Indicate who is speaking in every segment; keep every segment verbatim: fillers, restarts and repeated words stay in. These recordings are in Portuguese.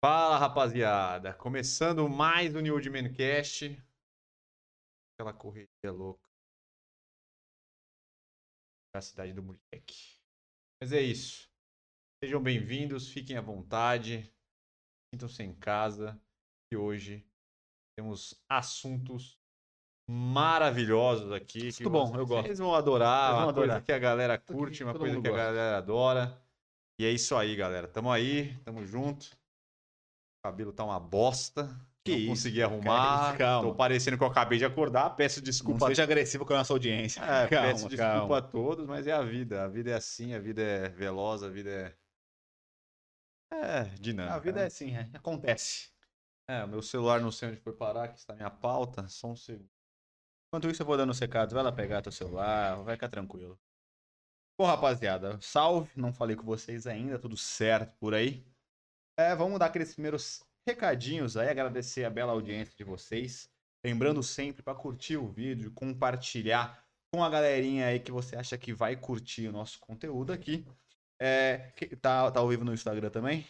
Speaker 1: Fala, rapaziada! Começando mais um New Old Man Cast. Aquela correria louca da cidade do moleque. Mas é isso. Sejam bem-vindos, fiquem à vontade, sintam-se em casa. E hoje temos assuntos maravilhosos aqui que
Speaker 2: Tudo bom, eu
Speaker 1: vocês
Speaker 2: gosto.
Speaker 1: vão
Speaker 2: Vocês
Speaker 1: adorar.
Speaker 2: vão
Speaker 1: Uma coisa
Speaker 2: adorar.
Speaker 1: que a galera
Speaker 2: Isso aqui
Speaker 1: curte, uma
Speaker 2: todo
Speaker 1: coisa
Speaker 2: mundo
Speaker 1: que a
Speaker 2: gosta.
Speaker 1: galera adora. E é isso aí, galera. Tamo aí, tamo junto. O cabelo tá uma bosta.
Speaker 2: Que
Speaker 1: Não
Speaker 2: isso,
Speaker 1: consegui
Speaker 2: cara. Que isso,
Speaker 1: arrumar. Tô
Speaker 2: calma.
Speaker 1: parecendo que eu acabei de acordar. Peço
Speaker 2: Não
Speaker 1: desculpa.
Speaker 2: seja agressivo com a nossa audiência.
Speaker 1: É, peço
Speaker 2: Calma,
Speaker 1: desculpa a
Speaker 2: calma.
Speaker 1: todos, mas é a vida. A vida é assim, a vida é veloz, a vida é, é
Speaker 2: A
Speaker 1: dinâmica,
Speaker 2: vida é
Speaker 1: né?
Speaker 2: assim, é. Acontece.
Speaker 1: É, o meu celular não sei onde foi parar, que está minha pauta. Só um segundo.
Speaker 2: Enquanto isso, eu vou dando os recados. Vai lá pegar teu celular, vai ficar tranquilo. Bom, rapaziada, salve. Não falei com vocês ainda, tudo certo por aí. É, vamos dar aqueles primeiros recadinhos aí, agradecer a bela audiência de vocês. Lembrando sempre para curtir o vídeo, compartilhar com a galerinha aí que você acha que vai curtir o nosso conteúdo aqui. É, que- tá, tá ao vivo no Instagram também?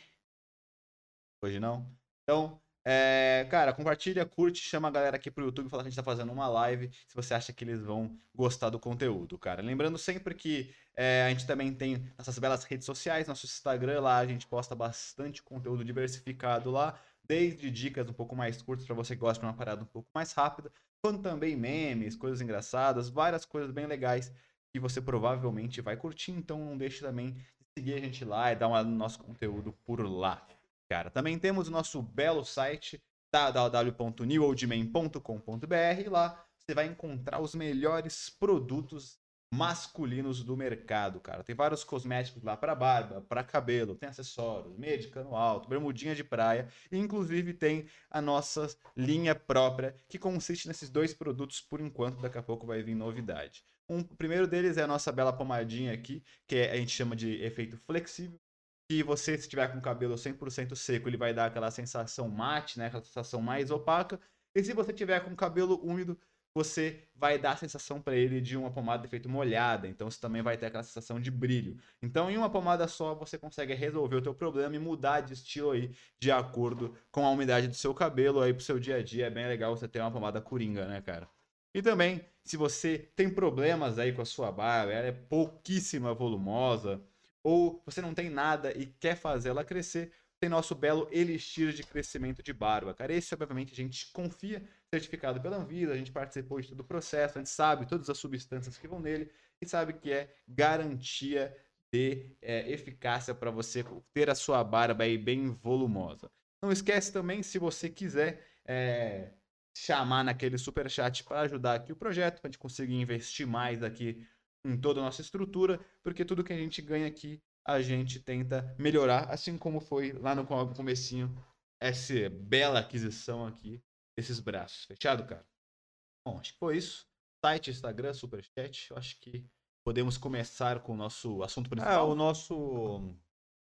Speaker 2: Hoje não? Então, é, cara, compartilha, curte, chama a galera aqui pro YouTube, fala que a gente tá fazendo uma live, se você acha que eles vão gostar do conteúdo, cara. Lembrando sempre que é, a gente também tem essas belas redes sociais, nosso Instagram lá, a gente posta bastante conteúdo diversificado lá, desde dicas um pouco mais curtas para você que gosta de uma parada um pouco mais rápida, quanto também memes, coisas engraçadas, várias coisas bem legais que você provavelmente vai curtir, então não deixe também de seguir a gente lá e dar uma olhada no nosso conteúdo por lá. Cara, também temos o nosso belo site w w w ponto new old man ponto com ponto b r e lá você vai encontrar os melhores produtos masculinos do mercado, cara. Tem vários cosméticos lá para barba, para cabelo, tem acessórios, meia de cano alto, bermudinha de praia, e inclusive tem a nossa linha própria que consiste nesses dois produtos por enquanto, daqui a pouco vai vir novidade. Um, o primeiro deles é a nossa bela pomadinha aqui, que é, a gente chama de efeito flexível, que você, se tiver com o cabelo cem por cento seco, ele vai dar aquela sensação mate, né? Aquela sensação mais opaca. E se você tiver com o cabelo úmido, você vai dar a sensação para ele de uma pomada de efeito molhada. Então você também vai ter aquela sensação de brilho. Então em uma pomada só você consegue resolver o teu problema e mudar de estilo aí de acordo com a umidade do seu cabelo aí pro seu dia a dia. É bem legal você ter uma pomada coringa, né, cara? E também, se você tem problemas aí com a sua barba, ela é pouquíssima volumosa, ou você não tem nada e quer fazer ela crescer, tem nosso belo elixir de crescimento de barba. Cara, esse obviamente a gente confia, certificado pela Anvisa, a gente participou de todo o processo, a gente sabe todas as substâncias que vão nele e sabe que é garantia de é, eficácia para você ter a sua barba aí bem volumosa. Não esquece também, se você quiser é, chamar naquele super chat para ajudar aqui o projeto, para a gente conseguir investir mais aqui em toda a nossa estrutura, porque tudo que a gente ganha aqui a gente tenta melhorar, assim como foi lá no comecinho essa bela aquisição aqui desses braços. Fechado, cara? Bom, acho que foi isso. Site, Instagram, Superchat. Eu acho que podemos começar com o nosso assunto
Speaker 1: É, o
Speaker 2: principal.
Speaker 1: nosso.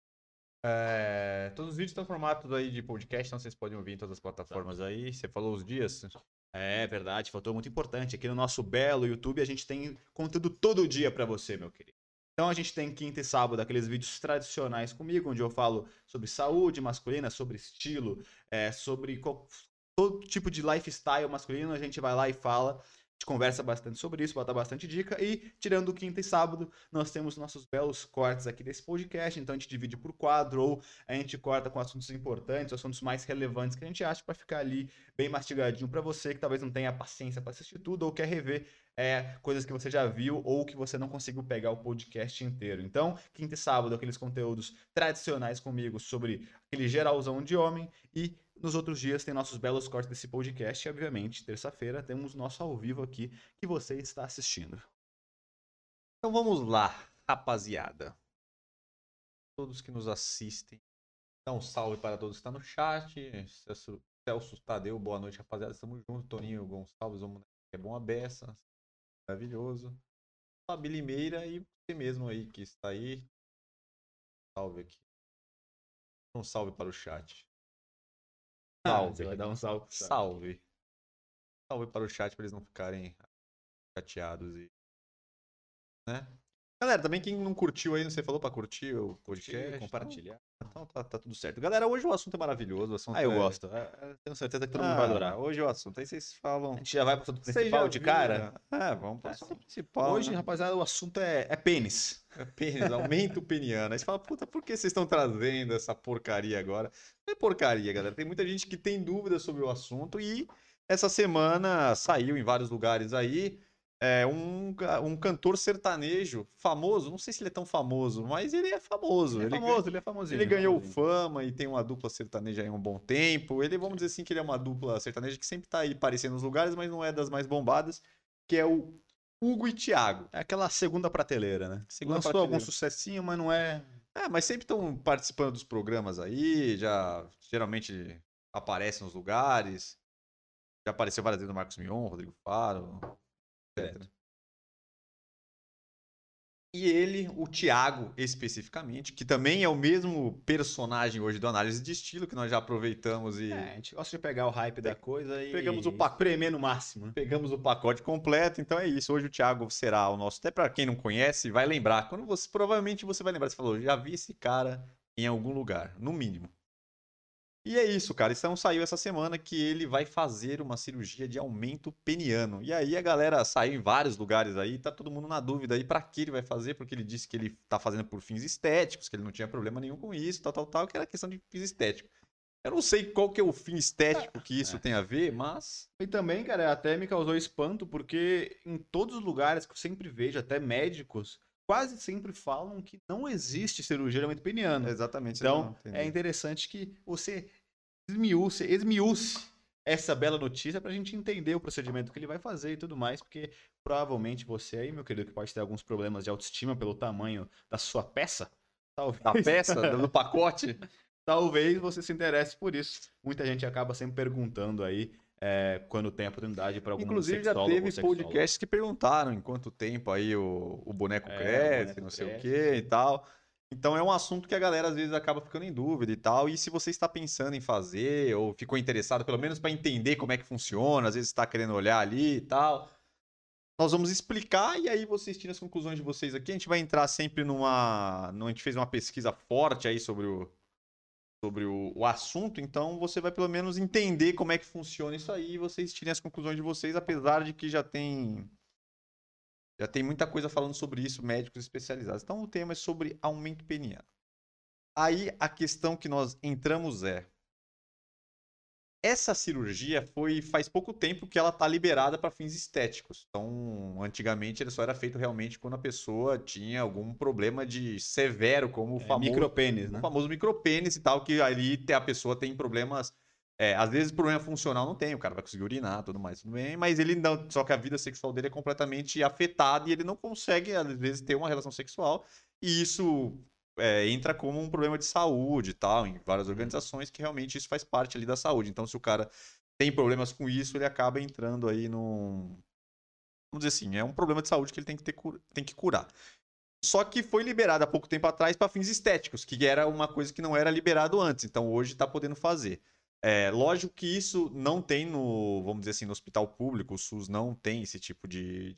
Speaker 1: é, todos os vídeos estão em formato aí de podcast, então vocês podem ouvir em todas as
Speaker 2: Exato.
Speaker 1: plataformas aí. Você falou os dias?
Speaker 2: É verdade, faltou muito importante. Aqui no nosso belo YouTube a gente tem conteúdo todo dia para você, meu querido. Então a gente tem quinta e sábado aqueles vídeos tradicionais comigo, onde eu falo sobre saúde masculina, sobre estilo, é, sobre qual- todo tipo de lifestyle masculino. A gente vai lá e fala, a gente conversa bastante sobre isso, bota bastante dica. E tirando quinta e sábado, nós temos nossos belos cortes aqui desse podcast. Então a gente divide por quadro ou a gente corta com assuntos importantes, assuntos mais relevantes que a gente acha para ficar ali bem mastigadinho para você que talvez não tenha paciência para assistir tudo ou quer rever é, coisas que você já viu ou que você não conseguiu pegar o podcast inteiro. Então, quinta e sábado, aqueles conteúdos tradicionais comigo sobre aquele geralzão de homem e nos outros dias tem nossos belos cortes desse podcast e, obviamente, terça-feira temos nosso ao vivo aqui que você está assistindo.
Speaker 1: Então vamos lá, rapaziada. Todos que nos assistem. Então, um salve para todos que estão no chat. Celso, Celso Tadeu, boa noite, rapaziada. Estamos juntos. Toninho Gonçalves, vamos é bom a beça. Maravilhoso. Fabi Limeira e você mesmo aí que está aí. Salve aqui. Um salve para o chat.
Speaker 2: Você vai
Speaker 1: Salve.
Speaker 2: dar um salve.
Speaker 1: Salve. Salve para o chat para eles não ficarem chateados e, né? Galera, também quem não curtiu aí, você falou pra curtir o podcast,
Speaker 2: compartilhar.
Speaker 1: Então tá, tá tudo certo. Galera, hoje o assunto é maravilhoso. O assunto
Speaker 2: Ah, eu
Speaker 1: é...
Speaker 2: gosto. É, é, tenho certeza que todo mundo vai
Speaker 1: Ah,
Speaker 2: adorar.
Speaker 1: hoje é o assunto. Aí vocês falam.
Speaker 2: A gente já vai pro assunto
Speaker 1: Vocês
Speaker 2: principal
Speaker 1: já
Speaker 2: de
Speaker 1: viram?
Speaker 2: cara?
Speaker 1: É, vamos pro
Speaker 2: É,
Speaker 1: assunto
Speaker 2: sim.
Speaker 1: principal.
Speaker 2: Hoje,
Speaker 1: né?
Speaker 2: rapaziada, o assunto é, é pênis.
Speaker 1: É pênis, aumenta o peniano. Aí você fala, puta, por que vocês estão trazendo essa porcaria agora? Não é porcaria, galera. Tem muita gente que tem dúvidas sobre o assunto e essa semana saiu em vários lugares aí é, um, ca- um cantor sertanejo famoso. Não sei se ele é tão famoso, mas ele é famoso.
Speaker 2: Ele é
Speaker 1: Ele,
Speaker 2: famoso, ele é famosinho.
Speaker 1: ele ganhou
Speaker 2: famosinho.
Speaker 1: fama e tem uma dupla sertaneja aí há um bom tempo. Ele, vamos dizer assim, que ele é uma dupla sertaneja que sempre tá aí aparecendo nos lugares, mas não é das mais bombadas, que é o Hugo e Thiago.
Speaker 2: É aquela segunda prateleira, né?
Speaker 1: Segunda
Speaker 2: Lançou
Speaker 1: prateleira.
Speaker 2: algum sucessinho, mas não é...
Speaker 1: É, mas sempre estão participando dos programas aí, já geralmente aparecem nos lugares. Já apareceu várias vezes no Marcos Mion, Rodrigo Faro, etcétera. E ele, o Thiago especificamente, que também é o mesmo personagem hoje do Análise de Estilo, que nós já aproveitamos e
Speaker 2: É, a gente gosta de pegar o hype da coisa e
Speaker 1: pegamos o pacote.
Speaker 2: espremer no máximo. né?
Speaker 1: pegamos o pacote completo. Então é isso. Hoje o Thiago será o nosso. Até para quem não conhece, vai lembrar. Quando você provavelmente você vai lembrar, você falou, já vi esse cara em algum lugar, no mínimo. E é isso, cara. Então saiu essa semana que ele vai fazer uma cirurgia de aumento peniano. E aí a galera saiu em vários lugares aí, tá todo mundo na dúvida aí pra que ele vai fazer, porque ele disse que ele tá fazendo por fins estéticos, que ele não tinha problema nenhum com isso, tal, tal, tal, que era questão de fins estéticos. Eu não sei qual que é o fim estético que isso
Speaker 2: É.
Speaker 1: tem a ver, mas
Speaker 2: E também, cara, até me causou espanto, porque em todos os lugares que eu sempre vejo, até médicos, quase sempre falam que não existe cirurgia de aumento peniano.
Speaker 1: exatamente.
Speaker 2: Então, é interessante que você esmiúce, esmiúce essa bela notícia pra gente entender o procedimento que ele vai fazer e tudo mais, porque provavelmente você aí, meu querido, que pode ter alguns problemas de autoestima pelo tamanho da sua peça, talvez,
Speaker 1: da peça, do pacote.
Speaker 2: talvez você se interesse por isso. Muita gente acaba sempre perguntando aí é, quando tem a oportunidade para algum
Speaker 1: Inclusive já
Speaker 2: sexólogo
Speaker 1: teve
Speaker 2: ou sexóloga.
Speaker 1: podcasts que perguntaram em quanto tempo aí o, o boneco
Speaker 2: É,
Speaker 1: cresce,
Speaker 2: o boneco
Speaker 1: não sei o
Speaker 2: cresce,
Speaker 1: que e
Speaker 2: sim.
Speaker 1: tal. Então é um assunto que a galera às vezes acaba ficando em dúvida e tal. E se você está pensando em fazer ou ficou interessado, pelo menos para entender como é que funciona, às vezes está querendo olhar ali e tal, nós vamos explicar e aí vocês tiram as conclusões de vocês aqui. A gente vai entrar sempre numa, a gente fez uma pesquisa forte aí sobre o sobre o, o assunto, então você vai pelo menos entender como é que funciona isso aí e vocês tirem as conclusões de vocês, apesar de que já tem já tem muita coisa falando sobre isso, médicos especializados. Então o tema é sobre aumento peniano. Aí a questão que nós entramos é: essa cirurgia foi faz pouco tempo que ela está liberada para fins estéticos. Então, antigamente ele só era feito realmente quando a pessoa tinha algum problema de severo, como o
Speaker 2: É,
Speaker 1: famoso
Speaker 2: micropênis,
Speaker 1: o
Speaker 2: né?
Speaker 1: famoso micropênis e tal, que ali te- a pessoa tem problemas. É, às vezes problema funcional não tem, o cara vai conseguir urinar, tudo mais, tudo bem, mas ele não. Só que a vida sexual dele é completamente afetada e ele não consegue, às vezes, ter uma relação sexual. E isso é, entra como um problema de saúde e tal, em várias organizações, que realmente isso faz parte ali da saúde. Então, se o cara tem problemas com isso, ele acaba entrando aí num. Vamos dizer assim, é um problema de saúde que ele tem que, ter, cu- tem que curar. Só que foi liberado há pouco tempo atrás para fins estéticos, que era uma coisa que não era liberado antes. Então hoje está podendo fazer. É, lógico que isso não tem no, vamos dizer assim, no hospital público, o SUS não tem esse tipo de,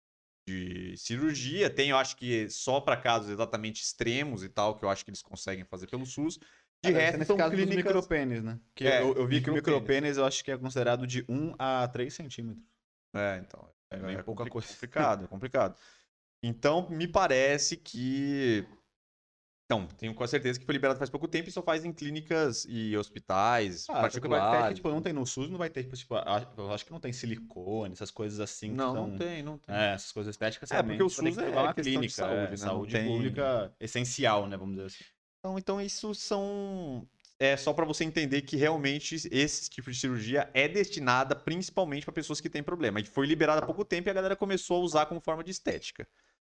Speaker 1: de cirurgia. Tem, eu acho que só para casos exatamente extremos e tal, que eu acho que eles conseguem fazer pelo SUS. De
Speaker 2: Ah, deve ser
Speaker 1: resto,
Speaker 2: nesse
Speaker 1: são
Speaker 2: caso dos
Speaker 1: clínicas.
Speaker 2: micropênis, né? Que
Speaker 1: É,
Speaker 2: eu, eu vi que o
Speaker 1: micropênis.
Speaker 2: micropênis eu acho que é considerado de um a três centímetros.
Speaker 1: É, então. É,
Speaker 2: É bem
Speaker 1: é
Speaker 2: pouca
Speaker 1: compli-
Speaker 2: coisa.
Speaker 1: complicado, é complicado. Então, me parece que. Então, tenho com certeza que foi liberado faz pouco tempo e só faz em clínicas e hospitais
Speaker 2: Ah, só que vai ter que,
Speaker 1: particulares.
Speaker 2: tipo, não tem no SUS, não vai ter, tipo, a- eu acho que não tem silicone, essas coisas assim que
Speaker 1: Não,
Speaker 2: são...
Speaker 1: não tem, não tem.
Speaker 2: É, essas coisas estéticas
Speaker 1: É, porque o
Speaker 2: realmente vai ter
Speaker 1: SUS
Speaker 2: que
Speaker 1: é
Speaker 2: provar na
Speaker 1: questão de
Speaker 2: clínica,
Speaker 1: saúde,
Speaker 2: é,
Speaker 1: né? Não
Speaker 2: saúde
Speaker 1: tem-
Speaker 2: pública essencial, né, vamos dizer assim.
Speaker 1: Então, então, isso são. É só para você entender que realmente esse tipo de cirurgia é destinada principalmente para pessoas que têm problema. E foi liberada há pouco tempo e a galera começou a usar como forma de estética.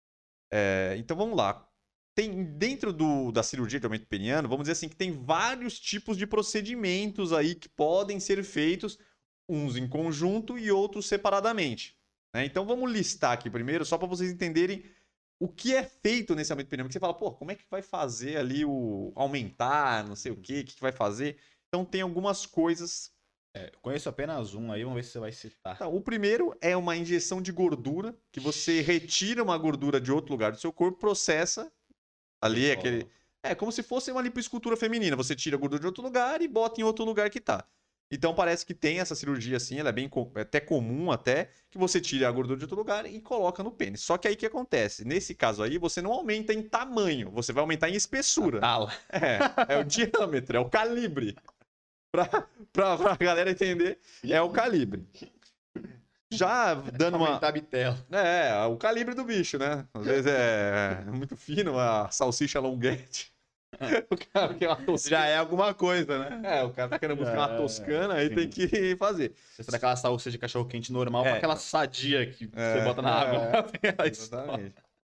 Speaker 1: É, então vamos lá. Tem, dentro do, da cirurgia de aumento peniano, vamos dizer assim, que tem vários tipos de procedimentos aí que podem ser feitos, uns em conjunto e outros separadamente. Né? Então vamos listar aqui primeiro, só para vocês entenderem o que é feito nesse aumento peniano. Porque você fala, pô, como é que vai fazer ali o aumentar, não sei o quê, o que, que vai fazer? Então tem algumas coisas
Speaker 2: É, eu conheço apenas um aí, vamos ver se você vai citar.
Speaker 1: Então, o primeiro é uma injeção de gordura, que você retira uma gordura de outro lugar do seu corpo, processa ali
Speaker 2: Isso,
Speaker 1: aquele. É como se fosse uma lipoescultura feminina. Você tira a gordura de outro lugar e bota em outro lugar que tá. Então parece que tem essa cirurgia assim, ela é bem co- é até comum até, que você tira a gordura de outro lugar e coloca no pênis. Só que aí o que acontece? Nesse caso aí, você não aumenta em tamanho, você vai aumentar em espessura.
Speaker 2: Tala.
Speaker 1: É, é o diâmetro, é o calibre. Pra, pra, pra galera entender, é o calibre. Já dando uma.
Speaker 2: Aumentar a bitela.
Speaker 1: É, o calibre do bicho, né? Às vezes é muito fino, a salsicha longuete. O cara quer uma toscana.
Speaker 2: Já é alguma coisa, né?
Speaker 1: É, o cara tá querendo buscar
Speaker 2: Já
Speaker 1: uma
Speaker 2: é,
Speaker 1: toscana, aí
Speaker 2: sim.
Speaker 1: tem que fazer.
Speaker 2: Você sai daquela salsicha de cachorro quente normal
Speaker 1: É.
Speaker 2: pra aquela sadia que
Speaker 1: É,
Speaker 2: você bota na água.
Speaker 1: é,
Speaker 2: Ela estoura.
Speaker 1: Exatamente.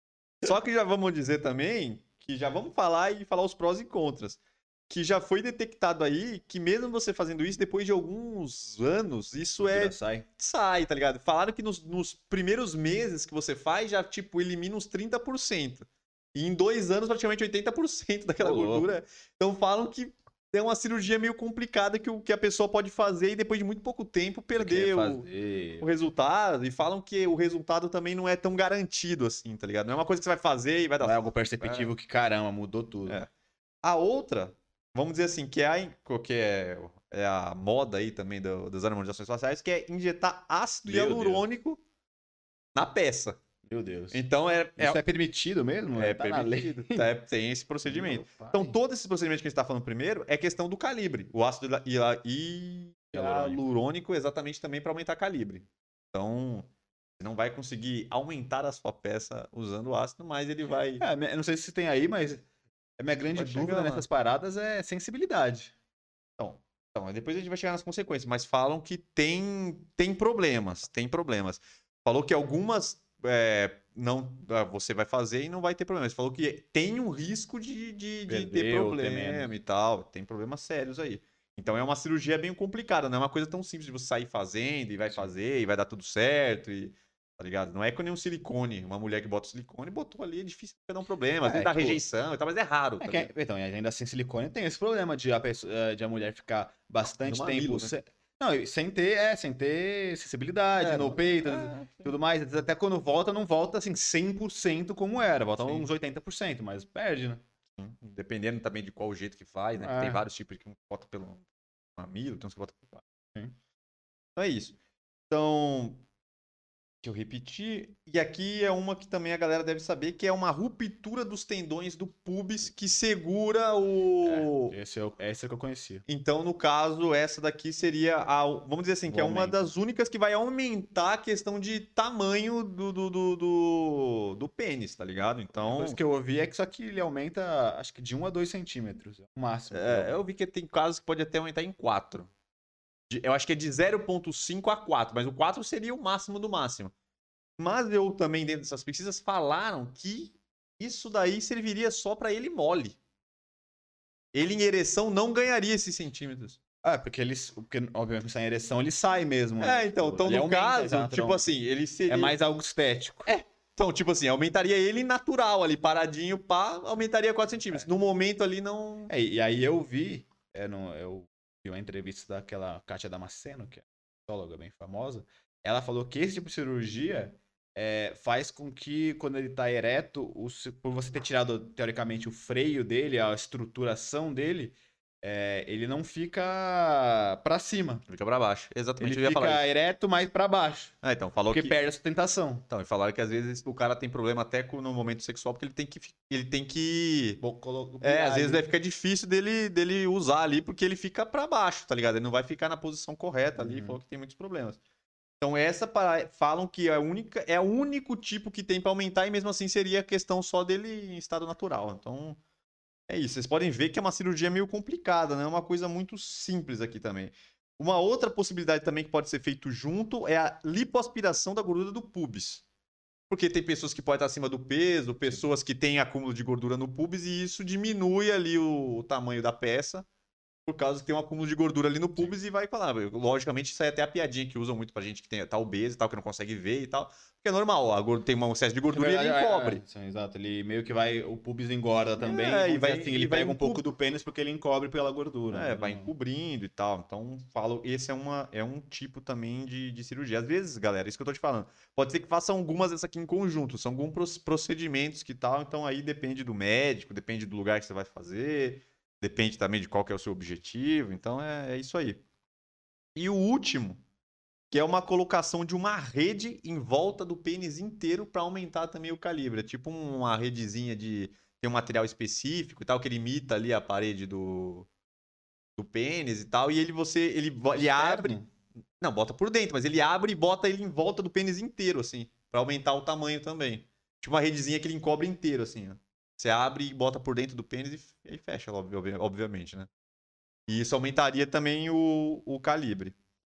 Speaker 1: Só que já vamos dizer também que já vamos falar e falar os prós e contras. Que já foi detectado aí que mesmo você fazendo isso, depois de alguns anos, isso é
Speaker 2: Gordura sai.
Speaker 1: sai, tá ligado? Falaram que nos, nos primeiros meses que você faz, já, tipo, elimina uns trinta por cento. E em dois anos, praticamente oitenta por cento daquela
Speaker 2: Ô, louco.
Speaker 1: gordura. Então falam que é uma cirurgia meio complicada que, o, que a pessoa pode fazer e depois de muito pouco tempo
Speaker 2: Você quer
Speaker 1: perder o,
Speaker 2: fazer.
Speaker 1: o resultado. E falam que o resultado também não é tão garantido assim, tá ligado? Não é uma coisa que você vai fazer e vai dar
Speaker 2: Não é algo perceptível que, caramba, mudou tudo.
Speaker 1: É. A outra, vamos dizer assim, que é a, que é, é a moda aí também do- das harmonizações faciais, que é injetar ácido
Speaker 2: Meu
Speaker 1: hialurônico na peça.
Speaker 2: Meu Deus.
Speaker 1: Então é, é,
Speaker 2: Isso é permitido mesmo?
Speaker 1: é
Speaker 2: Tá na lei.
Speaker 1: permitido. Tá, tem esse procedimento.
Speaker 2: Meu pai.
Speaker 1: Então, todos esses procedimentos que a gente está falando primeiro é questão do calibre. O ácido hila- hila- hi-
Speaker 2: Hialurônico.
Speaker 1: hialurônico exatamente também para aumentar calibre. Então, você não vai conseguir aumentar a sua peça usando o ácido, mas ele vai.
Speaker 2: É, eu não sei se tem aí, mas a minha grande
Speaker 1: Vai chegar
Speaker 2: dúvida
Speaker 1: lá.
Speaker 2: nessas paradas é sensibilidade.
Speaker 1: Então, então, depois a gente vai chegar nas consequências, mas falam que tem, tem problemas, tem problemas. Falou que algumas é, não, ah, você vai fazer e não vai ter problemas. Falou que tem um risco de, de, de ter
Speaker 2: Perder ou ter
Speaker 1: problema
Speaker 2: menos.
Speaker 1: e tal. Tem problemas sérios aí. Então é uma cirurgia bem complicada, não é uma coisa tão simples de você sair fazendo e vai fazer e vai dar tudo certo. E, tá ligado? Não é com nenhum silicone. Uma mulher que bota silicone botou ali, é difícil dar um problema. Às
Speaker 2: É,
Speaker 1: vezes dá
Speaker 2: tipo,
Speaker 1: rejeição e tal, mas é raro.
Speaker 2: É
Speaker 1: tá
Speaker 2: que,
Speaker 1: ligado?
Speaker 2: então, e ainda assim, silicone tem esse problema de a, pessoa, eh, de a mulher ficar bastante
Speaker 1: No
Speaker 2: tempo.
Speaker 1: mamilo, né?
Speaker 2: se- Não, e sem ter, é, sem ter sensibilidade
Speaker 1: É,
Speaker 2: no
Speaker 1: não-
Speaker 2: peito,
Speaker 1: é,
Speaker 2: tudo mais. Às vezes Até quando volta, não volta assim cem por cento como era. Volta
Speaker 1: Sim.
Speaker 2: uns oitenta por cento, mas perde, né?
Speaker 1: Dependendo também de qual jeito que faz, né? Que
Speaker 2: É.
Speaker 1: tem vários tipos que um bota pelo mamilo, tem uns que bota pelo
Speaker 2: Sim.
Speaker 1: Então é isso. Então, que eu repeti. E aqui é uma que também a galera deve saber, que é uma ruptura dos tendões do pubis que segura o...
Speaker 2: É, esse é, o, esse é o que eu conhecia.
Speaker 1: Então, no caso, essa daqui seria a... Vamos dizer assim, que é
Speaker 2: O
Speaker 1: uma
Speaker 2: aumento.
Speaker 1: das únicas que vai aumentar a questão de tamanho do, do, do, do, do pênis, tá ligado?
Speaker 2: A
Speaker 1: Então...
Speaker 2: coisa que eu ouvi é que só que ele aumenta, acho que de um a dois centímetros, o máximo.
Speaker 1: É, eu vi que tem casos que pode até aumentar em quatro. De- Eu acho que é de zero vírgula cinco a quatro, mas o quatro seria o máximo do máximo. Mas eu também, dentro dessas pesquisas, falaram que isso daí serviria só pra ele mole. Ele em ereção não ganharia esses centímetros.
Speaker 2: Ah, porque eles, porque obviamente sem ereção ele sai mesmo. né?
Speaker 1: É, então,
Speaker 2: Tipo,
Speaker 1: então
Speaker 2: ele
Speaker 1: no
Speaker 2: aumenta
Speaker 1: caso,
Speaker 2: já,
Speaker 1: tipo
Speaker 2: então,
Speaker 1: assim, ele seria.
Speaker 2: é mais algo estético.
Speaker 1: Então, tipo assim, aumentaria ele natural ali, paradinho, pá, aumentaria quatro centímetros. No momento ali não.
Speaker 2: É, e aí eu vi, é, no, eu vi uma entrevista daquela Kátia Damasceno, que é uma psicóloga bem famosa. Ela falou que esse tipo de cirurgia é, faz com que, quando ele tá ereto, o, se- por você ter tirado, teoricamente, o freio dele, a estruturação dele, é, ele não fica pra cima.
Speaker 1: Fica pra baixo. Exatamente,
Speaker 2: Ele
Speaker 1: eu ia
Speaker 2: fica
Speaker 1: falar isso.
Speaker 2: ereto, mais pra baixo.
Speaker 1: Ah, então, falou
Speaker 2: Porque
Speaker 1: que.
Speaker 2: perde a sustentação.
Speaker 1: Então, e falaram que às vezes o cara tem problema até com- no momento sexual, porque ele tem que. fi- Ele tem que.
Speaker 2: Vou colo-
Speaker 1: É, às vezes
Speaker 2: ali.
Speaker 1: vai ficar difícil dele, dele usar ali, porque ele fica pra baixo, tá ligado? Ele não vai ficar na posição correta ali,
Speaker 2: Uhum.
Speaker 1: falou que tem muitos problemas. Então, essa para- falam que é, a única, é o único tipo que tem pra aumentar, e mesmo assim seria a questão só dele em estado natural. Então, é isso. Vocês podem ver que é uma cirurgia meio complicada, né? É uma coisa muito simples aqui também. Uma outra possibilidade também que pode ser feito junto é a lipoaspiração da gordura do pubis. Porque tem pessoas que podem estar acima do peso, pessoas que têm acúmulo de gordura no pubis, e isso diminui ali o, o tamanho da peça. Por causa que tem um acúmulo de gordura ali no pubis e vai falar. Logicamente, isso aí é até a piadinha que usam muito pra gente que tem, tá obeso e tal, que não consegue ver e tal. Porque é normal, a gordura, tem um excesso de
Speaker 2: Na
Speaker 1: gordura e
Speaker 2: verdade,
Speaker 1: ele
Speaker 2: é,
Speaker 1: encobre.
Speaker 2: é, sim, exato. Ele meio que vai. O pubis engorda também.
Speaker 1: É, e
Speaker 2: Vamos
Speaker 1: vai,
Speaker 2: dizer assim,
Speaker 1: e
Speaker 2: ele
Speaker 1: vai
Speaker 2: pega um
Speaker 1: encu-
Speaker 2: pouco do pênis porque ele encobre pela gordura.
Speaker 1: É,
Speaker 2: Mas
Speaker 1: vai
Speaker 2: não-
Speaker 1: encobrindo e tal. Então, falo, esse é, uma, é um tipo também de, de cirurgia. Às vezes, galera, isso que eu tô te falando. Pode ser que façam algumas dessas aqui em conjunto. São alguns proce- procedimentos que tal. Então, aí depende do médico, depende do lugar que você vai fazer. Depende também de qual que é o seu objetivo. Então, é, é isso aí. E o último, que é uma colocação de uma rede em volta do pênis inteiro para aumentar também o calibre. É tipo uma redezinha de... Tem um material específico e tal, que ele imita ali a parede do do pênis e tal, e ele você ele, vo- ele abre,
Speaker 2: Externo?
Speaker 1: não, bota por dentro, mas ele abre e bota ele em volta do pênis inteiro assim, pra aumentar o tamanho também. Tipo uma redezinha que ele encobre inteiro assim, ó. Você abre e bota por dentro do pênis e, f- e aí fecha, obvi- obvi- obviamente, né? E isso aumentaria também o, o calibre.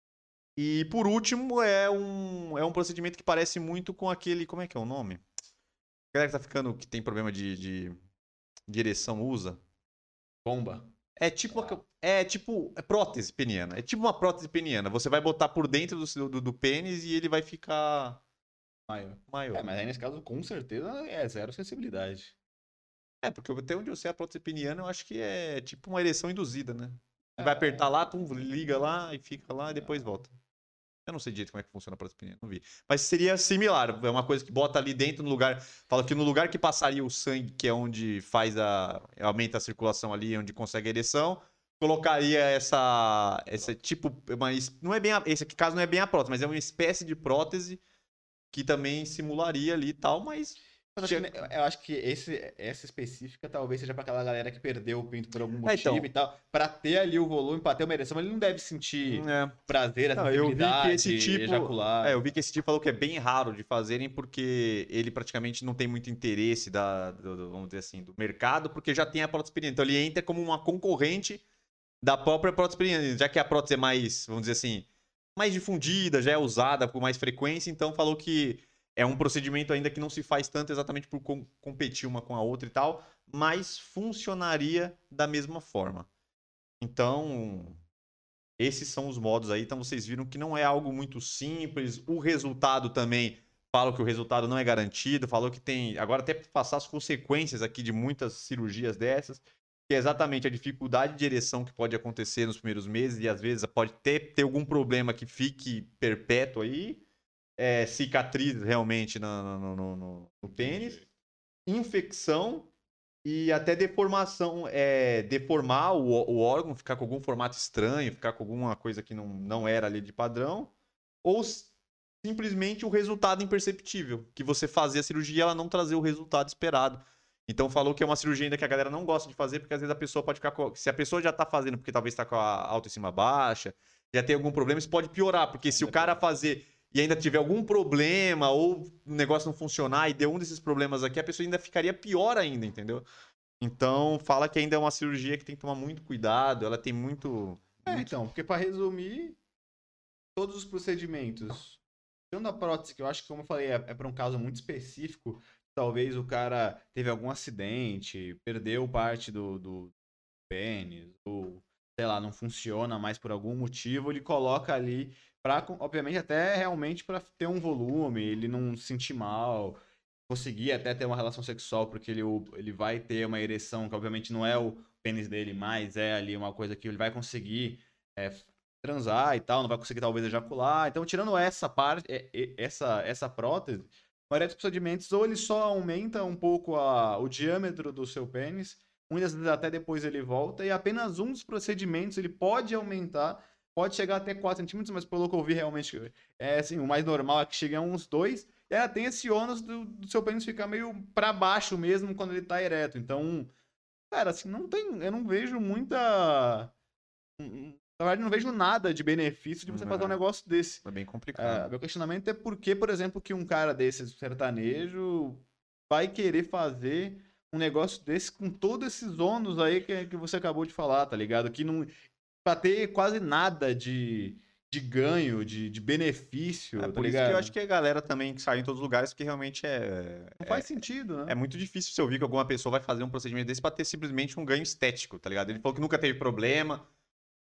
Speaker 1: E por último, é um, é um procedimento que parece muito com aquele. Como é que é o nome? A galera que tá ficando, que tem problema de, de, de ereção usa.
Speaker 2: Bomba.
Speaker 1: É tipo,
Speaker 2: Sei lá.
Speaker 1: uma- é tipo é prótese peniana. É tipo uma prótese peniana. Você vai botar por dentro do, seu- do, do pênis e ele vai ficar
Speaker 2: Maior. É,
Speaker 1: maior.
Speaker 2: mas aí nesse caso, com certeza, é zero sensibilidade.
Speaker 1: É, porque até onde eu sei a prótese peniana, eu acho que é tipo uma ereção induzida, né? Você vai
Speaker 2: É,
Speaker 1: apertar lá, pum, liga lá e fica lá e depois volta. Eu não sei direito como é que funciona a prótese peniana, não vi. Mas seria similar. É uma coisa que bota ali dentro no lugar. Fala que no lugar que passaria o sangue, que é onde faz a. Aumenta a circulação ali, onde consegue a ereção, colocaria essa. Essa tipo. Uma, es- não é bem a, esse aqui, caso não é bem a prótese, mas é uma espécie de prótese que também simularia ali e tal, mas.
Speaker 2: Mas acho que, né, eu eu acho que esse, essa específica talvez seja pra aquela galera que perdeu o pinto por algum
Speaker 1: É,
Speaker 2: motivo
Speaker 1: então.
Speaker 2: e tal. Pra ter ali o volume, pra ter uma ereção, ele não deve sentir
Speaker 1: É.
Speaker 2: prazer, a
Speaker 1: Não, eu vi que esse
Speaker 2: sensibilidade,
Speaker 1: tipo. É,
Speaker 2: ejacular.
Speaker 1: eu vi que esse tipo falou que é bem raro de fazerem porque ele praticamente não tem muito interesse da, do, do- vamos dizer assim, do mercado, porque já tem a prótese peniana. Então ele entra como uma concorrente da própria prótese peniana, já que a prótese é mais, vamos dizer assim, mais difundida, já é usada com mais frequência, então falou que é um procedimento ainda que não se faz tanto exatamente por com- competir uma com a outra e tal, mas funcionaria da mesma forma. Então, esses são os modos aí, então vocês viram que não é algo muito simples. O resultado também, falam que o resultado não é garantido, falou que tem, agora até passar as consequências aqui de muitas cirurgias dessas, que é exatamente a dificuldade de ereção que pode acontecer nos primeiros meses e às vezes pode ter, ter algum problema que fique perpétuo aí, é, cicatrizes realmente na- no, no, no, no pênis, infecção e até deformação, é, deformar o, o órgão, ficar com algum formato estranho, ficar com alguma coisa que não, não era ali de padrão, ou s- simplesmente o resultado imperceptível, que você fazer a cirurgia e ela não trazer o resultado esperado. Então falou que é uma cirurgia ainda que a galera não gosta de fazer, porque às vezes a pessoa pode ficar com... Se a pessoa já tá fazendo porque talvez tá com a autoestima baixa, já tem algum problema, isso pode piorar, porque se o cara fazer e ainda tiver algum problema ou o negócio não funcionar e deu um desses problemas aqui, a pessoa ainda ficaria pior ainda, entendeu? Então, fala que ainda é uma cirurgia que tem que tomar muito cuidado, ela tem muito.
Speaker 2: É,
Speaker 1: muito...
Speaker 2: então, porque pra resumir, todos os procedimentos, tirando a prótese, que eu acho que, como eu falei, é, é para um caso muito específico, talvez o cara teve algum acidente, perdeu parte do, do pênis, ou sei lá, não funciona mais por algum motivo, ele coloca ali para, obviamente, até realmente para ter um volume, ele não se sentir mal, conseguir até ter uma relação sexual, porque ele, o- ele vai ter uma ereção, que obviamente não é o pênis dele, mas é ali uma coisa que ele vai conseguir é, transar e tal, não vai conseguir talvez ejacular. Então, tirando essa parte, é- é- essa, essa prótese, a maioria dos procedimentos, ou ele só aumenta um pouco a, o diâmetro do seu pênis, muitas vezes até depois ele volta, e apenas um dos procedimentos ele pode aumentar, pode chegar até quatro centímetros, mas pelo que eu vi realmente, é assim, o mais normal é que chegue a uns dois, e ela tem esse ônus do, do seu pênis ficar meio pra baixo mesmo quando ele tá ereto. Então, cara, assim, não tem, eu não vejo muita, na verdade, não vejo nada de benefício de você fazer um
Speaker 1: É,
Speaker 2: negócio desse.
Speaker 1: é bem
Speaker 2: É,
Speaker 1: complicado.
Speaker 2: meu questionamento é por que, por exemplo, que um cara desse sertanejo vai querer fazer um negócio desse com todos esses ônus aí que, que você acabou de falar, tá ligado? Que não. Pra ter quase nada de, de ganho, de, de benefício,
Speaker 1: É
Speaker 2: tá
Speaker 1: por isso que eu acho
Speaker 2: ligado?
Speaker 1: que a galera também sai em todos os lugares, porque realmente é,
Speaker 2: Não
Speaker 1: é,
Speaker 2: faz sentido,
Speaker 1: é
Speaker 2: né?
Speaker 1: muito difícil você ouvir que alguma pessoa vai fazer um procedimento desse pra ter simplesmente um ganho estético, tá ligado? Ele falou que nunca teve problema,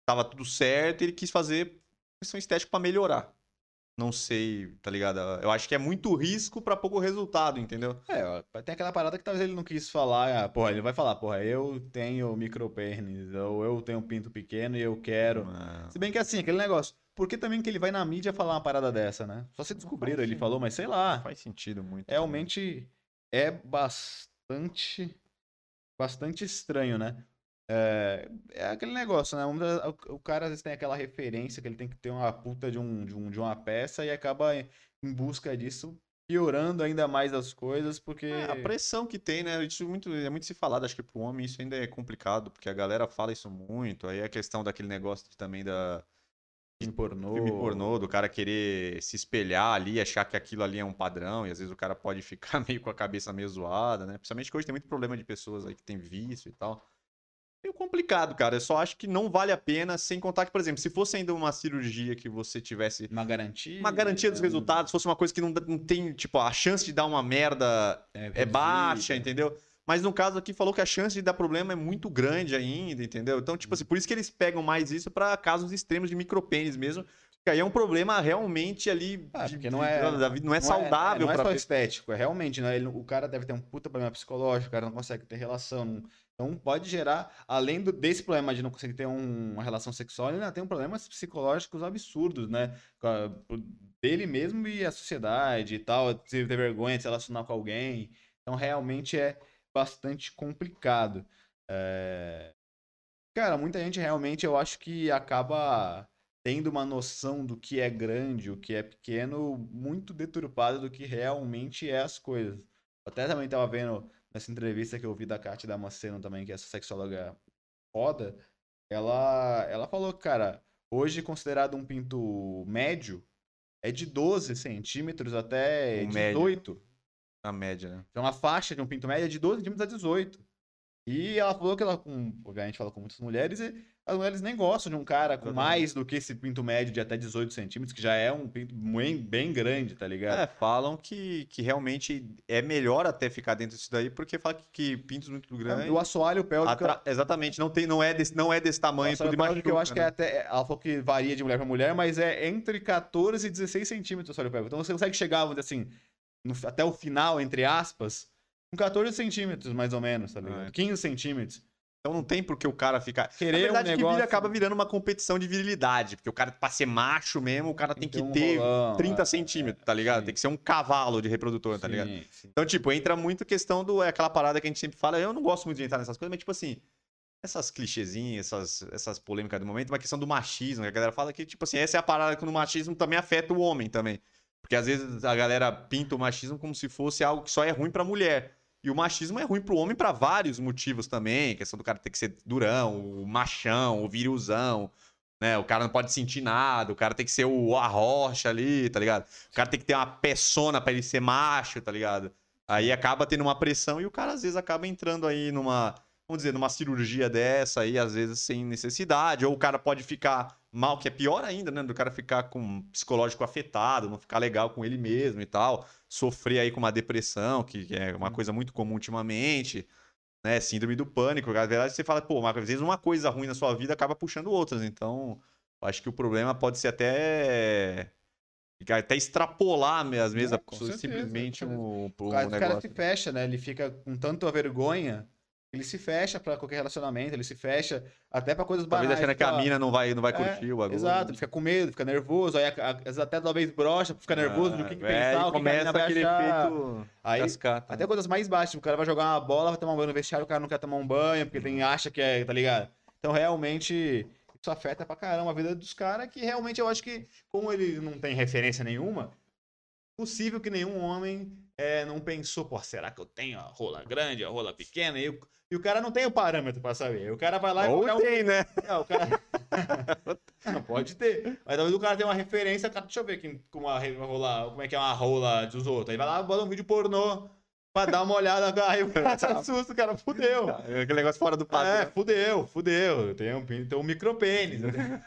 Speaker 1: tava tudo certo e ele quis fazer questão estética pra melhorar. Não sei, tá ligado? Eu acho que é muito risco pra pouco resultado, entendeu?
Speaker 2: É, ó, tem aquela parada que talvez ele não quis falar, ah, porra, ele vai falar, porra, eu tenho micropênis, ou eu tenho um pinto pequeno e eu quero.
Speaker 1: Não,
Speaker 2: Se bem que assim, aquele negócio, por que também que ele vai na mídia falar uma parada dessa, né? Só se
Speaker 1: não
Speaker 2: descobriram,
Speaker 1: faz
Speaker 2: ele
Speaker 1: sen-
Speaker 2: falou, mas sei
Speaker 1: não
Speaker 2: lá,
Speaker 1: faz sentido muito também.
Speaker 2: realmente é bastante, bastante estranho, né? É, é aquele negócio, né? Um da- O o cara às vezes tem aquela referência que ele tem que ter uma puta de, um, de, um, de uma peça e acaba em em busca disso, piorando ainda mais as coisas,
Speaker 1: É, a
Speaker 2: porque
Speaker 1: pressão que tem, né? Isso muito, é muito se falado. Acho que pro homem isso ainda é complicado, porque a galera fala isso muito. Aí é a questão daquele negócio de- também da
Speaker 2: filme
Speaker 1: filme pornô,
Speaker 2: pornô.
Speaker 1: do cara querer se espelhar ali, achar que aquilo ali é um padrão, e às vezes o cara pode ficar meio com a cabeça meio zoada, né? Principalmente que hoje tem muito problema de pessoas aí que tem vício e tal. Meio complicado, cara. Eu só acho que não vale a pena, sem contar que, por exemplo, se fosse ainda uma cirurgia que você tivesse
Speaker 2: Uma garantia.
Speaker 1: uma garantia dos
Speaker 2: um-
Speaker 1: resultados, fosse uma coisa que não, dá- não tem, tipo, a chance de dar uma merda
Speaker 2: É,
Speaker 1: é baixa,
Speaker 2: reduzida.
Speaker 1: entendeu? Mas no caso aqui falou que a chance de dar problema é muito grande ainda, entendeu? Então, tipo assim, por isso que eles pegam mais isso pra casos extremos de micropênis mesmo, que aí é um problema realmente ali
Speaker 2: Ah,
Speaker 1: de,
Speaker 2: porque não
Speaker 1: de-
Speaker 2: é,
Speaker 1: da vida, não é
Speaker 2: não é, é,
Speaker 1: saudável
Speaker 2: não é
Speaker 1: pra
Speaker 2: só
Speaker 1: pessoa.
Speaker 2: estético, é realmente, né? Ele- o cara deve ter um puta problema psicológico, o cara não consegue ter relação. não- Então pode gerar, além do- desse problema de não conseguir ter um- uma relação sexual, ele ainda tem um problemas psicológicos absurdos, né? Com a- pro- Dele mesmo e a sociedade e tal, se ter vergonha de se relacionar com alguém. Então realmente é bastante complicado. É, Cara, muita gente realmente eu acho que acaba tendo uma noção do que é grande, o que é pequeno, muito deturpada do que realmente é as coisas. Até também tava vendo nessa entrevista que eu vi da Kátia Damasceno também, que é essa sexóloga foda, ela, ela falou que, cara, hoje considerado um pinto médio, é de doze centímetros
Speaker 1: O
Speaker 2: até
Speaker 1: médio,
Speaker 2: dezoito.
Speaker 1: a média, né?
Speaker 2: Então a faixa de um pinto médio é de doze centímetros a dezoito. E ela falou que ela, com, a gente fala com muitas mulheres, e as mulheres nem gostam de um cara com
Speaker 1: Exatamente.
Speaker 2: mais do que esse pinto médio de até dezoito centímetros, que já é um pinto bem, bem grande, tá ligado?
Speaker 1: É, falam que, que realmente é melhor até ficar dentro disso daí, porque fala que, que pintos muito
Speaker 2: É, o
Speaker 1: grandes.
Speaker 2: assoalho pélvico,
Speaker 1: atra- Exatamente, não, tem, não, é desse, não é desse
Speaker 2: o
Speaker 1: tamanho,
Speaker 2: assoalho
Speaker 1: tudo e
Speaker 2: pélvico eu acho
Speaker 1: machuca,
Speaker 2: que é
Speaker 1: né?
Speaker 2: até, ela falou que varia de mulher pra mulher, mas é entre quatorze e dezesseis centímetros o assoalho pélvico. Então você consegue chegar, vamos dizer assim, no- até o final, entre aspas, com quatorze centímetros mais ou menos, tá
Speaker 1: Ah,
Speaker 2: ligado? quinze centímetros.
Speaker 1: então não tem por que o cara ficar. Na
Speaker 2: Querer um
Speaker 1: verdade, que vira,
Speaker 2: negócio,
Speaker 1: acaba virando uma competição de virilidade. Porque o cara, pra ser macho mesmo, o cara tem
Speaker 2: tem que
Speaker 1: que
Speaker 2: ter um
Speaker 1: ter
Speaker 2: rolão.
Speaker 1: trinta
Speaker 2: é,
Speaker 1: centímetros, tá ligado?
Speaker 2: sim,
Speaker 1: Tem que ser um cavalo de reprodutor, tá ligado?
Speaker 2: sim, sim.
Speaker 1: Então, tipo, entra muito a questão do. É aquela parada que a gente sempre fala. Eu não gosto muito de entrar nessas coisas, mas, tipo assim, essas clichêzinhas, essas, essas polêmicas do momento, uma questão do machismo, que a galera fala que, tipo assim, essa é a parada que no machismo também afeta o homem também. Porque às vezes a galera pinta o machismo como se fosse algo que só é ruim pra mulher. E o machismo é ruim pro homem pra vários motivos também. A questão do cara ter que ser durão, o machão, o virilzão, né? O cara não pode sentir nada, o cara tem que ser o a rocha ali, tá ligado? O cara tem que ter uma persona pra ele ser macho, tá ligado? Aí acaba tendo uma pressão e o cara às vezes acaba entrando aí numa, vamos dizer, numa cirurgia dessa aí, às vezes sem necessidade, ou o cara pode ficar mal, que é pior ainda, né? Do cara ficar com um psicológico afetado, não ficar legal com ele mesmo e tal, sofrer aí com uma depressão, que que é uma coisa muito comum ultimamente, né? Síndrome do pânico. Na verdade, você fala, pô, mas às vezes uma coisa ruim na sua vida acaba puxando outras, então eu acho que o problema pode ser até até extrapolar às vezes a
Speaker 2: Não, com
Speaker 1: pessoa
Speaker 2: certeza, com
Speaker 1: simplesmente
Speaker 2: certeza.
Speaker 1: um,
Speaker 2: O
Speaker 1: um
Speaker 2: cara, o cara se
Speaker 1: negócio.
Speaker 2: fecha, né? Ele fica com tanta vergonha, ele se fecha pra qualquer relacionamento, ele se fecha até pra coisas
Speaker 1: Talvez
Speaker 2: banais.
Speaker 1: achando que
Speaker 2: Tipo,
Speaker 1: a
Speaker 2: ah,
Speaker 1: mina não vai, não vai
Speaker 2: é,
Speaker 1: curtir o bagulho,
Speaker 2: exato,
Speaker 1: né?
Speaker 2: ele fica com medo, fica nervoso, aí a- a- às vezes até talvez brocha, fica nervoso do que, que
Speaker 1: Ah, é,
Speaker 2: pensar,
Speaker 1: e
Speaker 2: o que, que a mina
Speaker 1: começa
Speaker 2: vai
Speaker 1: aquele
Speaker 2: achar.
Speaker 1: efeito
Speaker 2: Aí,
Speaker 1: cascata,
Speaker 2: até
Speaker 1: né?
Speaker 2: coisas mais baixas, tipo, o cara vai jogar uma bola, vai tomar um banho no vestiário, o cara não quer tomar um banho, porque tem, acha que é, tá ligado? Então, realmente, isso afeta pra caramba a vida dos caras, que realmente eu acho que, como ele não tem referência nenhuma, possível que nenhum homem é, não pensou, pô, será que eu tenho a rola grande, a rola pequena? E, o- e o cara não tem o parâmetro pra saber. O cara vai lá e
Speaker 1: Ou
Speaker 2: qualquer um.
Speaker 1: tem, né?
Speaker 2: É, o cara. Não, pode ter. Mas talvez o cara tenha uma referência, cara, deixa eu ver quem, como, a, re- rola, como é que é uma rola dos outros. Aí vai lá, bota um vídeo pornô pra dar uma olhada, aí o cara se assusta, o cara fudeu.
Speaker 1: É aquele negócio fora do
Speaker 2: É,
Speaker 1: padrão.
Speaker 2: fudeu, fudeu. Tem um, tem um micropênis.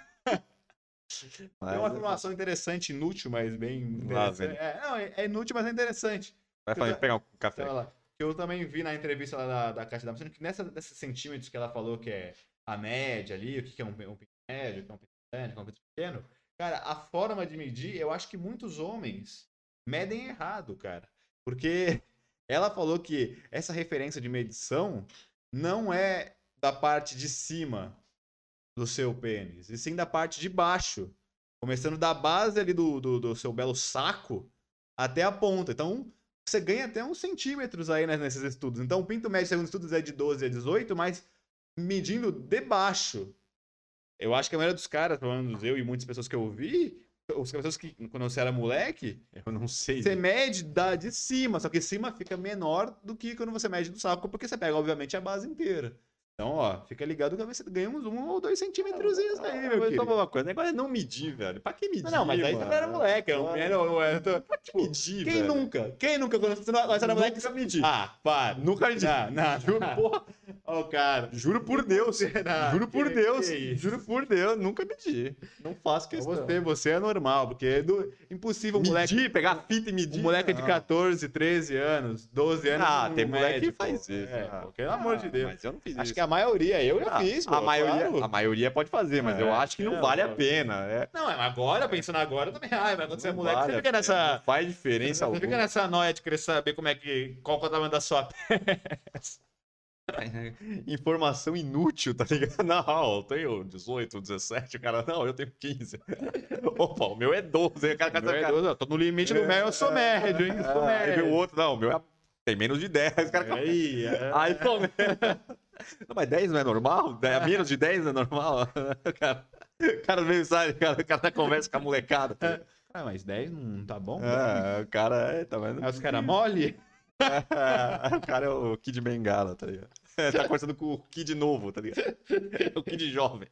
Speaker 2: Tem
Speaker 1: Mas,
Speaker 2: uma afirmação interessante, inútil, mas bem
Speaker 1: Lá
Speaker 2: interessante.
Speaker 1: vem.
Speaker 2: É, não, é é inútil, mas é interessante.
Speaker 1: vai
Speaker 2: Eu
Speaker 1: fazer-
Speaker 2: ta-
Speaker 1: pegar um café.
Speaker 2: Sei lá, que eu também vi na entrevista lá da, da Caixa da Damasceno que nessa, nesses centímetros que ela falou que é a média ali, o que, que é um, um médio, que é um pinto grande, que é um pinto pequeno. Cara, a forma de medir, eu acho que muitos homens medem errado, cara. Porque ela falou que essa referência de medição não é da parte de cima do seu pênis, e sim da parte de baixo. Começando da base ali do, do, do seu belo saco até a ponta. Então, você ganha até uns centímetros aí, né, nesses estudos. Então, o pinto médio, segundo estudos, é de doze a dezoito, mas medindo de baixo. Eu acho que a maioria dos caras, pelo menos eu e muitas pessoas que eu vi, as pessoas que, quando você era moleque,
Speaker 1: Eu não sei.
Speaker 2: você mede da de cima, só que cima fica menor do que quando você mede do saco, porque você pega, obviamente, a base inteira. Então, ó, fica ligado que você ganha uns um ou dois centímetros aí, meu
Speaker 1: Mas só
Speaker 2: querido.
Speaker 1: uma coisa, o negócio é não medir, velho. Pra que medir?
Speaker 2: Não, mas aí você
Speaker 1: mano?
Speaker 2: era moleque, eu não,
Speaker 1: Claro.
Speaker 2: eu não, eu tô,
Speaker 1: Pra que
Speaker 2: tipo,
Speaker 1: medir,
Speaker 2: quem
Speaker 1: velho?
Speaker 2: nunca? Quem nunca, quando você não, você era moleque,
Speaker 1: Nunca medi.
Speaker 2: Ah, para.
Speaker 1: Nunca medi.
Speaker 2: Não, não,
Speaker 1: Juro, porra.
Speaker 2: Ó, o cara.
Speaker 1: Juro por Deus.
Speaker 2: Será?
Speaker 1: Juro por
Speaker 2: Que-
Speaker 1: Deus.
Speaker 2: que isso?
Speaker 1: Juro por Deus. Nunca medi. Não faço questão.
Speaker 2: Você, você é normal, porque é do, impossível um moleque.
Speaker 1: Medir, pegar a fita e medir.
Speaker 2: Um moleque de
Speaker 1: não.
Speaker 2: catorze, treze anos, doze anos.
Speaker 1: Ah,
Speaker 2: não
Speaker 1: tem moleque
Speaker 2: mede,
Speaker 1: que faz
Speaker 2: pô.
Speaker 1: isso.
Speaker 2: É,
Speaker 1: Ah,
Speaker 2: pô, pelo amor de Deus.
Speaker 1: Mas eu não fiz
Speaker 2: Acho
Speaker 1: isso.
Speaker 2: que a maioria, eu já
Speaker 1: Ah,
Speaker 2: fiz, pô.
Speaker 1: a, maioria,
Speaker 2: claro.
Speaker 1: a maioria pode fazer, mas
Speaker 2: É,
Speaker 1: eu acho que não
Speaker 2: é,
Speaker 1: vale a
Speaker 2: ó.
Speaker 1: pena. É.
Speaker 2: Não, é, agora, pensando agora, também. Ai, mas quando você é
Speaker 1: Não
Speaker 2: moleque,
Speaker 1: vale
Speaker 2: você
Speaker 1: a
Speaker 2: fica
Speaker 1: pena,
Speaker 2: nessa.
Speaker 1: não faz diferença
Speaker 2: Você
Speaker 1: alguma.
Speaker 2: fica nessa noia de querer saber como é que. Qual que é o tamanho da sua
Speaker 1: Informação inútil, tá ligado? Não, eu tenho dezoito, dezessete, o cara, não, eu tenho quinze. Opa, o meu é doze. O cara,
Speaker 2: Meu
Speaker 1: cara,
Speaker 2: é doze, eu tô no limite do médio, eu sou médio, hein? Sou
Speaker 1: Ah, aí vem o
Speaker 2: médio.
Speaker 1: outro, não, o meu é- tem menos de dez. O cara,
Speaker 2: Aí, é.
Speaker 1: aí começa. Não, mas dez não é normal? De- Menos de dez não é normal? O cara, o cara vem, sabe, o cara, o cara conversa com a molecada. tá ligado?
Speaker 2: Ah, mas dez não tá bom?
Speaker 1: É, o cara é, tá vendo?
Speaker 2: Aí os caras mole?
Speaker 1: É, o cara é o Kid Bengala, tá ligado? É, tá conversando com o Kid novo, tá ligado? O Kid jovem.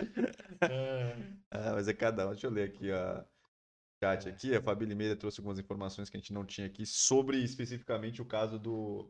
Speaker 1: Ah, mas é cada um. Deixa eu ler aqui a chat aqui. A Fabi Limeira trouxe algumas informações que a gente não tinha aqui sobre especificamente o caso do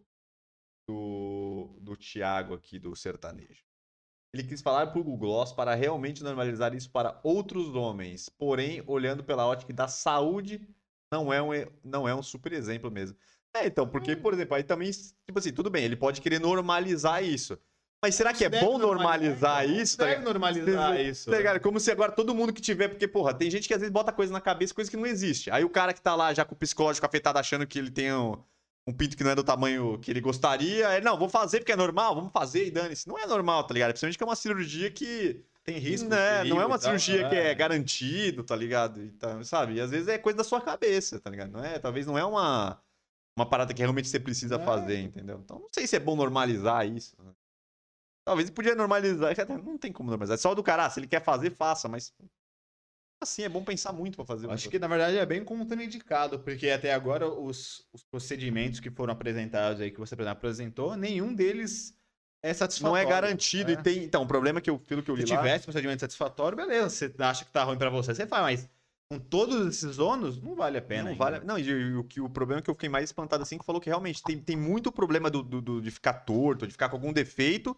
Speaker 1: do, do Thiago aqui, do sertanejo. Ele quis falar pro Google Gloss para realmente normalizar isso para outros homens, porém, olhando pela ótica da saúde, não é um, não é um super exemplo mesmo. É, então, porque, por exemplo, aí também, tipo assim, tudo bem, ele pode querer normalizar isso. Mas será que é
Speaker 2: Deve
Speaker 1: bom normalizar
Speaker 2: então,
Speaker 1: isso? tá
Speaker 2: Deve
Speaker 1: ligado?
Speaker 2: normalizar
Speaker 1: Tá
Speaker 2: isso.
Speaker 1: ligado? Como se agora todo mundo que tiver, porque, porra, tem gente que às vezes bota coisa na cabeça, coisa que não existe. Aí o cara que tá lá já com o psicológico afetado, achando que ele tem um, um pinto que não é do tamanho que ele gostaria, ele, não, vou fazer porque é normal, vamos fazer e dane-se. Não é normal, tá ligado? Principalmente que é uma cirurgia que
Speaker 2: Tem risco.
Speaker 1: né,
Speaker 2: perigo
Speaker 1: não é uma
Speaker 2: e tal,
Speaker 1: cirurgia que é
Speaker 2: é.
Speaker 1: garantido, tá ligado? Então, sabe? E às vezes é coisa da sua cabeça, tá ligado? Não é, talvez não é uma, uma parada que realmente você precisa
Speaker 2: É.
Speaker 1: fazer, entendeu? Então não sei se é bom normalizar isso. Né? Talvez podia normalizar. Não tem como normalizar. É só do cara, ah, se ele quer fazer, faça, mas assim é bom pensar muito pra fazer.
Speaker 2: Acho que na verdade é bem contraindicado, porque até agora os, os procedimentos que foram apresentados aí, que você por exemplo, apresentou, nenhum deles é
Speaker 1: não
Speaker 2: satisfatório.
Speaker 1: é garantido
Speaker 2: É.
Speaker 1: e tem, então, o problema é que eu, pelo que eu li
Speaker 2: Se
Speaker 1: lá,
Speaker 2: tivesse procedimento satisfatório, beleza. Você acha que tá ruim pra você, você faz, mas com todos esses ônus, não vale a pena.
Speaker 1: não
Speaker 2: ainda.
Speaker 1: vale, não, e, e o que o problema é que eu fiquei mais espantado assim que falou que realmente tem, tem muito problema do, do- do- de ficar torto, de ficar com algum defeito.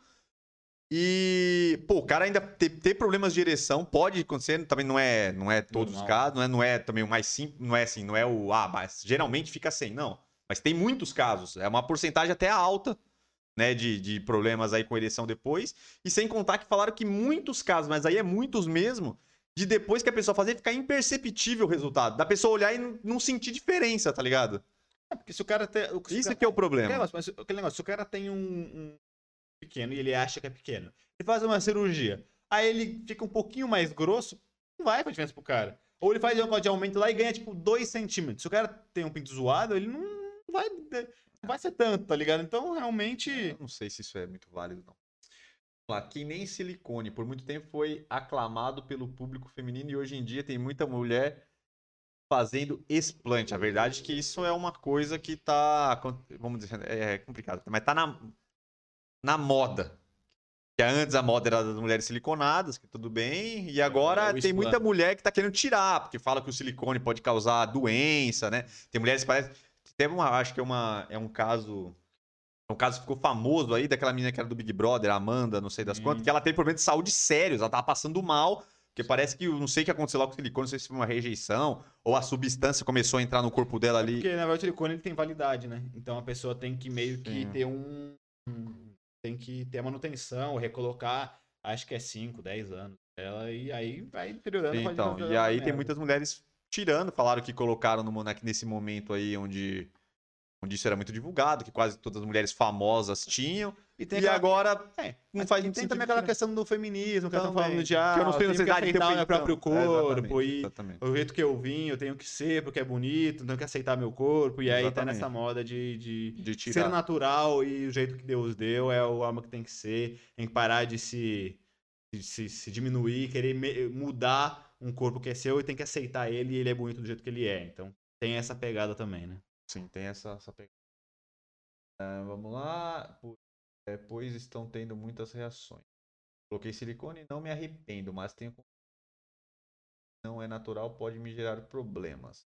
Speaker 1: E, pô, o cara ainda ter, ter problemas de ereção pode acontecer, também não é, não é todos os
Speaker 2: Normal.
Speaker 1: casos, não é, não é também o mais simples, não é assim, não é o, ah, mas geralmente fica sem, não. Mas tem muitos casos, é uma porcentagem até alta, né, de, de problemas aí com ereção depois. E sem contar que falaram que muitos casos, mas aí é muitos mesmo, de depois que a pessoa fazer, ficar imperceptível o resultado. Da pessoa olhar e não- não sentir diferença, tá ligado?
Speaker 2: É, porque se o cara tem. o- se o
Speaker 1: Isso
Speaker 2: cara-
Speaker 1: que é o
Speaker 2: Aquele
Speaker 1: problema.
Speaker 2: negócio, mas aquele negócio, se o cara tem um, um pequeno e ele acha que é pequeno, ele faz uma cirurgia, aí ele fica um pouquinho mais grosso, não vai fazer diferença pro cara. Ou ele faz um negócio de aumento lá e ganha, tipo, dois centímetros. Se o cara tem um pinto zoado, ele não vai, não vai ser tanto, tá ligado? Então, realmente.
Speaker 1: Eu não sei se isso é muito válido, não. Vamos lá, que nem silicone, por muito tempo foi aclamado pelo público feminino e hoje em dia tem muita mulher fazendo explante. A verdade é que isso é uma coisa que tá, vamos dizer, é complicado, mas tá na, na moda. Que antes a moda era das mulheres siliconadas, que tudo bem, e agora
Speaker 2: É, o
Speaker 1: tem
Speaker 2: explante.
Speaker 1: muita mulher que tá querendo tirar, porque fala que o silicone pode causar doença, né? Tem mulheres que parecem... Teve uma, acho que é, uma, é um caso... Um caso que ficou famoso aí, daquela menina que era do Big Brother, a Amanda, não sei das
Speaker 2: Hum.
Speaker 1: quantas, que ela teve problemas de saúde sérios, ela tava passando mal, porque parece que, eu não sei o que aconteceu lá com o silicone, não sei se foi uma rejeição, ou a substância começou a entrar no corpo dela ali.
Speaker 2: Porque, na verdade, o silicone ele tem validade, né? Então a pessoa tem que meio que
Speaker 1: Sim.
Speaker 2: ter um. um- Tem que ter a manutenção, recolocar. Acho que é cinco, dez anos. Ela, e aí vai deteriorando. vai
Speaker 1: Então,
Speaker 2: virando
Speaker 1: e
Speaker 2: uma
Speaker 1: aí tem
Speaker 2: merda.
Speaker 1: muitas mulheres tirando, falaram que colocaram no Monark nesse momento aí onde, onde isso era muito divulgado, que quase todas as mulheres famosas tinham,
Speaker 2: E tem
Speaker 1: e
Speaker 2: aquela.
Speaker 1: agora
Speaker 2: É,
Speaker 1: não
Speaker 2: mas
Speaker 1: faz
Speaker 2: e
Speaker 1: muito
Speaker 2: tem
Speaker 1: sentido
Speaker 2: também aquela
Speaker 1: tirar.
Speaker 2: questão do feminismo, que estão
Speaker 1: Também,
Speaker 2: falando de,
Speaker 1: que eu
Speaker 2: ah,
Speaker 1: não
Speaker 2: eu
Speaker 1: tenho
Speaker 2: tenho que
Speaker 1: necessidade de ter
Speaker 2: aceitar o meu próprio
Speaker 1: opinião. É,
Speaker 2: corpo,
Speaker 1: exatamente,
Speaker 2: e
Speaker 1: exatamente.
Speaker 2: o jeito que eu vim, eu tenho que ser porque é bonito, tenho que aceitar meu corpo, e aí tá nessa
Speaker 1: Exatamente.
Speaker 2: moda de, de
Speaker 1: De
Speaker 2: ser
Speaker 1: tirar.
Speaker 2: natural e o jeito que Deus deu é o alma que tem que ser, tem que parar de se, de se, se diminuir, querer me- mudar um corpo que é seu e tem que aceitar ele e ele é bonito do jeito que ele é. Então tem essa pegada também, né?
Speaker 1: Sim, tem essa, essa pegada. Ah, vamos lá. Po- é, pois estão tendo muitas reações. Coloquei silicone e não me arrependo, mas tenho não é natural, pode me gerar problemas.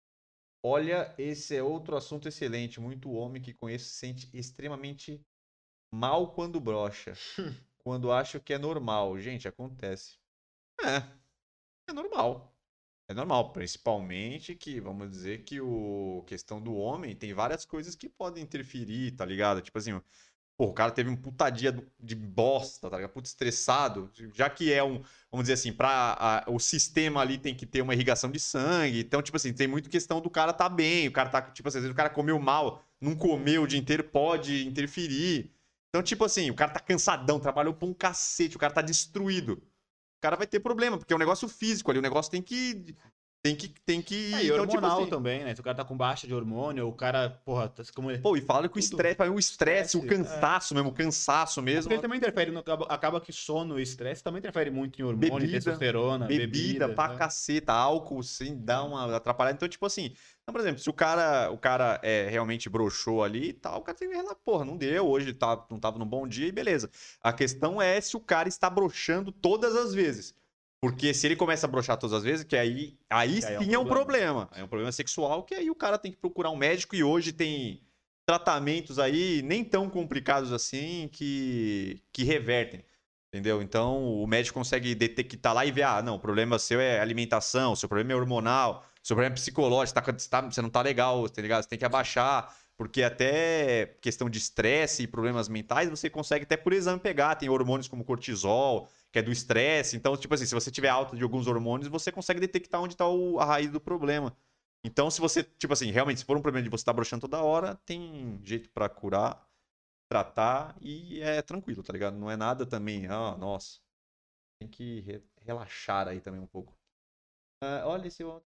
Speaker 1: Olha, esse é outro assunto excelente. Muito homem que conheço se sente extremamente mal quando brocha. Quando acha que é normal. Gente, acontece. É, é normal. É normal, principalmente que, vamos dizer que o questão do homem tem várias coisas que podem interferir, tá ligado? Tipo assim, pô, o cara teve um puta dia do- de bosta, tá ligado? Puta estressado, já que é um, vamos dizer assim, para o sistema ali tem que ter uma irrigação de sangue. Então, tipo assim, tem muito questão do cara tá bem, o cara tá, tipo assim, às vezes o cara comeu mal, não comeu o dia inteiro, pode interferir. Então, tipo assim, o cara tá cansadão, trabalhou pra um cacete, o cara tá destruído. O cara vai ter problema, porque é um negócio físico ali, o negócio tem que tem que tem
Speaker 2: É,
Speaker 1: que,
Speaker 2: e
Speaker 1: então tipo
Speaker 2: hormonal
Speaker 1: assim,
Speaker 2: também, né? Se o cara tá com baixa de hormônio, o cara, porra, tá, como ele,
Speaker 1: pô, e fala que o
Speaker 2: tudo,
Speaker 1: estresse, o estresse, o
Speaker 2: estresse, é.
Speaker 1: cansaço mesmo, o cansaço
Speaker 2: É porque ele
Speaker 1: mesmo.
Speaker 2: também interfere, no, acaba, acaba que sono e estresse também interfere muito em hormônio,
Speaker 1: Bebida,
Speaker 2: testosterona,
Speaker 1: bebida
Speaker 2: bebida.
Speaker 1: pra
Speaker 2: Né?
Speaker 1: caceta, álcool, sim, dá uma atrapalhada. Então, tipo assim, então, por exemplo, se o cara, o cara é, realmente broxou ali e tal, o cara tem que relatar, porra, não deu, hoje tá, não tava num bom dia e beleza. A questão é se o cara está broxando todas as vezes. Porque se ele começa a broxar todas as vezes, que aí, aí
Speaker 2: Que aí é um
Speaker 1: sim é um
Speaker 2: problema.
Speaker 1: problema. É um problema sexual, que aí o cara tem que procurar um médico e hoje tem tratamentos aí nem tão complicados assim que, que revertem. Entendeu? Então o médico consegue detectar lá e ver: ah, não, o problema seu é alimentação, seu problema é hormonal, seu problema é psicológico, tá, tá- você não tá legal, tá ligado? Você tem que abaixar, porque até questão de estresse e problemas mentais você consegue até por exame pegar. Tem hormônios como cortisol, que é do estresse. Então, tipo assim, se você tiver alta de alguns hormônios, você consegue detectar onde tá o- a raiz do problema. Então, se você, tipo assim, realmente, se for um problema de você estar broxando toda hora, tem jeito pra curar, tratar e é tranquilo, tá ligado? Não é nada também, ah, nossa, tem que re- relaxar aí também um pouco. Ah, olha esse outro.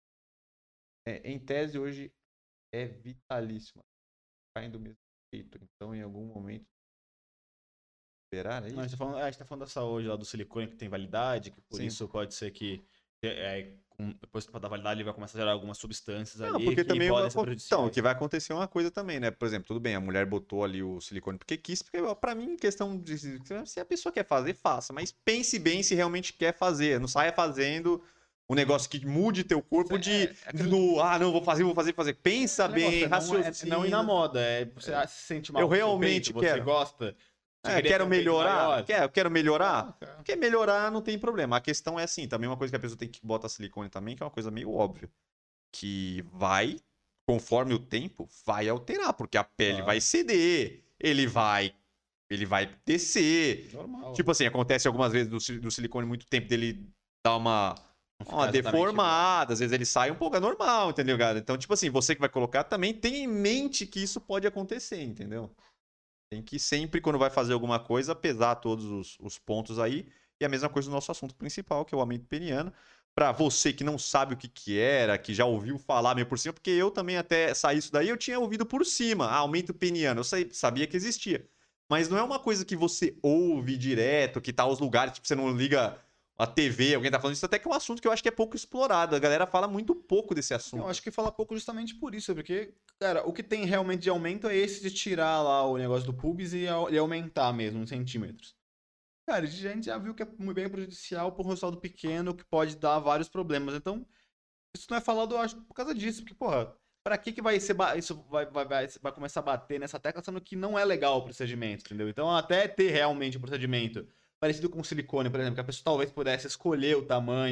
Speaker 1: É, em tese hoje é vitalíssimo, caem do mesmo jeito, então em algum momento esperar, é
Speaker 2: Não, a gente
Speaker 1: isso?
Speaker 2: tá falando, a gente tá falando da saúde lá do silicone que tem validade, que por
Speaker 1: Sim.
Speaker 2: isso pode ser que é, é, com- depois da validade ele vai começar a gerar algumas substâncias
Speaker 1: Não,
Speaker 2: ali
Speaker 1: porque
Speaker 2: que
Speaker 1: também vai
Speaker 2: podem ser
Speaker 1: acon- então, o que
Speaker 2: prejudiciais.
Speaker 1: vai acontecer é uma coisa também, né? Por exemplo, tudo bem, a mulher botou ali o silicone porque quis, porque ó, pra mim, questão de se a pessoa quer fazer, faça, mas pense bem se realmente quer fazer, não saia fazendo um negócio que mude teu corpo de,
Speaker 2: É, é
Speaker 1: de
Speaker 2: aquele
Speaker 1: no, ah, não, vou fazer, vou fazer, fazer. Pensa
Speaker 2: é negócio,
Speaker 1: bem,
Speaker 2: é não, é, é não ir na
Speaker 1: raciocina.
Speaker 2: moda, é você ah, se sente
Speaker 1: Eu
Speaker 2: mal com o seu peito,
Speaker 1: realmente
Speaker 2: você
Speaker 1: quero.
Speaker 2: gosta, você
Speaker 1: É,
Speaker 2: queria ter
Speaker 1: quero
Speaker 2: um peito
Speaker 1: melhorar?
Speaker 2: maior,
Speaker 1: Quero, quero melhorar?
Speaker 2: coloca.
Speaker 1: Quer melhorar, não tem problema. A questão é assim, também uma coisa que a pessoa tem que botar silicone também, que é uma coisa meio óbvia. Que vai, conforme o tempo, vai alterar, porque a pele vai
Speaker 2: Claro,
Speaker 1: ceder, ele vai, ele vai descer.
Speaker 2: normal.
Speaker 1: Tipo assim, acontece algumas vezes do, si- do silicone muito tempo dele dar uma,
Speaker 2: Não
Speaker 1: uma
Speaker 2: ficar exatamente igual.
Speaker 1: deformada, às vezes ele sai um pouco, é normal, entendeu, cara? Então, tipo assim, você que vai colocar também tem em mente que isso pode acontecer, entendeu? Tem que sempre, quando vai fazer alguma coisa, pesar todos os, os pontos aí. E a mesma coisa do nosso assunto principal, que é o aumento peniano. Para você que não sabe o que, que era, que já ouviu falar meio por cima, porque eu também até sair isso daí, eu tinha ouvido por cima, ah, aumento peniano. Eu sei- sabia que existia. Mas não é uma coisa que você ouve direto, que tá aos lugares, tipo, você não liga a T V, alguém tá falando isso, até que é um assunto que eu acho que é pouco explorado. A galera fala muito pouco desse
Speaker 2: Eu
Speaker 1: assunto.
Speaker 2: acho que fala pouco justamente por isso, porque, cara, o que tem realmente de aumento é esse de tirar lá o negócio do pubis e, au- e aumentar mesmo, uns centímetros. Cara, a gente já viu que é muito bem prejudicial para um resultado pequeno, que pode dar vários problemas. Então, isso não é falado, eu acho, por causa disso, porque, porra, pra que que vai ser, ba- isso vai, vai, vai, vai começar a bater nessa tecla, sendo que não é legal o procedimento, entendeu? Então, até ter realmente um procedimento parecido com silicone, por exemplo, que a pessoa talvez pudesse escolher o tamanho,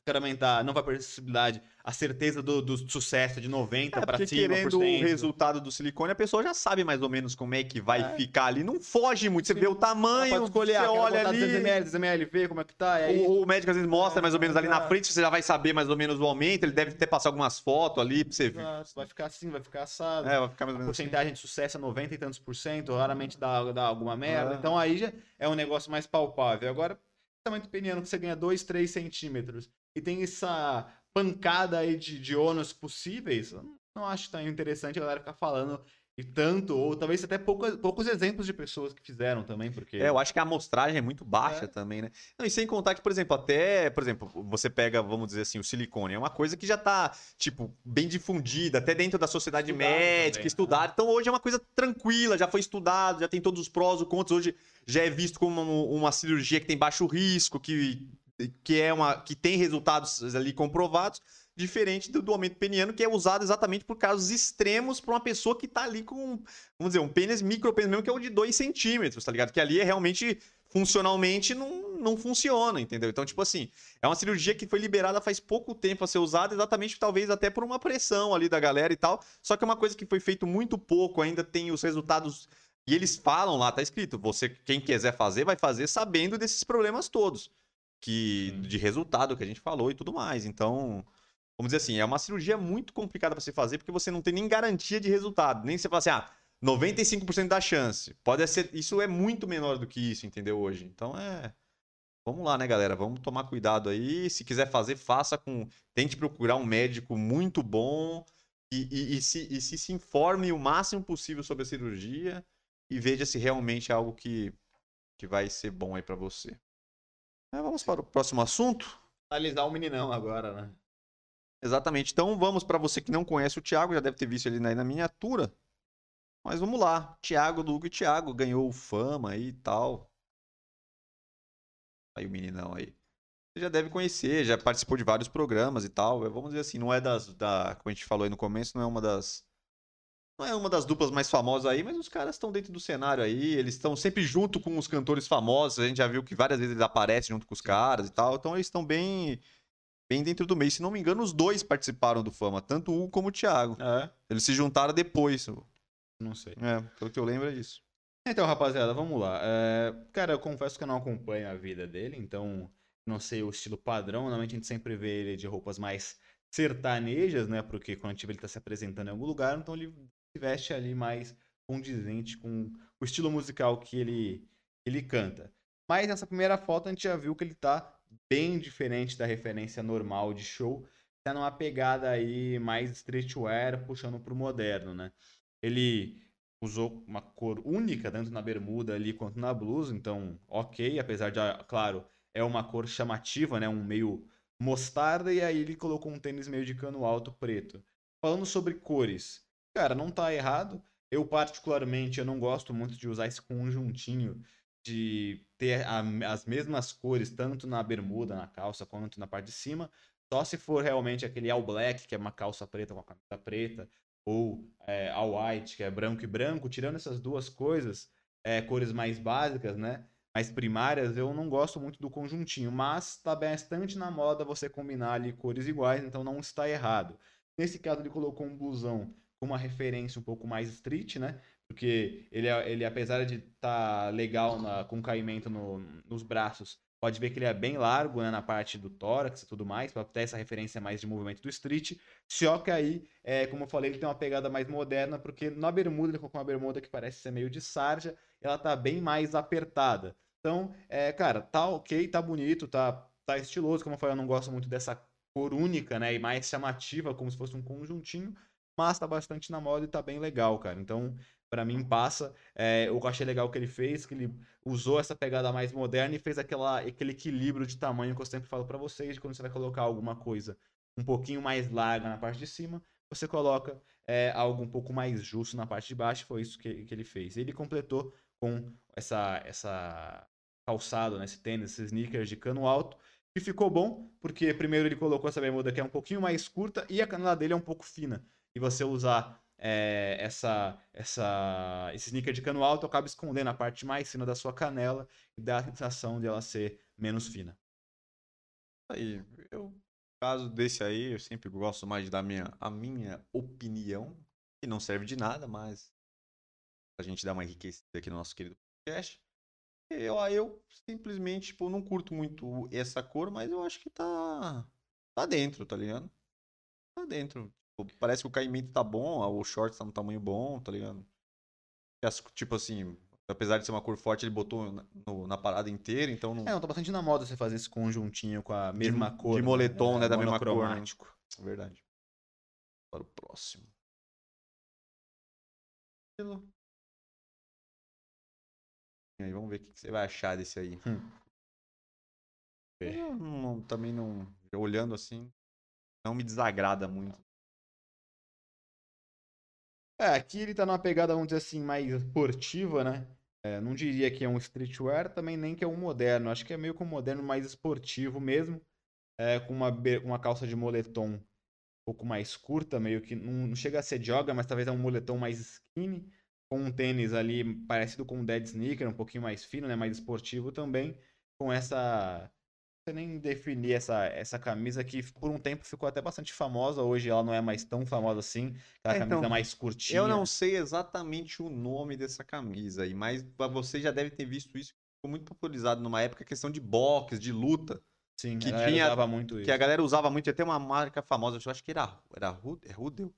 Speaker 2: incrementar, não vai perder acessibilidade, a certeza do, do sucesso de noventa
Speaker 1: É,
Speaker 2: para
Speaker 1: porque
Speaker 2: cima,
Speaker 1: querendo
Speaker 2: por
Speaker 1: o
Speaker 2: cento.
Speaker 1: resultado do silicone, a pessoa já sabe mais ou menos como é que vai
Speaker 2: É.
Speaker 1: ficar ali. Não foge muito. Você
Speaker 2: Sim.
Speaker 1: vê o
Speaker 2: Ela
Speaker 1: tamanho,
Speaker 2: pode escolher,
Speaker 1: você
Speaker 2: ah, quero
Speaker 1: olha
Speaker 2: botar duzentos
Speaker 1: ali.
Speaker 2: mililitros, duzentos mililitros, ver como é que tá, e aí...
Speaker 1: O, o médico às vezes mostra
Speaker 2: É,
Speaker 1: mais ou menos ali na
Speaker 2: exato.
Speaker 1: frente, você já vai saber mais ou menos o aumento. Ele deve ter passado algumas fotos ali pra você ver.
Speaker 2: Exato. Vai ficar assim, vai ficar assado.
Speaker 1: É, vai ficar mais
Speaker 2: A
Speaker 1: ou menos assim.
Speaker 2: porcentagem de sucesso é noventa e tantos por cento, raramente dá, dá alguma merda.
Speaker 1: Ah.
Speaker 2: Então aí já é um negócio mais palpável. Agora, tamanho peniano que você ganha dois, três centímetros e tem essa pancada aí de, de ônus possíveis, eu não acho tão interessante a galera ficar falando e tanto, ou talvez até poucos, poucos exemplos de pessoas que fizeram também, porque...
Speaker 1: É, eu acho que a amostragem é muito baixa
Speaker 2: É.
Speaker 1: também, né? Não, e sem contar que, por exemplo, até, por exemplo, você pega, vamos dizer assim, o silicone, é uma coisa que já tá, tipo, bem difundida, até dentro da sociedade
Speaker 2: Estudado
Speaker 1: médica,
Speaker 2: também,
Speaker 1: estudada. Então hoje é uma coisa tranquila, já foi estudado, já tem todos os prós, os contras. Hoje já é visto como uma, uma cirurgia que tem baixo risco, que, que é uma que tem resultados ali comprovados. Diferente do, do aumento peniano, que é usado exatamente por casos extremos para uma pessoa que tá ali com, vamos dizer, um pênis, micropênis mesmo, que é o de dois centímetros, tá ligado? Que ali é realmente, funcionalmente, não, não funciona, entendeu? Então, tipo assim, é uma cirurgia que foi liberada faz pouco tempo a ser usada, exatamente, talvez, até por uma pressão ali da galera e tal. Só que é uma coisa que foi feito muito pouco, ainda tem os resultados... E eles falam lá, tá escrito, você, quem quiser fazer, vai fazer sabendo desses problemas todos. Que,
Speaker 2: Sim.
Speaker 1: de resultado que a gente falou e tudo mais. Então... Vamos dizer assim, é uma cirurgia muito complicada para se fazer porque você não tem nem garantia de resultado. Nem você fala assim, ah, noventa e cinco por cento da chance. Pode ser, isso é muito menor do que isso, entendeu? Hoje. Então é. Vamos lá, né, galera? Vamos tomar cuidado aí. Se quiser fazer, faça com. Tente procurar um médico muito bom e, e, e, se, e se, se informe o máximo possível sobre a cirurgia e veja se realmente é algo que, que vai ser bom aí para você. É, vamos para o próximo assunto.
Speaker 2: Analisar o meninão agora, né?
Speaker 1: Exatamente. Então vamos para você que não conhece o Thiago, já deve ter visto ele aí na miniatura. Mas vamos lá. Thiago do Hugo e Thiago ganhou fama aí e tal. Aí o meninão aí. Você já deve conhecer, já participou de vários programas e tal. Vamos dizer assim, não é das. Da, como a gente falou aí no começo, não é uma das. Não é uma das duplas mais famosas aí, mas os caras estão dentro do cenário aí. Eles estão sempre junto com os cantores famosos. A gente já viu que várias vezes eles aparecem junto com os caras e tal. Então eles estão bem. Bem dentro do meio. Se não me engano, os dois participaram do Fama, tanto o Hugo como o Thiago.
Speaker 2: É,
Speaker 1: Eles se juntaram depois.
Speaker 2: não sei.
Speaker 1: É, pelo que eu lembro é disso.
Speaker 2: Então, rapaziada, vamos lá. É, cara, eu confesso que eu não acompanho a vida dele, então não sei o estilo padrão. Normalmente a gente sempre vê ele de roupas mais sertanejas, né? Porque quando ele tá se apresentando em algum lugar, então ele se veste ali mais condizente com o estilo musical que ele, ele canta. Mas nessa primeira foto a gente já viu que ele tá bem diferente da referência normal de show. Tá numa pegada aí mais streetwear, puxando pro moderno, né? Ele usou uma cor única, tanto na bermuda ali quanto na blusa, então ok, apesar de, claro, é uma cor chamativa, né, um meio mostarda, e aí ele colocou um tênis meio de cano alto preto. Falando sobre cores, cara, não tá errado, eu particularmente eu não gosto muito de usar esse conjuntinho de ter a, as mesmas cores, tanto na bermuda, na calça, quanto na parte de cima, só se for realmente aquele all black, que é uma calça preta com a camisa preta, ou é, all white, que é branco e branco, tirando essas duas coisas, é, cores mais básicas, né? Mais primárias, eu não gosto muito do conjuntinho, mas está bastante na moda você combinar ali cores iguais, então não está errado. Nesse caso, ele colocou um blusão com uma referência um pouco mais street, né? Porque ele, ele apesar de estar tá legal na, com caimento no, nos braços, pode ver que ele é bem largo, né, na parte do tórax e tudo mais, para ter essa referência mais de movimento do street. Só que aí, é, como eu falei, ele tem uma pegada mais moderna, porque na bermuda ele colocou uma bermuda que parece ser meio de sarja, ela tá bem mais apertada. Então, é, cara, tá ok, tá bonito, tá, tá estiloso. Como eu falei, eu não gosto muito dessa cor única, né, e mais chamativa, como se fosse um conjuntinho, mas tá bastante na moda e tá bem legal, cara. Então, pra mim, passa. É, eu achei legal o que ele fez, que ele usou essa pegada mais moderna e fez aquela, aquele equilíbrio de tamanho que eu sempre falo pra vocês, de quando você vai colocar alguma coisa um pouquinho mais larga na parte de cima, você coloca é, algo um pouco mais justo na parte de baixo. Foi isso que, que ele fez. Ele completou com essa, essa calçado, né, esse tênis, esses sneakers de cano alto, que ficou bom, porque primeiro ele colocou essa bermuda que é um pouquinho mais curta e a canela dele é um pouco fina. E você usar é, essa, essa, esse sneaker de cano alto acaba escondendo a parte mais fina da sua canela e dá a sensação de ela ser menos fina.
Speaker 1: Aí, eu caso desse aí, eu sempre gosto mais de dar minha, a minha opinião, que não serve de nada, mas a gente dar uma enriquecida aqui no nosso querido podcast. Eu, eu simplesmente, tipo, não curto muito essa cor, mas eu acho que tá, tá dentro, tá ligado? Tá dentro. Tipo, parece que o caimento tá bom, o short tá no tamanho bom, tá ligado? E as- Tipo assim, apesar de ser uma cor forte, ele botou na, no- na parada inteira, então
Speaker 2: É,
Speaker 1: não.
Speaker 2: não, tá bastante na moda você fazer esse conjuntinho com a
Speaker 1: De,
Speaker 2: mesma
Speaker 1: de
Speaker 2: cor,
Speaker 1: moletom,
Speaker 2: né?
Speaker 1: né?
Speaker 2: É,
Speaker 1: Da mesma cor, né?
Speaker 2: monocromático.
Speaker 1: É verdade. Para o próximo. E aí, vamos ver o que que você vai achar desse aí.
Speaker 2: Hum.
Speaker 1: Eu não- também não. Olhando assim, não me desagrada muito.
Speaker 2: É, aqui ele tá numa pegada, vamos dizer assim, mais esportiva, né? É, não diria que é um streetwear, também nem que é um moderno. Acho que é meio que um moderno mais esportivo mesmo. É, com uma, be- uma calça de moletom um pouco mais curta, meio que não, não chega a ser jogger, mas talvez é um moletom mais skinny, com um tênis ali parecido com um dead sneaker, um pouquinho mais fino, né, mais esportivo também, com essa, não sei nem definir essa, essa camisa que por um tempo ficou até bastante famosa, hoje ela não é mais tão famosa assim, aquela
Speaker 1: É,
Speaker 2: camisa
Speaker 1: então,
Speaker 2: mais
Speaker 1: eu não
Speaker 2: curtinha.
Speaker 1: sei exatamente o nome dessa camisa aí, mas você já deve ter visto isso. Ficou muito popularizado numa época, a questão de boxe, de luta,
Speaker 2: Sim, a
Speaker 1: que
Speaker 2: galera
Speaker 1: tinha,
Speaker 2: usava muito
Speaker 1: que a
Speaker 2: isso.
Speaker 1: galera usava muito. Ia ter uma marca famosa, eu acho que era, era Ru- é Rudel?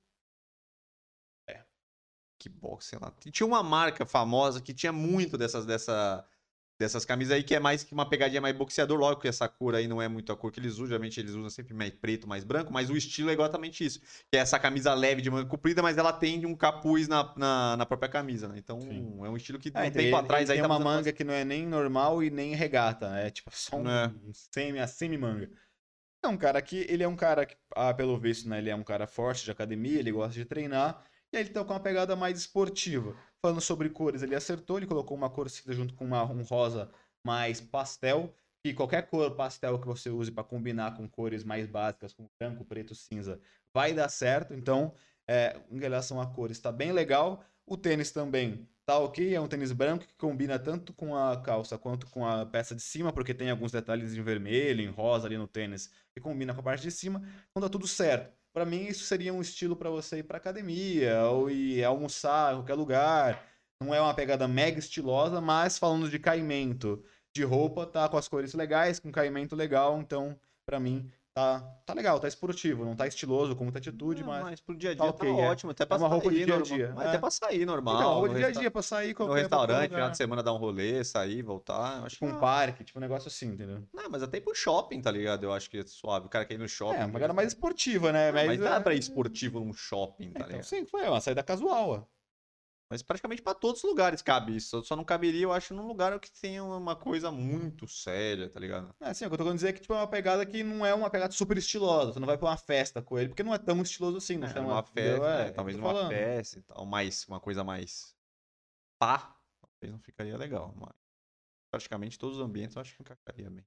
Speaker 2: É.
Speaker 1: Que boxe, sei lá. Tinha uma marca famosa que tinha muito dessas, dessa, dessas camisas aí, que é mais que uma pegadinha mais boxeador. Logo que essa cor aí não é muito a cor que eles usam. Geralmente eles usam sempre mais preto, mais branco, mas o estilo é exatamente isso. Que é essa camisa leve de manga comprida, mas ela tem um capuz na, na, na própria camisa, né? Então
Speaker 2: Sim.
Speaker 1: é um estilo que
Speaker 2: É,
Speaker 1: um
Speaker 2: então,
Speaker 1: tempo
Speaker 2: ele, ele
Speaker 1: atrás aí
Speaker 2: tem
Speaker 1: tava
Speaker 2: uma
Speaker 1: usando
Speaker 2: manga
Speaker 1: bastante.
Speaker 2: que não é nem normal e nem regata, né? É tipo só um,
Speaker 1: É.
Speaker 2: um semi, a semi-manga. É um cara que, ele é um cara que, ah, pelo visto, né, ele é um cara forte de academia, ele gosta de treinar, e aí ele tá com uma pegada mais esportiva. Falando sobre cores, ele acertou, ele colocou uma cor cinza junto com uma- um rosa mais pastel, e qualquer cor pastel que você use para combinar com cores mais básicas, como branco, preto, cinza, vai dar certo. Então, é, em relação a cores, está bem legal. O tênis também tá ok, é um tênis branco que combina tanto com a calça quanto com a peça de cima, porque tem alguns detalhes em vermelho, em rosa ali no tênis, que combina com a parte de cima. Então tá tudo certo. Para mim, isso seria um estilo para você ir para academia ou ir almoçar em qualquer lugar. Não é uma pegada mega estilosa, mas falando de caimento de roupa, tá com as cores legais, com caimento legal. Então, para mim, tá, tá legal, tá esportivo. Não tá estiloso com muita atitude,
Speaker 1: Não,
Speaker 2: mas
Speaker 1: mas pro dia a
Speaker 2: tá
Speaker 1: dia tá
Speaker 2: ok, é.
Speaker 1: ótimo, até
Speaker 2: É
Speaker 1: pra
Speaker 2: uma roupa de
Speaker 1: sair
Speaker 2: dia a
Speaker 1: normal.
Speaker 2: dia.
Speaker 1: Mas até
Speaker 2: É.
Speaker 1: pra sair
Speaker 2: Então,
Speaker 1: normal,
Speaker 2: roupa
Speaker 1: no,
Speaker 2: de dia a
Speaker 1: resta...
Speaker 2: dia, pra sair
Speaker 1: no
Speaker 2: qualquer, pra qualquer
Speaker 1: restaurante, final de
Speaker 2: lugar.
Speaker 1: semana dar um rolê, sair, voltar. Eu acho que
Speaker 2: Tipo um
Speaker 1: é.
Speaker 2: parque, tipo um negócio assim, entendeu?
Speaker 1: Não, mas até ir pro shopping, tá ligado? Eu acho que é suave. O cara quer ir no
Speaker 2: É,
Speaker 1: shopping.
Speaker 2: uma
Speaker 1: Quer
Speaker 2: pegada mais
Speaker 1: ver...
Speaker 2: esportiva, né?
Speaker 1: Não,
Speaker 2: Mas,
Speaker 1: mas dá pra ir
Speaker 2: é...
Speaker 1: esportivo num shopping, tá
Speaker 2: Então,
Speaker 1: ligado?
Speaker 2: sim, foi uma saída casual, ó.
Speaker 1: Mas praticamente pra todos os lugares cabe isso. Só não caberia, eu acho, num lugar que tenha uma coisa muito séria, tá ligado?
Speaker 2: É assim, o que eu tô querendo dizer é que tipo, é uma pegada que não é uma pegada super estilosa. Você não vai pra uma festa com ele, porque não é tão estiloso assim, não
Speaker 1: É,
Speaker 2: chama,
Speaker 1: numa
Speaker 2: entendeu?
Speaker 1: festa,
Speaker 2: É,
Speaker 1: é,
Speaker 2: é o que eu
Speaker 1: talvez
Speaker 2: tô
Speaker 1: numa
Speaker 2: falando.
Speaker 1: festa e tal, mais, uma coisa mais pá, talvez não ficaria legal, mas praticamente todos os ambientes eu acho que encaixaria bem.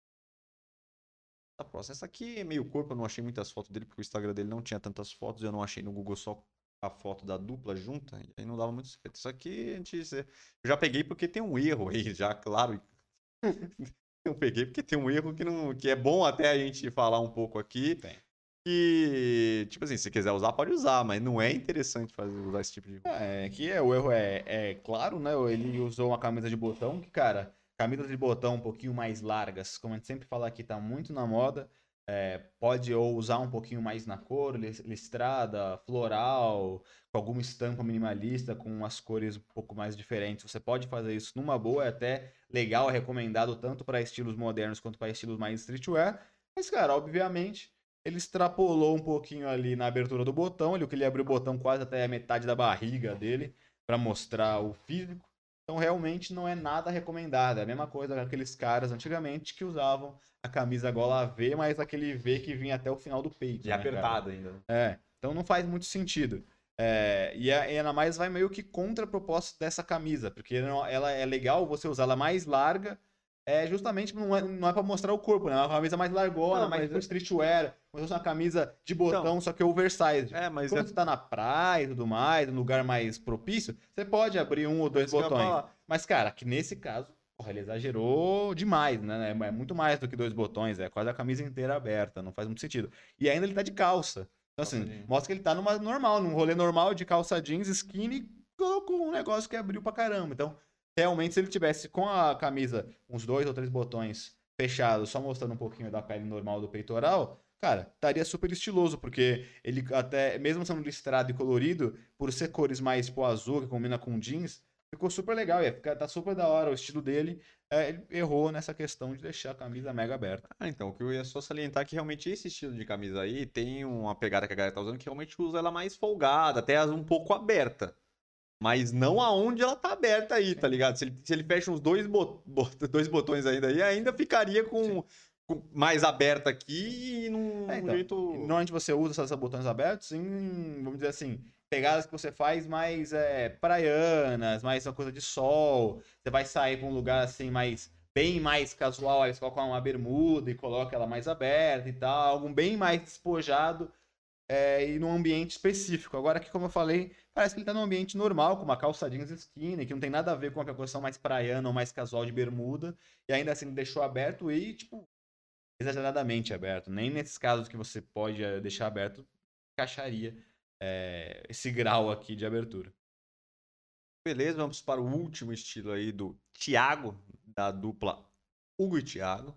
Speaker 1: A próxima, essa aqui é meio corpo, eu não achei muitas fotos dele, porque o Instagram dele não tinha tantas fotos, eu não achei no Google só a foto da dupla junta, e aí não dava muito certo. Isso aqui, a gente, eu já peguei porque tem um erro aí, já, claro. Eu peguei porque tem um erro que, não, que é bom até a gente falar um pouco aqui.
Speaker 2: Tem.
Speaker 1: Que, tipo assim, se quiser usar, pode usar, mas não é interessante fazer, usar esse tipo de roupa.
Speaker 2: É, que é, o erro é, é claro, né? Ele usou uma camisa de botão, que, cara, camisas de botão um pouquinho mais largas, como a gente sempre fala aqui, tá muito na moda. É, pode ou usar um pouquinho mais na cor, lis- listrada, floral, com alguma estampa minimalista, com umas cores um pouco mais diferentes. Você pode fazer isso numa boa, é até legal, é recomendado tanto para estilos modernos quanto para estilos mais streetwear. Mas, cara, obviamente, ele extrapolou um pouquinho ali na abertura do botão, ele, ele abriu o botão quase até a metade da barriga dele para mostrar o físico. Então realmente não é nada recomendado. É a mesma coisa que aqueles caras antigamente que usavam a camisa gola V, mas aquele V que vinha até o final do peito.
Speaker 1: E
Speaker 2: né,
Speaker 1: apertado
Speaker 2: cara?
Speaker 1: ainda.
Speaker 2: É, então não faz muito sentido. É, e, a, e ainda mais vai meio que contra a proposta dessa camisa, porque não- ela é legal você usar ela mais larga, é justamente não é, não é para mostrar o corpo, né? É uma camisa mais largona,
Speaker 1: Não,
Speaker 2: mais
Speaker 1: mas
Speaker 2: pro
Speaker 1: é-
Speaker 2: streetwear, como se fosse uma camisa de botão,
Speaker 1: Então,
Speaker 2: só que oversized.
Speaker 1: é, mas
Speaker 2: Quando
Speaker 1: é,
Speaker 2: você tá na praia e tudo mais, num lugar mais propício, você pode abrir um ou
Speaker 1: é
Speaker 2: dois
Speaker 1: isso que eu ia
Speaker 2: botões.
Speaker 1: falar.
Speaker 2: Mas, cara, que nesse caso, porra, ele exagerou demais, né? É muito mais do que dois botões, é quase a camisa inteira aberta, não faz muito sentido. E ainda ele tá de calça. Então, assim,
Speaker 1: Calça jeans.
Speaker 2: mostra que ele tá numa normal, num rolê normal de calça jeans, skinny, colocou um negócio que abriu pra caramba. Então, realmente, se ele tivesse com a camisa, uns dois ou três botões fechados, só mostrando um pouquinho da pele normal do peitoral, cara, estaria super estiloso, porque ele até, mesmo sendo listrado e colorido, por ser cores mais, tipo, azul, que combina com jeans, ficou super legal, ia ficar, tá super da hora o estilo dele. É, ele errou nessa questão de deixar a camisa mega aberta.
Speaker 1: Ah, então, o que eu ia só salientar é que realmente esse estilo de camisa aí tem uma pegada que a galera tá usando que realmente usa ela mais folgada, até as um pouco aberta. Mas não aonde ela tá aberta aí, tá ligado? Se ele, se ele fecha uns dois, bot, bot- dois botões ainda aí, ainda ficaria com, com mais aberta aqui e num
Speaker 2: É,
Speaker 1: num
Speaker 2: então,
Speaker 1: jeito.
Speaker 2: normalmente você usa essas botões abertos em, vamos dizer assim, pegadas que você faz mais é, praianas, mais uma coisa de sol. Você vai sair para um lugar assim mais bem mais casual, aí você coloca uma bermuda e coloca ela mais aberta e tal, algo bem mais despojado é, e num ambiente específico. Agora aqui, como eu falei, parece que ele tá num ambiente normal, com uma calça jeans skinny, que não tem nada a ver com a posição mais praiana ou mais casual de bermuda, e ainda assim ele deixou aberto e, tipo, exageradamente aberto. Nem nesses casos que você pode eh, deixar aberto, encaixaria é, esse grau aqui de abertura.
Speaker 1: Beleza, vamos para o último estilo aí do Thiago, da dupla Hugo e Thiago.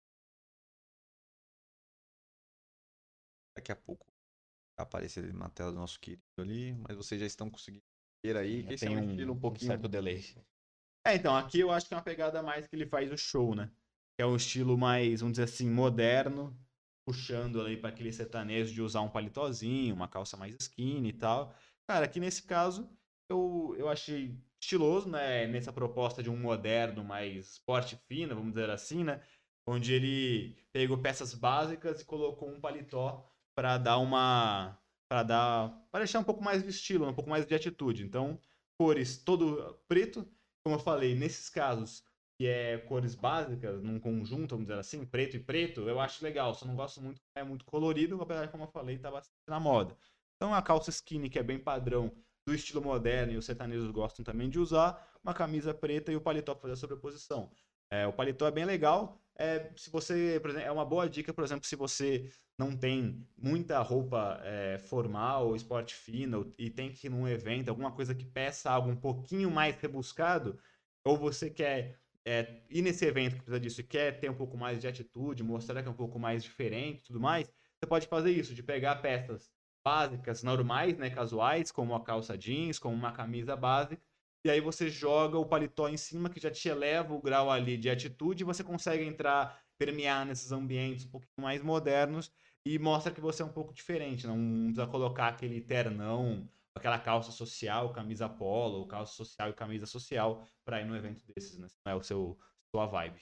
Speaker 1: Daqui a pouco vai aparecer na tela do nosso querido ali, mas vocês já estão conseguindo ver aí
Speaker 2: Sim,
Speaker 1: que esse é
Speaker 2: tem
Speaker 1: um
Speaker 2: um,
Speaker 1: estilo um
Speaker 2: um
Speaker 1: pouquinho.
Speaker 2: certo delay. É, então, aqui eu acho que é uma pegada mais que ele faz o show, né? Que é um estilo mais, vamos dizer assim, moderno, puxando ali para aquele sertanejo de usar um palitozinho, uma calça mais skinny e tal. Cara, aqui nesse caso, eu, eu achei estiloso, né? Nessa proposta de um moderno mais esporte fino, vamos dizer assim, né? Onde ele pegou peças básicas e colocou um paletó para dar uma. Para dar. Para deixar um pouco mais de estilo, um pouco mais de atitude. Então, cores todo preto, como eu falei, nesses casos que é cores básicas, num conjunto, vamos dizer assim, preto e preto, eu acho legal. Só não gosto muito, é muito colorido, apesar de, como eu falei, tá bastante na moda. Então a calça skinny, que é bem padrão do estilo moderno, e os sertanejos gostam também de usar, uma camisa preta e o paletó para fazer a sobreposição. É, o paletó é bem legal. É, se você, por exemplo, é uma boa dica, por exemplo, se você não tem muita roupa é, formal, esporte fino, e tem que ir num evento, alguma coisa que peça algo um pouquinho mais rebuscado, ou você quer é, ir nesse evento que precisa disso e quer ter um pouco mais de atitude, mostrar que é um pouco mais diferente e tudo mais, você pode fazer isso, de pegar peças básicas, normais, né, casuais, como uma calça jeans, como uma camisa básica, e aí você joga o paletó em cima, que já te eleva o grau ali de atitude, e você consegue entrar, permear nesses ambientes um pouquinho mais modernos, e mostra que você é um pouco diferente, não precisa colocar aquele ternão, aquela calça social, camisa polo, ou calça social e camisa social para ir num evento desses, né? Se não é o seu sua vibe.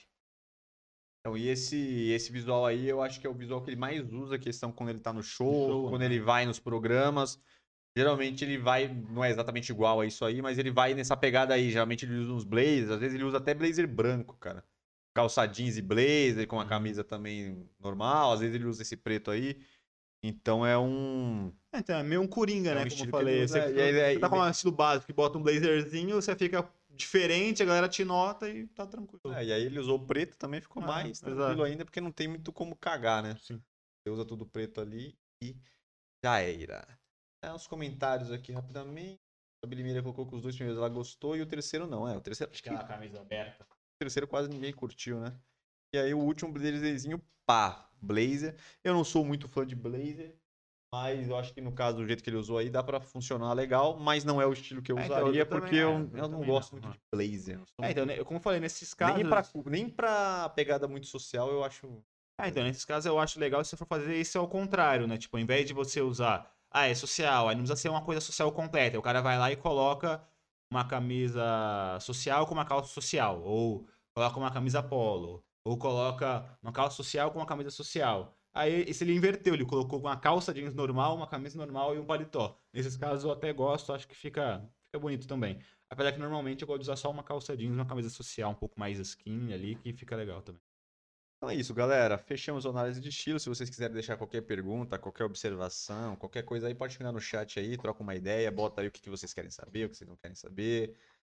Speaker 1: Então, e esse, esse visual aí, eu acho que é o visual que ele mais usa, a questão quando ele tá no
Speaker 2: No
Speaker 1: show,
Speaker 2: show,
Speaker 1: quando
Speaker 2: né?
Speaker 1: ele vai nos programas. Geralmente ele vai, não é exatamente igual a isso aí, mas ele vai nessa pegada aí. Geralmente ele usa uns blazers, às vezes ele usa até blazer branco, cara. Calça jeans e blazer, com a
Speaker 2: Uhum.
Speaker 1: camisa também normal, às vezes ele usa esse preto aí. Então é um,
Speaker 2: É, então, é meio um coringa,
Speaker 1: é um
Speaker 2: né? Como eu
Speaker 1: estilo que ele
Speaker 2: falei. Você,
Speaker 1: usa. E aí,
Speaker 2: você tá com
Speaker 1: e-
Speaker 2: um estilo básico que bota um blazerzinho, você fica diferente, a galera te nota e tá tranquilo.
Speaker 1: é, e aí ele usou o preto também, ficou mais
Speaker 2: É,
Speaker 1: tranquilo
Speaker 2: exato.
Speaker 1: ainda, porque não tem muito como cagar, né?
Speaker 2: Sim.
Speaker 1: Você usa tudo preto ali e já era. É, os comentários aqui rapidamente. A Bilimira colocou que os dois primeiros ela gostou e o terceiro não. É, o terceiro acho que o
Speaker 2: Aquela camisa aberta.
Speaker 1: terceiro quase ninguém curtiu, né? E aí o último blazerzinho, pá, blazer. Eu não sou muito fã de blazer, mas eu acho que no caso do jeito que ele usou aí dá pra funcionar legal, mas não é o estilo que eu
Speaker 2: É, então, eu
Speaker 1: usaria
Speaker 2: também,
Speaker 1: porque
Speaker 2: é,
Speaker 1: eu,
Speaker 2: eu
Speaker 1: eu não
Speaker 2: também não.
Speaker 1: gosto muito de blazer. Eu sou
Speaker 2: É, então,
Speaker 1: muito-
Speaker 2: né, como eu falei, nesses
Speaker 1: Nem pra,
Speaker 2: casos.
Speaker 1: nem pra pegada muito social eu acho.
Speaker 2: Ah, então, nesses casos eu acho legal se você for fazer isso ao contrário, né? Tipo, ao invés de você usar, ah, é social, aí não precisa ser uma coisa social completa. O cara vai lá e coloca uma camisa social com uma calça social, ou coloca uma camisa polo, ou coloca uma calça social com uma camisa social. Aí, esse ele inverteu, ele colocou uma calça jeans normal, uma camisa normal e um paletó. Nesses casos eu até gosto, acho que fica, fica bonito também. Apesar que normalmente eu gosto de usar só uma calça jeans, uma camisa social um pouco mais skinny ali, que fica legal também.
Speaker 1: Então é isso, galera. Fechamos a análise de estilo. Se vocês quiserem deixar qualquer pergunta, qualquer observação, qualquer coisa aí, pode mandar no chat aí, troca uma ideia, bota aí o que que vocês querem saber, o que vocês não querem saber.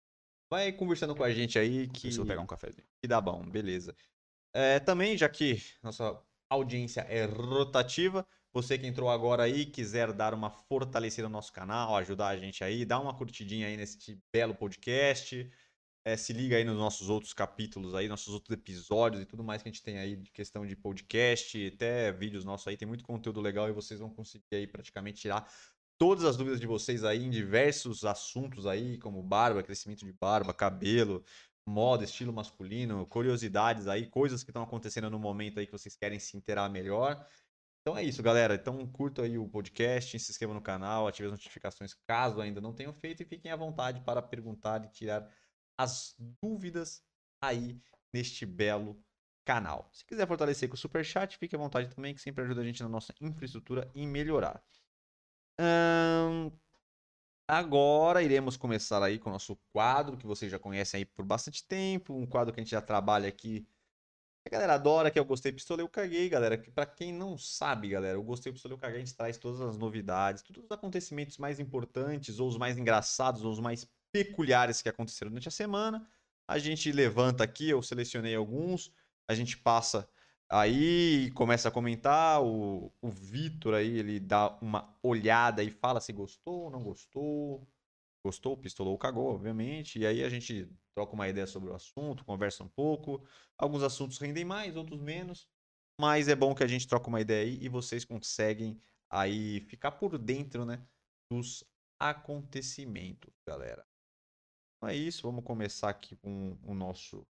Speaker 1: vai conversando com a gente aí que,
Speaker 2: Preciso pegar um cafezinho.
Speaker 1: que dá bom, beleza. É, também, já que nossa audiência é rotativa, você que entrou agora aí, quiser dar uma fortalecida no nosso canal, ajudar a gente aí, dá uma curtidinha aí nesse belo podcast. É, se liga aí nos nossos outros capítulos aí, nossos outros episódios e tudo mais que a gente tem aí de questão de podcast, até vídeos nossos aí, tem muito conteúdo legal e vocês vão conseguir aí praticamente tirar todas as dúvidas de vocês aí em diversos assuntos aí, como barba, crescimento de barba, cabelo, moda, estilo masculino, curiosidades aí, coisas que estão acontecendo no momento aí que vocês querem se inteirar melhor. Então é isso, galera. Então curta aí o podcast, se inscreva no canal, ative as notificações caso ainda não tenham feito e fiquem à vontade para perguntar e tirar as dúvidas aí neste belo canal. Se quiser fortalecer com o Superchat, fique à vontade também, que sempre ajuda a gente na nossa infraestrutura e melhorar. Hum, agora iremos começar aí com o nosso quadro, que vocês já conhecem aí por bastante tempo, um quadro que a gente já trabalha aqui. A galera adora, que é o Gostei, Pistolei, eu Caguei, galera. Que pra quem não sabe, galera, o Gostei, Pistolei, eu Caguei, a gente traz todas as novidades, todos os acontecimentos mais importantes, ou os mais engraçados, ou os mais peculiares que aconteceram durante a semana. A gente levanta aqui, eu selecionei alguns, a gente passa aí e começa a comentar. O, o Vitor aí, ele dá uma olhada e fala se gostou ou não gostou. Gostou, pistolou, cagou, obviamente. E aí a gente troca uma ideia sobre o assunto, conversa um pouco. Alguns assuntos rendem mais, outros menos. Mas é bom que a gente troca uma ideia aí e vocês conseguem aí ficar por dentro, né, dos acontecimentos, galera. Então é isso, vamos começar aqui com o nosso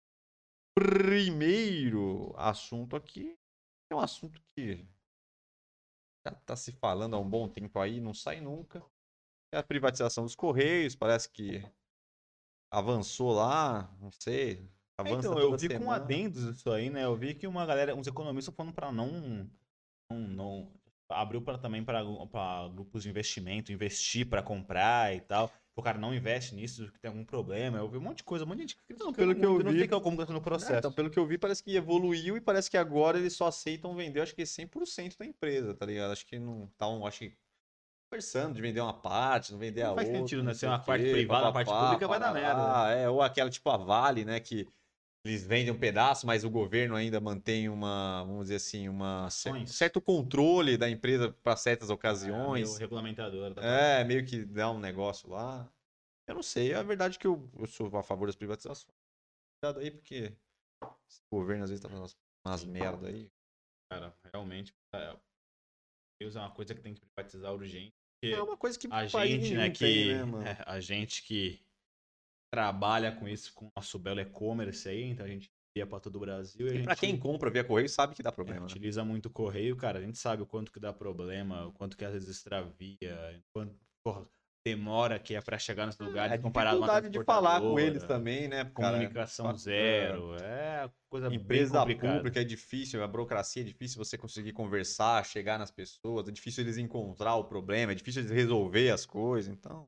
Speaker 1: primeiro assunto aqui. É um assunto que já está se falando há um bom tempo aí, não sai nunca. É a privatização dos Correios, parece que avançou lá, não sei,
Speaker 2: É,
Speaker 1: avança
Speaker 2: então, eu
Speaker 1: toda
Speaker 2: vi com
Speaker 1: semana.
Speaker 2: adendos isso aí, né? Eu vi que uma galera, uns economistas falando para não, não, não abriu para também para grupos de investimento, investir para comprar e tal. O cara não investe nisso, que tem algum problema. Eu vi um monte de coisa, um monte de gente criticando
Speaker 1: pelo que eu
Speaker 2: muito. Eu não
Speaker 1: vi-
Speaker 2: sei qual- como tá sendo o
Speaker 1: É,
Speaker 2: processo.
Speaker 1: então, pelo que eu vi, parece que evoluiu e parece que agora eles só aceitam vender, acho que cem por cento da empresa, tá ligado? Acho que não estavam, acho que conversando de vender uma parte, não vender a
Speaker 2: Não faz
Speaker 1: outra,
Speaker 2: sentido,
Speaker 1: não
Speaker 2: né? Ser
Speaker 1: sei o
Speaker 2: uma parte
Speaker 1: quê,
Speaker 2: privada, uma parte
Speaker 1: papapá,
Speaker 2: pública vai dar merda, né?
Speaker 1: parará, é, ou aquela tipo a Vale, né, que eles vendem um pedaço, mas o governo ainda mantém uma, vamos dizer assim, uma um
Speaker 2: Ações.
Speaker 1: certo controle da empresa para certas
Speaker 2: É,
Speaker 1: ocasiões.
Speaker 2: meio regulamentador. Da
Speaker 1: É, meio que dá um negócio lá. Eu não sei, é a verdade que eu, eu sou a favor das privatizações. Cuidado aí, porque esse governo às vezes tá fazendo umas, umas merda aí.
Speaker 2: Cara, realmente, é, Deus é uma coisa que tem que privatizar urgente. Porque
Speaker 1: É uma coisa que
Speaker 2: a
Speaker 1: país
Speaker 2: gente,
Speaker 1: nenhum
Speaker 2: né,
Speaker 1: tem,
Speaker 2: que
Speaker 1: né, mano?
Speaker 2: é, a gente que trabalha com isso, com o nosso belo e-commerce aí, então a gente envia para todo o Brasil e a
Speaker 1: E pra
Speaker 2: gente
Speaker 1: quem compra via correio sabe que dá
Speaker 2: é,
Speaker 1: problema, né?
Speaker 2: utiliza muito o correio, cara. A gente sabe o quanto que dá problema, o quanto que às vezes extravia, o quanto porra, demora que é para chegar nos
Speaker 1: É,
Speaker 2: lugares
Speaker 1: a
Speaker 2: comparado a uma
Speaker 1: dificuldade de falar com eles
Speaker 2: transportadora,
Speaker 1: também, né, cara?
Speaker 2: comunicação
Speaker 1: É,
Speaker 2: zero, é coisa bem
Speaker 1: empresa
Speaker 2: complicada.
Speaker 1: pública é difícil, a burocracia é difícil você conseguir conversar, chegar nas pessoas, é difícil eles encontrar o problema, é difícil eles resolver as coisas, então.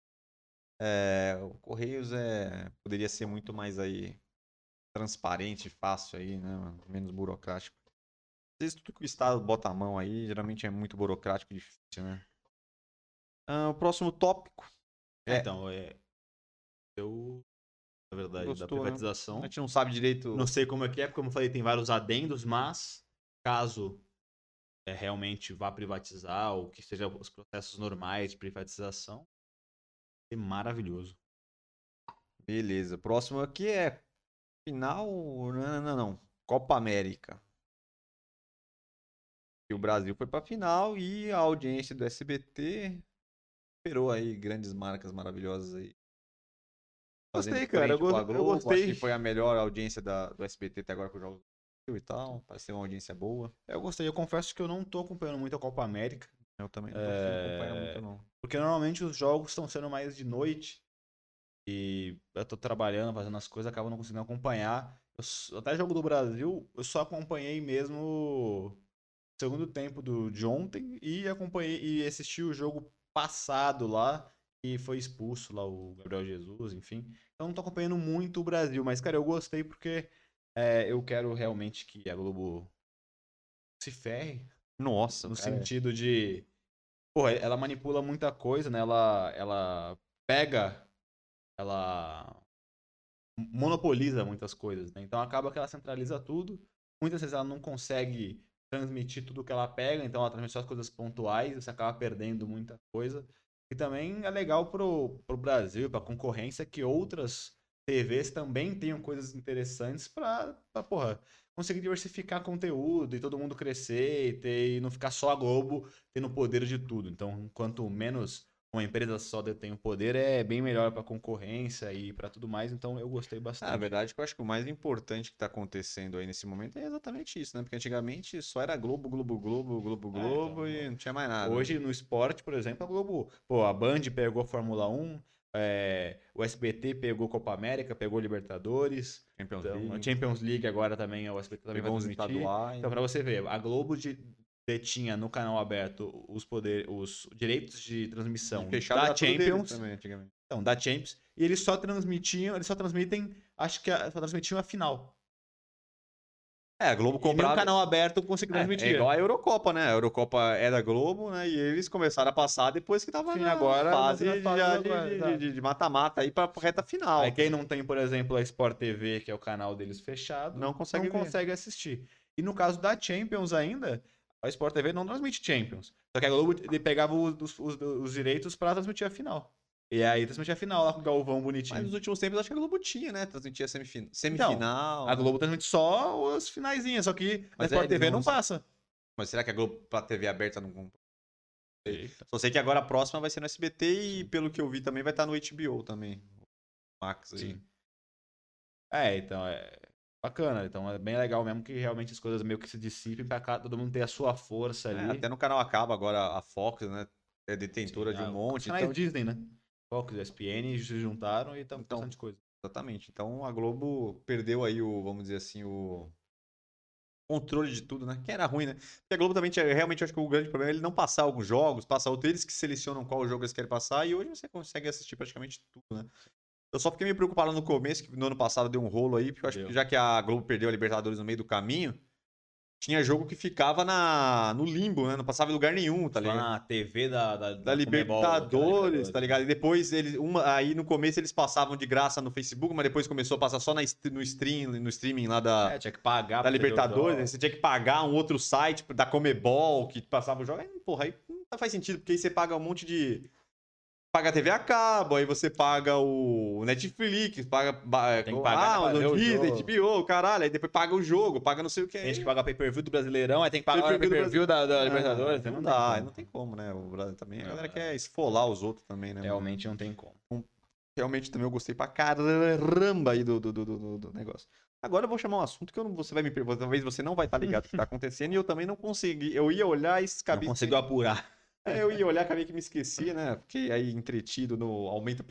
Speaker 1: É, o Correios é, poderia ser muito mais aí transparente, fácil aí, né, mano? Menos burocrático. Às vezes tudo que o Estado bota a mão aí, geralmente é muito burocrático e difícil, né? Ah, o próximo tópico
Speaker 2: É,
Speaker 1: é.
Speaker 2: então, é, eu, na verdade, da
Speaker 1: Gostou, né? A
Speaker 2: privatização.
Speaker 1: gente não sabe
Speaker 2: Não
Speaker 1: direito.
Speaker 2: sei como é que é, porque como eu falei, tem vários adendos, mas caso é, realmente vá privatizar ou que seja os processos normais de privatização, é maravilhoso.
Speaker 1: Beleza. Próximo aqui é final. Não, não, não. Copa América. E o Brasil foi pra final e a audiência do S B T esperou aí grandes marcas maravilhosas aí. Fazendo
Speaker 2: Gostei, cara. Eu,
Speaker 1: frente com
Speaker 2: go-
Speaker 1: a
Speaker 2: eu
Speaker 1: Globo. Acho que
Speaker 2: gostei.
Speaker 1: foi a melhor audiência da, do S B T até agora com os Jogos do Brasil e tal. Parece ser uma audiência boa.
Speaker 2: Eu gostei. Eu confesso que eu não tô acompanhando muito a Copa América.
Speaker 1: Eu também não tô conseguindo acompanhar muito, não.
Speaker 2: Porque normalmente os jogos estão sendo mais de noite. E eu tô trabalhando, fazendo as coisas, acabo não conseguindo acompanhar. Eu s- até jogo do Brasil, eu só acompanhei mesmo o segundo tempo do, de ontem e acompanhei e assisti o jogo passado lá e foi expulso lá o Gabriel Jesus, enfim. Então não tô acompanhando muito o Brasil, mas cara, eu gostei porque é, eu quero realmente que a Globo se ferre
Speaker 1: Nossa,
Speaker 2: no
Speaker 1: cara.
Speaker 2: sentido de, porra, ela manipula muita coisa, né? Ela, ela pega, ela monopoliza muitas coisas, né? Então acaba que ela centraliza tudo. Muitas vezes ela não consegue transmitir tudo que ela pega, então ela transmite só as coisas pontuais, você acaba perdendo muita coisa. E também é legal pro, pro Brasil, pra concorrência, que outras T Vs também tenham coisas interessantes pra, pra porra, conseguir diversificar conteúdo e todo mundo crescer e, ter, e não ficar só a Globo tendo o poder de tudo. Então, quanto menos uma empresa só detém o poder, é bem melhor pra concorrência e pra tudo mais. Então, eu gostei
Speaker 1: Ah, a
Speaker 2: bastante.
Speaker 1: verdade é que eu acho que o mais importante que tá acontecendo aí nesse momento é exatamente isso, né? Porque antigamente só era Globo, Globo, Globo, Globo,
Speaker 2: É,
Speaker 1: Globo
Speaker 2: então,
Speaker 1: e não tinha mais nada.
Speaker 2: hoje, no esporte, por exemplo, a Globo. Pô, a Band pegou a Fórmula um, é, o S B T pegou Copa América, pegou Libertadores.
Speaker 1: Champions
Speaker 2: Então, a
Speaker 1: League,
Speaker 2: Champions League agora também, o S B T também vai
Speaker 1: pegou uns
Speaker 2: transmitir.
Speaker 1: estaduais.
Speaker 2: Então, pra você ver, a Globo de, detinha no canal aberto os poder, os direitos de transmissão
Speaker 1: E fechado
Speaker 2: da
Speaker 1: era tudo deles
Speaker 2: Champions.
Speaker 1: também, antigamente.
Speaker 2: Então, da Champions. E eles só transmitiam, eles só transmitem, acho que a, só transmitiam a final.
Speaker 1: É, a Globo
Speaker 2: E nenhum
Speaker 1: comprava.
Speaker 2: canal aberto conseguia
Speaker 1: É, é
Speaker 2: transmitir.
Speaker 1: igual a Eurocopa, né? A Eurocopa é da Globo, né? E eles começaram a passar depois que tava
Speaker 2: Sim,
Speaker 1: na
Speaker 2: agora
Speaker 1: fase
Speaker 2: na
Speaker 1: de-
Speaker 2: fase
Speaker 1: já
Speaker 2: do-
Speaker 1: de de-
Speaker 2: exato.
Speaker 1: de- de mata-mata aí pra reta final.
Speaker 2: Aí quem não tem, por exemplo, a Sport T V, que é o canal deles fechado,
Speaker 1: Não consegue ver.
Speaker 2: consegue assistir. E no caso da Champions ainda, a Sport T V não transmite Champions. Só que a Globo ele pegava os, os, os direitos pra transmitir a final. E aí transmitia a final lá com o Galvão bonitinho.
Speaker 1: Mas nos últimos tempos acho que a Globo tinha, né? Transmitia semifin... semifinal.
Speaker 2: A Globo transmite só os finaizinhos, só que
Speaker 1: Mas
Speaker 2: na Sport
Speaker 1: é,
Speaker 2: T V
Speaker 1: eles
Speaker 2: não
Speaker 1: não-
Speaker 2: passa.
Speaker 1: Mas será que a Globo pra T V aberta não compra? Só sei que agora a próxima vai ser no S B T e pelo que eu vi também vai estar no H B O também. O Max aí.
Speaker 2: Sim. É, então é bacana. Então é bem legal mesmo que realmente as coisas meio que se dissipem pra cá, todo mundo ter a sua força
Speaker 1: É,
Speaker 2: ali.
Speaker 1: até no canal acaba agora a Fox, né? É detentora
Speaker 2: Sim,
Speaker 1: de um
Speaker 2: ah,
Speaker 1: monte.
Speaker 2: os canais
Speaker 1: Então,
Speaker 2: Disney, né? Fox e E S P N se juntaram e estão
Speaker 1: Então,
Speaker 2: bastante coisa.
Speaker 1: exatamente. Então a Globo perdeu aí o, vamos dizer assim, o controle de tudo, né? Que era ruim, né? Porque a Globo também tinha, realmente eu acho que o grande problema é ele não passar alguns jogos, passar outros, eles que selecionam qual jogo eles querem passar e hoje você consegue assistir praticamente tudo, né? Eu só fiquei meio preocupado no começo, que no ano passado deu um rolo aí, porque eu acho
Speaker 2: Deu.
Speaker 1: que já que a Globo perdeu a Libertadores no meio do caminho, tinha jogo que ficava na, no limbo, né? Não passava em lugar nenhum, tá ligado?
Speaker 2: Na T V da, da,
Speaker 1: Da Libertadores, tá ligado? E depois eles, uma, aí no começo eles passavam de graça no Facebook, mas depois começou a passar só na, no stream, no streaming lá da,
Speaker 2: É, tinha que pagar
Speaker 1: da
Speaker 2: pra você ver o
Speaker 1: Libertadores,
Speaker 2: jogo.
Speaker 1: né? Você tinha que pagar um outro site da Comebol que passava o jogo. Aí, porra, aí não faz sentido, porque aí você paga um monte de. Paga a T V a cabo, aí você paga o Netflix, paga ba-
Speaker 2: Tem que pagar
Speaker 1: ah,
Speaker 2: pra ver
Speaker 1: o
Speaker 2: o
Speaker 1: Disney,
Speaker 2: jogo.
Speaker 1: H B O, caralho, aí depois paga o jogo, paga não sei o que.
Speaker 2: Tem gente que paga pay-per-view do Brasileirão, aí tem que pagar o
Speaker 1: Pay-per-view do
Speaker 2: pay-per-view da, da
Speaker 1: Ah,
Speaker 2: Libertadores.
Speaker 1: não,
Speaker 2: não tem
Speaker 1: dá,
Speaker 2: como.
Speaker 1: não tem como, né? O Brasil também, a
Speaker 2: Não,
Speaker 1: galera
Speaker 2: é.
Speaker 1: quer esfolar os outros também, né? mano?
Speaker 2: Realmente não tem como.
Speaker 1: Realmente também eu gostei pra caramba aí do, do, do, do- do negócio. Agora eu vou chamar um assunto que eu não, você vai me perguntar, talvez você não vai estar ligado o que tá acontecendo e eu também não consegui. Eu ia olhar e
Speaker 2: Não
Speaker 1: acabei.
Speaker 2: conseguiu apurar.
Speaker 1: É, eu ia olhar, acabei que me esqueci, né? Fiquei aí entretido no aumento.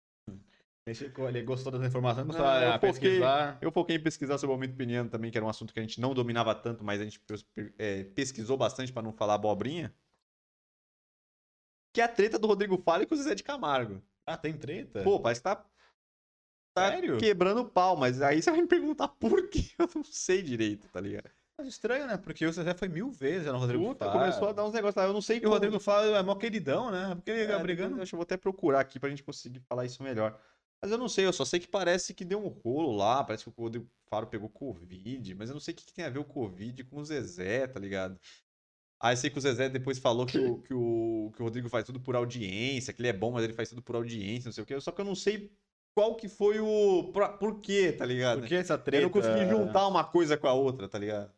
Speaker 2: Ele gostou das informações,
Speaker 1: Não,
Speaker 2: começou a
Speaker 1: eu foquei-
Speaker 2: pesquisar.
Speaker 1: Eu foquei em pesquisar sobre o aumento peniano também, que era um assunto que a gente não dominava tanto, mas a gente é, pesquisou bastante pra não falar abobrinha. Que é a treta do Rodrigo Faro com o Zezé de Camargo.
Speaker 2: Ah, tem treta?
Speaker 1: Pô, parece que tá, tá
Speaker 2: Sério?
Speaker 1: quebrando o pau, mas aí você vai me perguntar por quê? Eu não sei direito, tá ligado?
Speaker 2: Mas estranho, né? Porque o Zezé foi mil vezes já no Rodrigo
Speaker 1: Puta,
Speaker 2: Faro.
Speaker 1: começou a dar uns negócios lá, eu não sei
Speaker 2: E o Rodrigo Faro é mó queridão, né? Porque ele
Speaker 1: É,
Speaker 2: tá
Speaker 1: depois
Speaker 2: brigando.
Speaker 1: eu acho que eu vou até procurar aqui pra gente conseguir falar isso melhor. Mas eu não sei, eu só sei que parece que deu um rolo lá, parece que o Rodrigo Faro pegou Covid, mas eu não sei o que, que tem a ver o Covid com o Zezé, tá ligado? Aí eu sei que o Zezé depois falou que o, que, o, que o Rodrigo faz tudo por audiência, que ele é bom, mas ele faz tudo por audiência, não sei o quê. Só que eu não sei qual que foi o... Pra, por quê, tá ligado?
Speaker 2: Por que essa
Speaker 1: Eu
Speaker 2: treta?
Speaker 1: não consegui juntar uma coisa com a outra, tá ligado?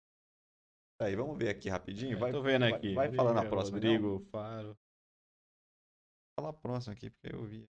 Speaker 1: Aí, vamos ver aqui rapidinho. Vai,
Speaker 2: Tô vendo
Speaker 1: vai-
Speaker 2: aqui.
Speaker 1: Vai, falando a próxima. não?
Speaker 2: Rodrigo Faro.
Speaker 1: Fala a próxima aqui, porque eu vi.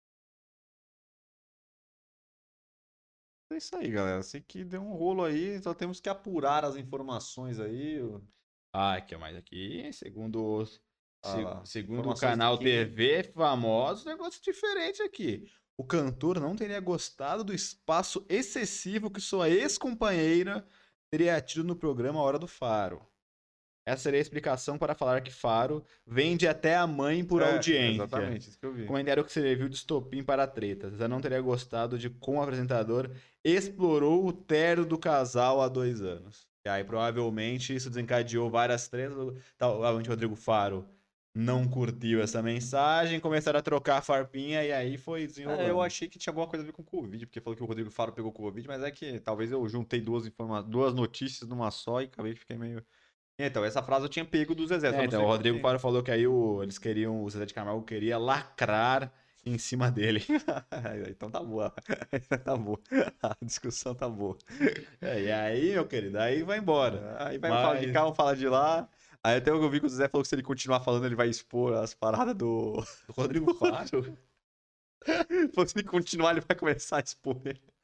Speaker 1: É isso aí, galera. Sei que deu um rolo aí, só temos que apurar as informações aí.
Speaker 2: Ah, que mais aqui? Segundo, os-
Speaker 1: Ah
Speaker 2: se-
Speaker 1: lá,
Speaker 2: segundo o
Speaker 1: informações
Speaker 2: canal
Speaker 1: de quem?
Speaker 2: T V famoso, negócio diferente aqui. O cantor não teria gostado do espaço excessivo que sua ex-companheira teria tido no programa Hora do Faro. Essa seria a explicação para falar que Faro vende até a mãe por
Speaker 1: É,
Speaker 2: audiência.
Speaker 1: Exatamente, isso que eu vi.
Speaker 2: Comentário que serviu de estopim para a treta. Zé não teria gostado de como o apresentador explorou o término do casal há dois anos. E aí, provavelmente, isso desencadeou várias tretas. Provavelmente o Rodrigo Faro não curtiu essa mensagem, começaram a trocar a farpinha e aí foi desenrolando.
Speaker 1: É, eu achei que tinha alguma coisa a ver com o Covid, porque falou que o Rodrigo Faro pegou Covid, mas é que talvez eu juntei duas informações, duas notícias numa só e acabei que fiquei meio. Então, essa frase eu tinha pego do Zezé.
Speaker 2: É,
Speaker 1: só não
Speaker 2: então,
Speaker 1: sei
Speaker 2: o
Speaker 1: qual
Speaker 2: Rodrigo
Speaker 1: que-
Speaker 2: Faro falou que aí o, eles queriam, o Zezé de Camargo queria lacrar em cima dele.
Speaker 1: Então tá boa. Tá boa. A discussão tá boa.
Speaker 2: É, e aí, meu querido, aí vai embora.
Speaker 1: Aí vai um falar de cá,
Speaker 2: Mas
Speaker 1: um fala de lá. Aí até eu vi que o Zezé falou que se ele continuar falando, ele vai expor as paradas do.
Speaker 2: o Rodrigo Faro.
Speaker 1: Falou que se ele continuar, ele vai começar a expor.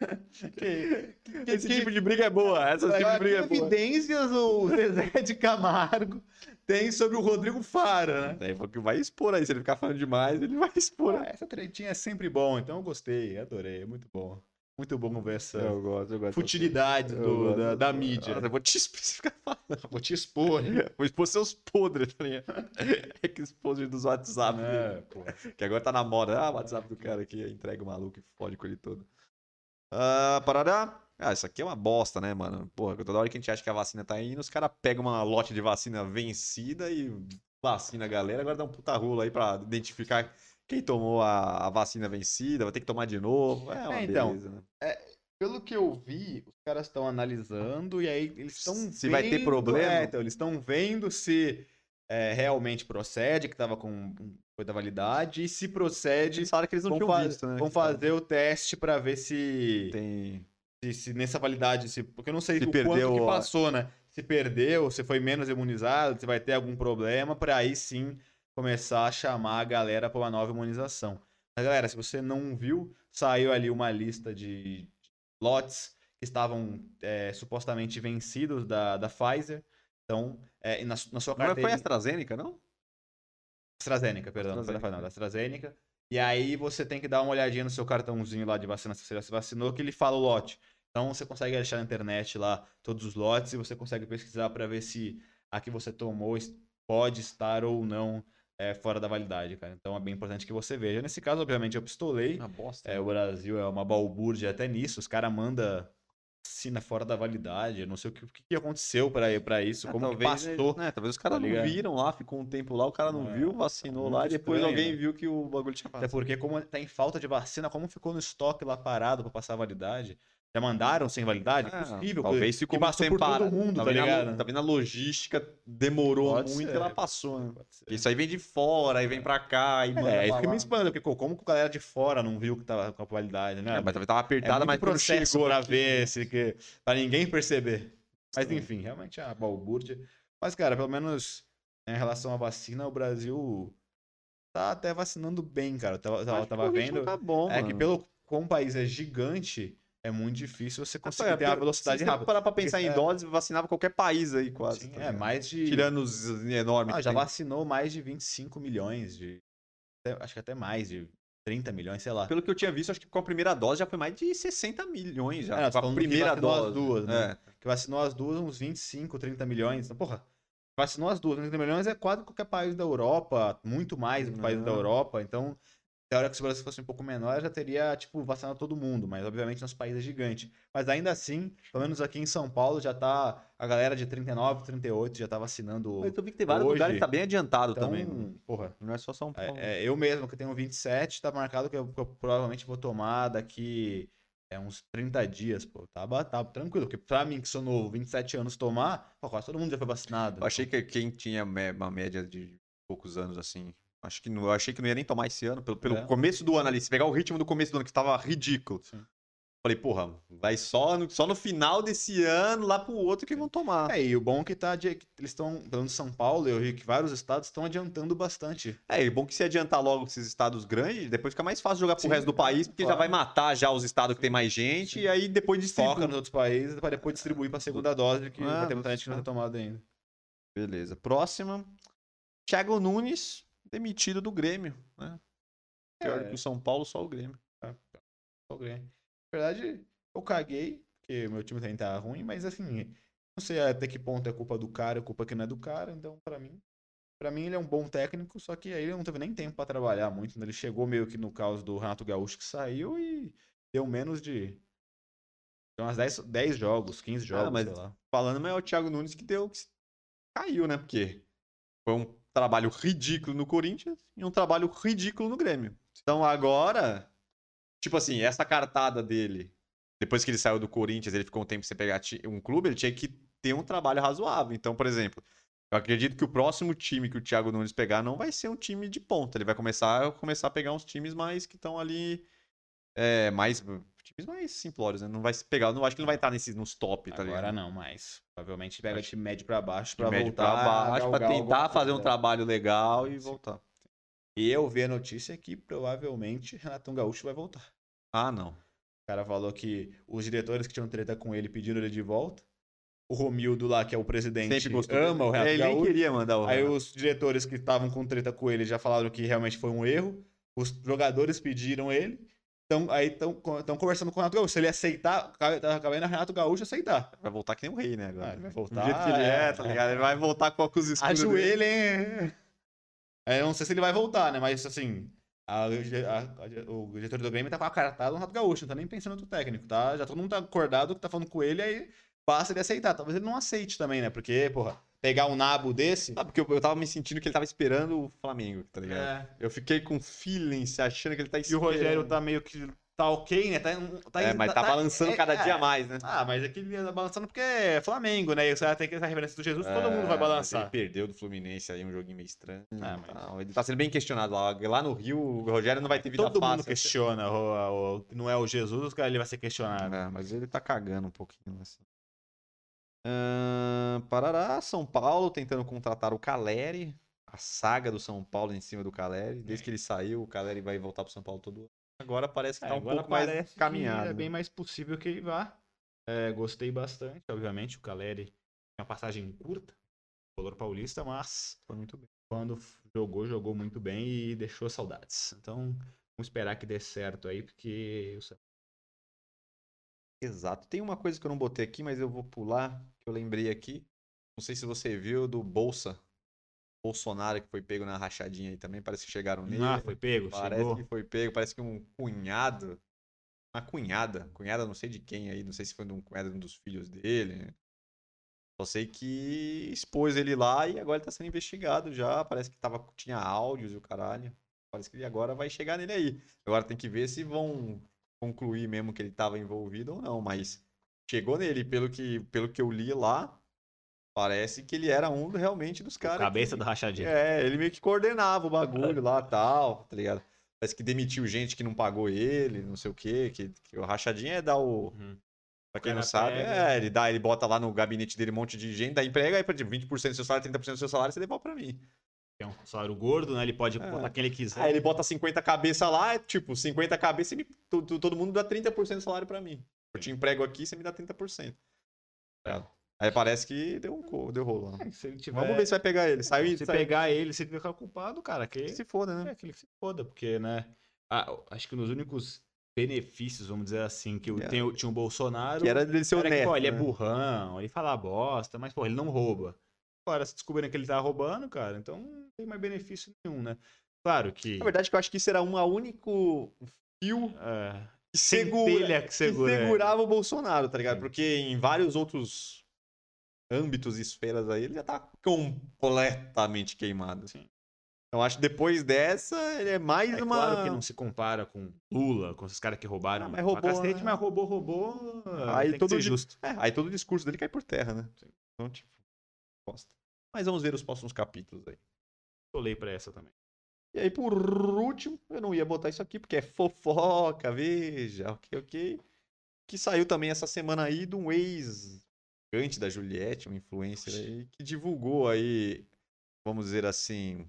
Speaker 2: que, que,
Speaker 1: Esse
Speaker 2: que-
Speaker 1: tipo de briga é boa. Essa tipo de
Speaker 2: que
Speaker 1: briga é boa.
Speaker 2: evidências o Zezé de Camargo tem sobre o Rodrigo Faro, né?
Speaker 1: Aí falou que vai expor aí. Se ele ficar falando demais, ele vai expor.
Speaker 2: Ah, essa tretinha é sempre bom, então eu gostei, adorei, é muito bom. Muito bom ver essa
Speaker 1: Eu gosto, eu gosto.
Speaker 2: futilidade
Speaker 1: Eu
Speaker 2: do-
Speaker 1: gosto.
Speaker 2: da, da mídia.
Speaker 1: Nossa, eu vou te expor, você fica falando.
Speaker 2: Vou te expor.
Speaker 1: Vou expor seus podres, tá ligado? É que expose dos WhatsApp dele.
Speaker 2: É, pô.
Speaker 1: Que agora tá na moda. Ah, o WhatsApp do cara aqui entrega o maluco e fode com ele todo. Ah, parará. Ah, isso aqui é uma bosta, né, mano? Porra, toda hora que a gente acha que a vacina tá indo, os caras pegam uma lote de vacina vencida e vacina a galera. Agora dá um puta rolo aí pra identificar quem tomou a, a vacina vencida, vai ter que tomar de novo. É uma
Speaker 2: É, então,
Speaker 1: beleza, né?
Speaker 2: Pelo que eu vi, os caras estão analisando e aí eles estão
Speaker 1: Se vai ter
Speaker 2: vendo-
Speaker 1: problema.
Speaker 2: É, então, eles estão vendo se é, realmente procede, que estava com foi da validade, e se procede,
Speaker 1: Eles falaram que eles não
Speaker 2: vão,
Speaker 1: tinham
Speaker 2: fa-
Speaker 1: visto, né?
Speaker 2: vão fazer o teste para ver se,
Speaker 1: Tem.
Speaker 2: se, se nessa validade, se, porque eu não sei
Speaker 1: Se
Speaker 2: o
Speaker 1: perdeu
Speaker 2: quanto que
Speaker 1: a-
Speaker 2: passou, né? Se perdeu, se foi menos imunizado, se vai ter algum problema, para aí sim começar a chamar a galera para uma nova imunização. Mas galera, se você não viu, saiu ali uma lista de lotes que estavam é, supostamente vencidos da, da Pfizer. Então, é, e na, na sua
Speaker 1: Não
Speaker 2: carteira.
Speaker 1: foi a AstraZeneca, não?
Speaker 2: AstraZeneca, perdão, não foi da Pfizer, não, da AstraZeneca. E aí você tem que dar uma olhadinha no seu cartãozinho lá de vacina, se você já se vacinou, que ele fala o lote. Então você consegue achar na internet lá todos os lotes e você consegue pesquisar para ver se a que você tomou es- pode estar ou não é, fora da validade, cara. Então é bem importante que você veja. Nesse caso, obviamente, eu pistolei.
Speaker 1: Uma bosta.
Speaker 2: É, o Brasil é uma balbúrdia até nisso. Os caras mandam vacina fora da validade. Eu não sei o que, o que aconteceu pra, pra isso,
Speaker 1: Ah,
Speaker 2: como que
Speaker 1: talvez,
Speaker 2: passou.
Speaker 1: né, talvez os caras
Speaker 2: tá
Speaker 1: não
Speaker 2: ligado?
Speaker 1: viram lá, ficou um tempo lá, o cara não
Speaker 2: É,
Speaker 1: viu, vacinou
Speaker 2: muito
Speaker 1: lá e depois
Speaker 2: estranho,
Speaker 1: alguém
Speaker 2: né?
Speaker 1: viu que o bagulho tinha
Speaker 2: Até
Speaker 1: passado.
Speaker 2: porque, como tá em falta de vacina, como ficou no estoque lá parado pra passar a validade? Já mandaram sem validade?
Speaker 1: Ah,
Speaker 2: Possível.
Speaker 1: talvez
Speaker 2: que,
Speaker 1: ficou
Speaker 2: que
Speaker 1: muito
Speaker 2: passou
Speaker 1: tempo
Speaker 2: por todo
Speaker 1: parado.
Speaker 2: mundo, tá,
Speaker 1: vendo a lo-
Speaker 2: ligado?
Speaker 1: Tá vendo a logística demorou
Speaker 2: Pode
Speaker 1: muito
Speaker 2: ser,
Speaker 1: e ela passou, né?
Speaker 2: Pode ser.
Speaker 1: Isso aí vem de fora, aí vem pra cá, e manda
Speaker 2: É, isso
Speaker 1: pra
Speaker 2: que me
Speaker 1: lá.
Speaker 2: espanta, porque pô, como que a galera de fora não viu que tava com a validade, né?
Speaker 1: É, mas talvez tava
Speaker 2: É
Speaker 1: apertada,
Speaker 2: muito
Speaker 1: mas quando
Speaker 2: processo
Speaker 1: chegou
Speaker 2: pra
Speaker 1: aqui-
Speaker 2: ver, se que, pra ninguém perceber. Mas
Speaker 1: Sim.
Speaker 2: enfim, realmente é uma balbúrdia. Mas, cara, pelo menos né, em relação à vacina, o Brasil tá até vacinando bem, cara. Eu tava,
Speaker 1: Acho
Speaker 2: tava,
Speaker 1: que
Speaker 2: tava
Speaker 1: o ritmo
Speaker 2: vendo.
Speaker 1: tá bom,
Speaker 2: É que
Speaker 1: mano.
Speaker 2: pelo como o país é gigante, é muito difícil você conseguir
Speaker 1: É,
Speaker 2: ter uma
Speaker 1: porque
Speaker 2: velocidade
Speaker 1: se você
Speaker 2: rápida.
Speaker 1: parar pra pensar
Speaker 2: Porque,
Speaker 1: em
Speaker 2: é,
Speaker 1: doses, vacinava qualquer país aí quase.
Speaker 2: Sim,
Speaker 1: tá
Speaker 2: é,
Speaker 1: ligado?
Speaker 2: mais de.
Speaker 1: Tirando os enormes
Speaker 2: Ah,
Speaker 1: que
Speaker 2: já
Speaker 1: tem.
Speaker 2: vacinou mais de vinte e cinco milhões de. até- acho que até mais, de trinta milhões, sei lá.
Speaker 1: Pelo que eu tinha visto, acho que com a primeira dose já foi mais de sessenta milhões já.
Speaker 2: É, nós
Speaker 1: com a
Speaker 2: falando que
Speaker 1: primeira
Speaker 2: vacinou
Speaker 1: dose.
Speaker 2: as duas, né?
Speaker 1: É.
Speaker 2: Que vacinou as duas uns vinte e cinco, trinta milhões. Então, porra, vacinou as duas, trinta milhões é quase qualquer país da Europa, muito mais do que países da
Speaker 1: Não.
Speaker 2: Europa. Então, na hora que se o Brasil fosse um pouco menor, já teria, tipo, vacinado todo mundo. Mas, obviamente, nosso país é gigante. Mas ainda assim, pelo menos aqui em São Paulo, já tá. A galera de trinta e nove, trinta e oito já tá vacinando.
Speaker 1: Mas eu vi que tem vários
Speaker 2: hoje.
Speaker 1: lugares que tá bem adiantado
Speaker 2: Então,
Speaker 1: também. Mano.
Speaker 2: porra.
Speaker 1: Não é só São Paulo.
Speaker 2: É, é, eu mesmo, que tenho vinte e sete, tá marcado que eu, que eu provavelmente vou tomar daqui é, uns trinta dias, pô. Tá, ba- tá tranquilo, porque pra mim, que sou novo, vinte e sete anos tomar, pô, quase todo mundo já foi vacinado.
Speaker 1: Eu achei que quem tinha me- uma média de poucos anos assim. Acho que não, eu achei que não ia nem tomar esse ano. Pelo, pelo
Speaker 2: É.
Speaker 1: começo do ano ali, se pegar o ritmo do começo do ano, que tava ridículo.
Speaker 2: Sim.
Speaker 1: Falei, porra, vai só no, só no final desse ano, lá pro outro que vão tomar.
Speaker 2: É, e o bom é que tá, de- que eles estão, pelo menos São Paulo, eu vi que vários estados estão adiantando bastante.
Speaker 1: É, e bom que se adiantar logo esses estados grandes, depois fica mais fácil jogar pro
Speaker 2: Sim,
Speaker 1: resto do país, porque já
Speaker 2: claro.
Speaker 1: vai matar já os estados que tem mais gente,
Speaker 2: Sim.
Speaker 1: e aí depois distribui.
Speaker 2: Foca nos outros países para depois distribuir pra segunda dose, que
Speaker 1: Ah,
Speaker 2: vai ter muita gente que não
Speaker 1: tá.
Speaker 2: tem tomado ainda.
Speaker 1: Beleza. Próxima. Thiago Nunes, demitido do Grêmio, né? Pior
Speaker 2: É.
Speaker 1: que o São Paulo, só o Grêmio.
Speaker 2: Só o Grêmio. Na verdade, eu caguei, porque meu time também tá ruim, mas assim, não sei até que ponto é culpa do cara, culpa que não é do cara, então pra mim, para mim ele é um bom técnico, só que aí ele não teve nem tempo pra trabalhar muito, né? Ele chegou meio que no caos do Renato Gaúcho que saiu e deu menos de deu umas dez, dez jogos, quinze jogos,
Speaker 1: mas-
Speaker 2: sei lá.
Speaker 1: Falando, mas é o Thiago Nunes que deu. Que caiu, né? Porque foi um trabalho ridículo no Corinthians e um trabalho ridículo no Grêmio. Então agora, tipo assim, essa cartada dele, depois que ele saiu do Corinthians, ele ficou um tempo sem pegar um clube, ele tinha que ter um trabalho razoável. Então, por exemplo, eu acredito que o próximo time que o Thiago Nunes pegar não vai ser um time de ponta. Ele vai começar, começar a pegar uns times mais que estão ali, é, mais times mais simplórios, né? Não vai se pegar, não acho que ele não vai estar nesses nos top, tá ligado?
Speaker 2: Agora não, mas provavelmente pega
Speaker 1: Acho
Speaker 2: time médio pra baixo
Speaker 1: De
Speaker 2: pra
Speaker 1: médio
Speaker 2: voltar
Speaker 1: pra baixo,
Speaker 2: a
Speaker 1: pra
Speaker 2: galgar
Speaker 1: tentar
Speaker 2: alguma
Speaker 1: fazer um
Speaker 2: coisa.
Speaker 1: trabalho legal e
Speaker 2: Sim.
Speaker 1: voltar.
Speaker 2: E eu vi a notícia que provavelmente Renatão Gaúcho vai voltar.
Speaker 1: Ah, não.
Speaker 2: O cara falou que os diretores que tinham treta com ele pediram ele de volta. O Romildo lá, que é o presidente,
Speaker 1: Sempre gostou
Speaker 2: ama
Speaker 1: dele.
Speaker 2: o Renato
Speaker 1: Ele nem
Speaker 2: Gaúcho.
Speaker 1: queria mandar o
Speaker 2: Aí
Speaker 1: Renato.
Speaker 2: os diretores que estavam com treta com ele já falaram que realmente foi um erro. Os jogadores pediram ele. Então, aí estão conversando com o Renato Gaúcho. Se ele aceitar, tá cabendo a Renato Gaúcho aceitar.
Speaker 1: Vai voltar que nem um rei, né? Agora.
Speaker 2: Ah, ele vai voltar.
Speaker 1: Do jeito que ele é, tá ligado? Ele vai voltar com a óculos escuros dele.
Speaker 2: Ajoelha, hein? Eu não sei se ele vai voltar, né? Mas assim, a, a, a, o diretor do Grêmio tá com a cartada no Renato Gaúcho, não tá nem pensando no técnico, tá? Já todo mundo tá acordado que tá falando com ele, aí basta ele aceitar. Talvez ele não aceite também, né? Porque, porra, pegar um nabo desse.
Speaker 1: Ah, porque eu, eu tava me sentindo que ele tava esperando o Flamengo, tá ligado?
Speaker 2: É.
Speaker 1: Eu fiquei com feelings, achando que ele tá
Speaker 2: E o
Speaker 1: esperando.
Speaker 2: Rogério tá meio que. Tá ok, né? Tá, tá,
Speaker 1: É, mas tá, balançando
Speaker 2: é,
Speaker 1: cada
Speaker 2: é,
Speaker 1: dia mais, né?
Speaker 2: Ah, mas é que ele tá balançando porque é Flamengo, né? E você tem que essa referência do Jesus, todo mundo vai
Speaker 1: É, mas
Speaker 2: balançar.
Speaker 1: ele perdeu do Fluminense aí, um joguinho meio estranho.
Speaker 2: Ah, mas-
Speaker 1: Tal. Ele tá sendo bem questionado lá. Lá no Rio, o Rogério não vai ter vida
Speaker 2: Todo
Speaker 1: fácil.
Speaker 2: mundo questiona, o, o, não é o Jesus, ele vai ser questionado.
Speaker 1: É, mas ele tá cagando um pouquinho nessa. Ahn, Parará, São Paulo tentando contratar o Caleri. A saga do São Paulo em cima do Caleri. Desde que ele saiu, o Caleri vai voltar pro São Paulo todo ano. Agora parece que
Speaker 2: É,
Speaker 1: tá um
Speaker 2: agora
Speaker 1: pouco mais
Speaker 2: parece que
Speaker 1: caminhado.
Speaker 2: É bem mais possível que ele vá. É, gostei bastante, obviamente. O Caleri tem uma passagem curta, color paulista, mas
Speaker 1: Foi muito bem.
Speaker 2: quando jogou, jogou muito bem e deixou saudades. Então, vamos esperar que dê certo aí, porque o São
Speaker 1: Exato. Tem uma coisa que eu não botei aqui, mas eu vou pular, que eu lembrei aqui. Não sei se você viu do Bolsa. Bolsonaro, que foi pego na rachadinha aí também. Parece que chegaram nele.
Speaker 2: Ah, foi pego,
Speaker 1: Parece
Speaker 2: chegou.
Speaker 1: que foi pego. Parece que um cunhado. Uma cunhada. Cunhada não sei de quem aí. Não sei se foi de um cunhado de um dos filhos dele. Só sei que expôs ele lá e agora ele tá sendo investigado já. Parece que tava, tinha áudios e o caralho. Parece que agora vai chegar nele aí. Agora tem que ver se vão concluir mesmo que ele tava envolvido ou não. Mas chegou nele. Pelo que, pelo que eu li lá, parece que ele era um realmente dos caras.
Speaker 2: Cabeça
Speaker 1: que,
Speaker 2: do rachadinho.
Speaker 1: É, ele meio que coordenava o bagulho lá e tal, tá ligado? Parece que demitiu gente que não pagou ele, não sei o quê. Que, que o rachadinho é dar o.
Speaker 2: Uhum.
Speaker 1: Pra quem
Speaker 2: O
Speaker 1: não
Speaker 2: cara
Speaker 1: sabe,
Speaker 2: pega.
Speaker 1: é, ele dá, ele bota lá no gabinete dele um monte de gente, dá emprego, aí, por exemplo, vinte por cento do seu salário, trinta por cento do seu salário, você devolve pra mim.
Speaker 2: É um salário gordo, né? Ele pode
Speaker 1: É.
Speaker 2: botar quem ele quiser.
Speaker 1: Aí ele bota cinquenta cabeças lá, é, tipo, cinquenta cabeças e me, todo, todo mundo dá trinta por cento do salário pra mim. Eu te emprego aqui, você me dá trinta por cento. É. Aí parece que deu um co- deu rolo lá.
Speaker 2: É, se ele tiver...
Speaker 1: Vamos ver se vai pegar ele. Saiu,
Speaker 2: Se
Speaker 1: saiu-
Speaker 2: pegar ele, se ele ficar culpado, cara, que
Speaker 1: se foda, né?
Speaker 2: é que ele se foda, porque, né? ah, acho que nos únicos benefícios, vamos dizer assim, que o-
Speaker 1: É.
Speaker 2: tem o- tinha o Bolsonaro.
Speaker 1: Que era dele ser
Speaker 2: era que,
Speaker 1: honesto.
Speaker 2: pô, ele é
Speaker 1: né?
Speaker 2: burrão, ele fala bosta, mas, pô, ele não rouba. Agora, se descobrirem que ele tá roubando, cara, então não tem mais benefício nenhum, né? Claro que.
Speaker 1: Na verdade, que eu acho que isso era um único fio
Speaker 2: É,
Speaker 1: que, segura,
Speaker 2: centelha que
Speaker 1: que
Speaker 2: segura, é.
Speaker 1: segurava o Bolsonaro, tá ligado?
Speaker 2: Sim.
Speaker 1: Porque em vários outros âmbitos e esferas aí, ele já tá completamente queimado.
Speaker 2: Sim.
Speaker 1: Então acho que depois dessa, ele é mais
Speaker 2: É
Speaker 1: uma.
Speaker 2: claro que não se compara com Lula, com esses caras que roubaram.
Speaker 1: Ah, mas roubou,
Speaker 2: pra cacete,
Speaker 1: né?
Speaker 2: mas roubou, roubou.
Speaker 1: Aí
Speaker 2: tem
Speaker 1: todo
Speaker 2: que ser
Speaker 1: di-
Speaker 2: justo.
Speaker 1: É, aí todo o discurso dele cai por terra, né?
Speaker 2: Sim.
Speaker 1: Então, tipo, bosta. Mas vamos ver os próximos capítulos aí.
Speaker 2: Olhei pra essa também.
Speaker 1: E aí, por último, eu não ia botar isso aqui porque é fofoca, veja, ok, ok. Que saiu também essa semana aí de um ex-gigante da Juliette, um influencer aí, que divulgou aí, vamos dizer assim,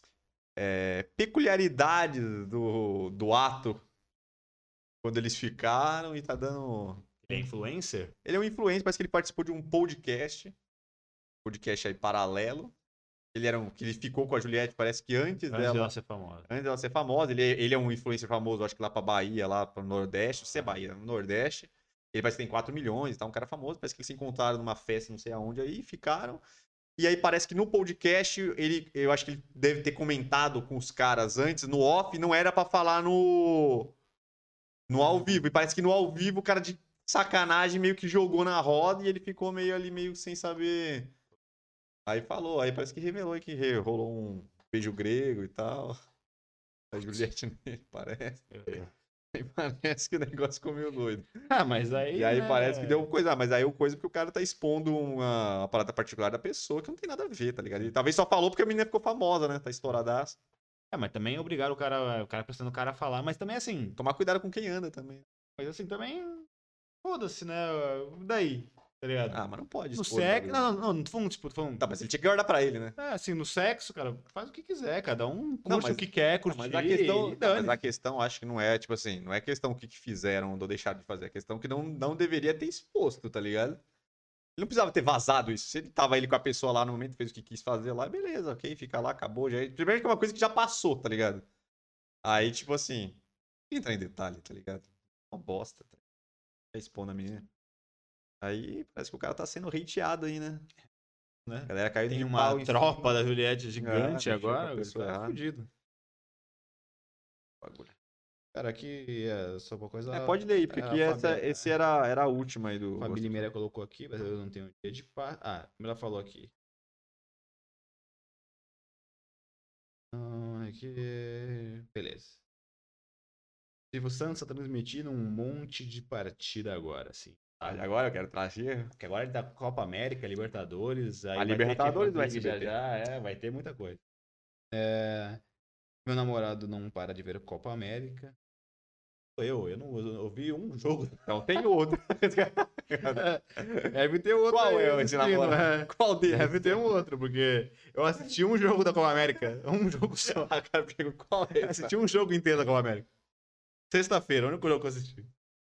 Speaker 1: é, peculiaridades do, do ato quando eles ficaram e tá dando.
Speaker 2: Ele é influencer?
Speaker 1: Ele é um influencer, parece que ele participou de um podcast, podcast aí paralelo. Ele era um, que ele ficou com a Juliette, parece que antes,
Speaker 2: Antes
Speaker 1: dela.
Speaker 2: dela ser famosa.
Speaker 1: Antes dela ser famosa, ele, é- ele é um influencer famoso, acho que lá pra Bahia, lá pro Nordeste, se é Bahia, no Nordeste. Ele parece que tem quatro milhões, tá? Um cara famoso, parece que eles se encontraram numa festa, não sei aonde aí, e ficaram. E aí parece que no podcast, ele, eu acho que ele deve ter comentado com os caras antes, no off, não era pra falar no no ao vivo. E parece que no ao vivo o cara de sacanagem meio que jogou na roda e ele ficou meio ali, meio sem saber. Aí falou, aí parece que revelou aí que re- rolou um beijo grego e tal. A Juliette nele, parece. Aí parece que o negócio ficou meio doido.
Speaker 2: Ah, mas aí,
Speaker 1: E aí
Speaker 2: né?
Speaker 1: parece que deu coisa, ah, mas aí o coisa porque o cara tá expondo uma, uma parada particular da pessoa que não tem nada a ver, tá ligado? Ele talvez só falou porque a menina ficou famosa, né? Tá estouradaça.
Speaker 2: É, mas também obrigaram o cara, o cara prestando o cara a falar, mas também assim,
Speaker 1: Tomar cuidado com quem anda também.
Speaker 2: mas assim, também, foda-se, né? Daí, tá ligado?
Speaker 1: Ah, mas não pode
Speaker 2: No
Speaker 1: expor o
Speaker 2: sexo,
Speaker 1: bagulho.
Speaker 2: não, não, não, não tô falando, tipo, tô falando,
Speaker 1: Tá, mas ele tinha que guardar pra ele, né?
Speaker 2: é, assim, no sexo, cara, faz o que quiser, cada um curte
Speaker 1: Não, mas-
Speaker 2: o que quer,
Speaker 1: Não,
Speaker 2: curtir
Speaker 1: mas a questão,
Speaker 2: e
Speaker 1: tá, mas
Speaker 2: dane.
Speaker 1: a questão acho que não é, tipo assim, não é questão o que, que fizeram ou deixaram de fazer, é questão que não, não deveria ter exposto, tá ligado? Ele não precisava ter vazado isso. Se ele tava ele com a pessoa lá no momento, fez o que quis fazer lá, beleza, ok, fica lá, acabou. Já... Primeiro que é uma coisa que já passou, tá ligado? Aí, tipo assim, entra em detalhe, tá ligado? Uma bosta, tá? Tá expondo a menina. Aí parece que o cara tá sendo hateado aí, né?
Speaker 2: Né?
Speaker 1: A galera caiu
Speaker 2: Tem
Speaker 1: de
Speaker 2: uma
Speaker 1: pau em
Speaker 2: tropa
Speaker 1: cima.
Speaker 2: da Juliette gigante
Speaker 1: É, mexeu com a
Speaker 2: agora, o
Speaker 1: pessoa
Speaker 2: cara tá
Speaker 1: errada.
Speaker 2: fudido.
Speaker 1: Bagulho.
Speaker 2: Cara, aqui é só uma coisa.
Speaker 1: É, pode ler aí, porque
Speaker 2: é,
Speaker 1: aqui
Speaker 2: a
Speaker 1: essa,
Speaker 2: Fabi-
Speaker 1: esse era, era a última aí do.
Speaker 2: A Família Limeira colocou aqui, mas eu não tenho dia de paz. Ah, como ela falou aqui. Ah, aqui. Beleza. Silvio Santos tá transmitindo um monte de partida agora, assim.
Speaker 1: Ah, agora eu quero trazer.
Speaker 2: Porque agora ele tá com Copa América, Libertadores. Aí
Speaker 1: A
Speaker 2: vai
Speaker 1: Libertadores
Speaker 2: ter
Speaker 1: vai
Speaker 2: Champions
Speaker 1: se
Speaker 2: League já já, é, vai ter muita coisa. É, meu namorado não para de ver Copa América. Sou Eu, eu não eu, eu vi um jogo.
Speaker 1: Então tem outro.
Speaker 2: Deve ter outro.
Speaker 1: Qual
Speaker 2: aí
Speaker 1: é esse
Speaker 2: assistindo,
Speaker 1: namorado?
Speaker 2: é.
Speaker 1: Qual deles?
Speaker 2: Deve ter um outro, porque eu assisti um jogo da Copa América. Um jogo só.
Speaker 1: A cara pergunta qual é esse?
Speaker 2: Assisti um jogo inteiro da Copa América. Sexta-feira, o único jogo que eu assisti.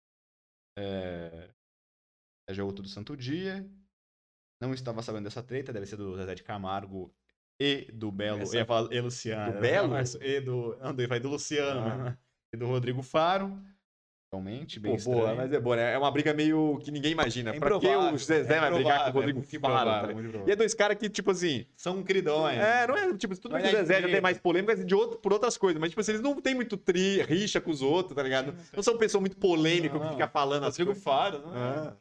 Speaker 2: É... é jogo todo santo dia. Não estava sabendo dessa treta, deve ser do Zezé de Camargo e do Belo.
Speaker 1: Essa-
Speaker 2: Eu ia falar e Luciano.
Speaker 1: Do Belo?
Speaker 2: Mas- E do. Não, vai do Luciano,
Speaker 1: Ah.
Speaker 2: né? E do Rodrigo Faro. Realmente, bem
Speaker 1: Pô,
Speaker 2: estranho.
Speaker 1: boa, mas é boa, né? É uma briga meio que ninguém imagina.
Speaker 2: É
Speaker 1: pra que
Speaker 2: improvável,
Speaker 1: o Zezé
Speaker 2: é
Speaker 1: vai brigar com o
Speaker 2: improvável,
Speaker 1: Rodrigo
Speaker 2: é muito
Speaker 1: Faro?
Speaker 2: improvável,
Speaker 1: tá ligado?
Speaker 2: muito
Speaker 1: E é
Speaker 2: improvável.
Speaker 1: dois caras que, tipo assim.
Speaker 2: São queridões.
Speaker 1: É, não é, tipo, tudo bem
Speaker 2: Mas
Speaker 1: que o
Speaker 2: é
Speaker 1: Zezé já tem
Speaker 2: direito.
Speaker 1: mais polêmicas de outro, por outras coisas, mas, tipo assim, eles não têm muito tri, rixa com os outros, tá ligado? Não são pessoas muito polêmicas que
Speaker 2: Não.
Speaker 1: ficam falando as
Speaker 2: Rodrigo
Speaker 1: coisas.
Speaker 2: Faro, não
Speaker 1: Ah.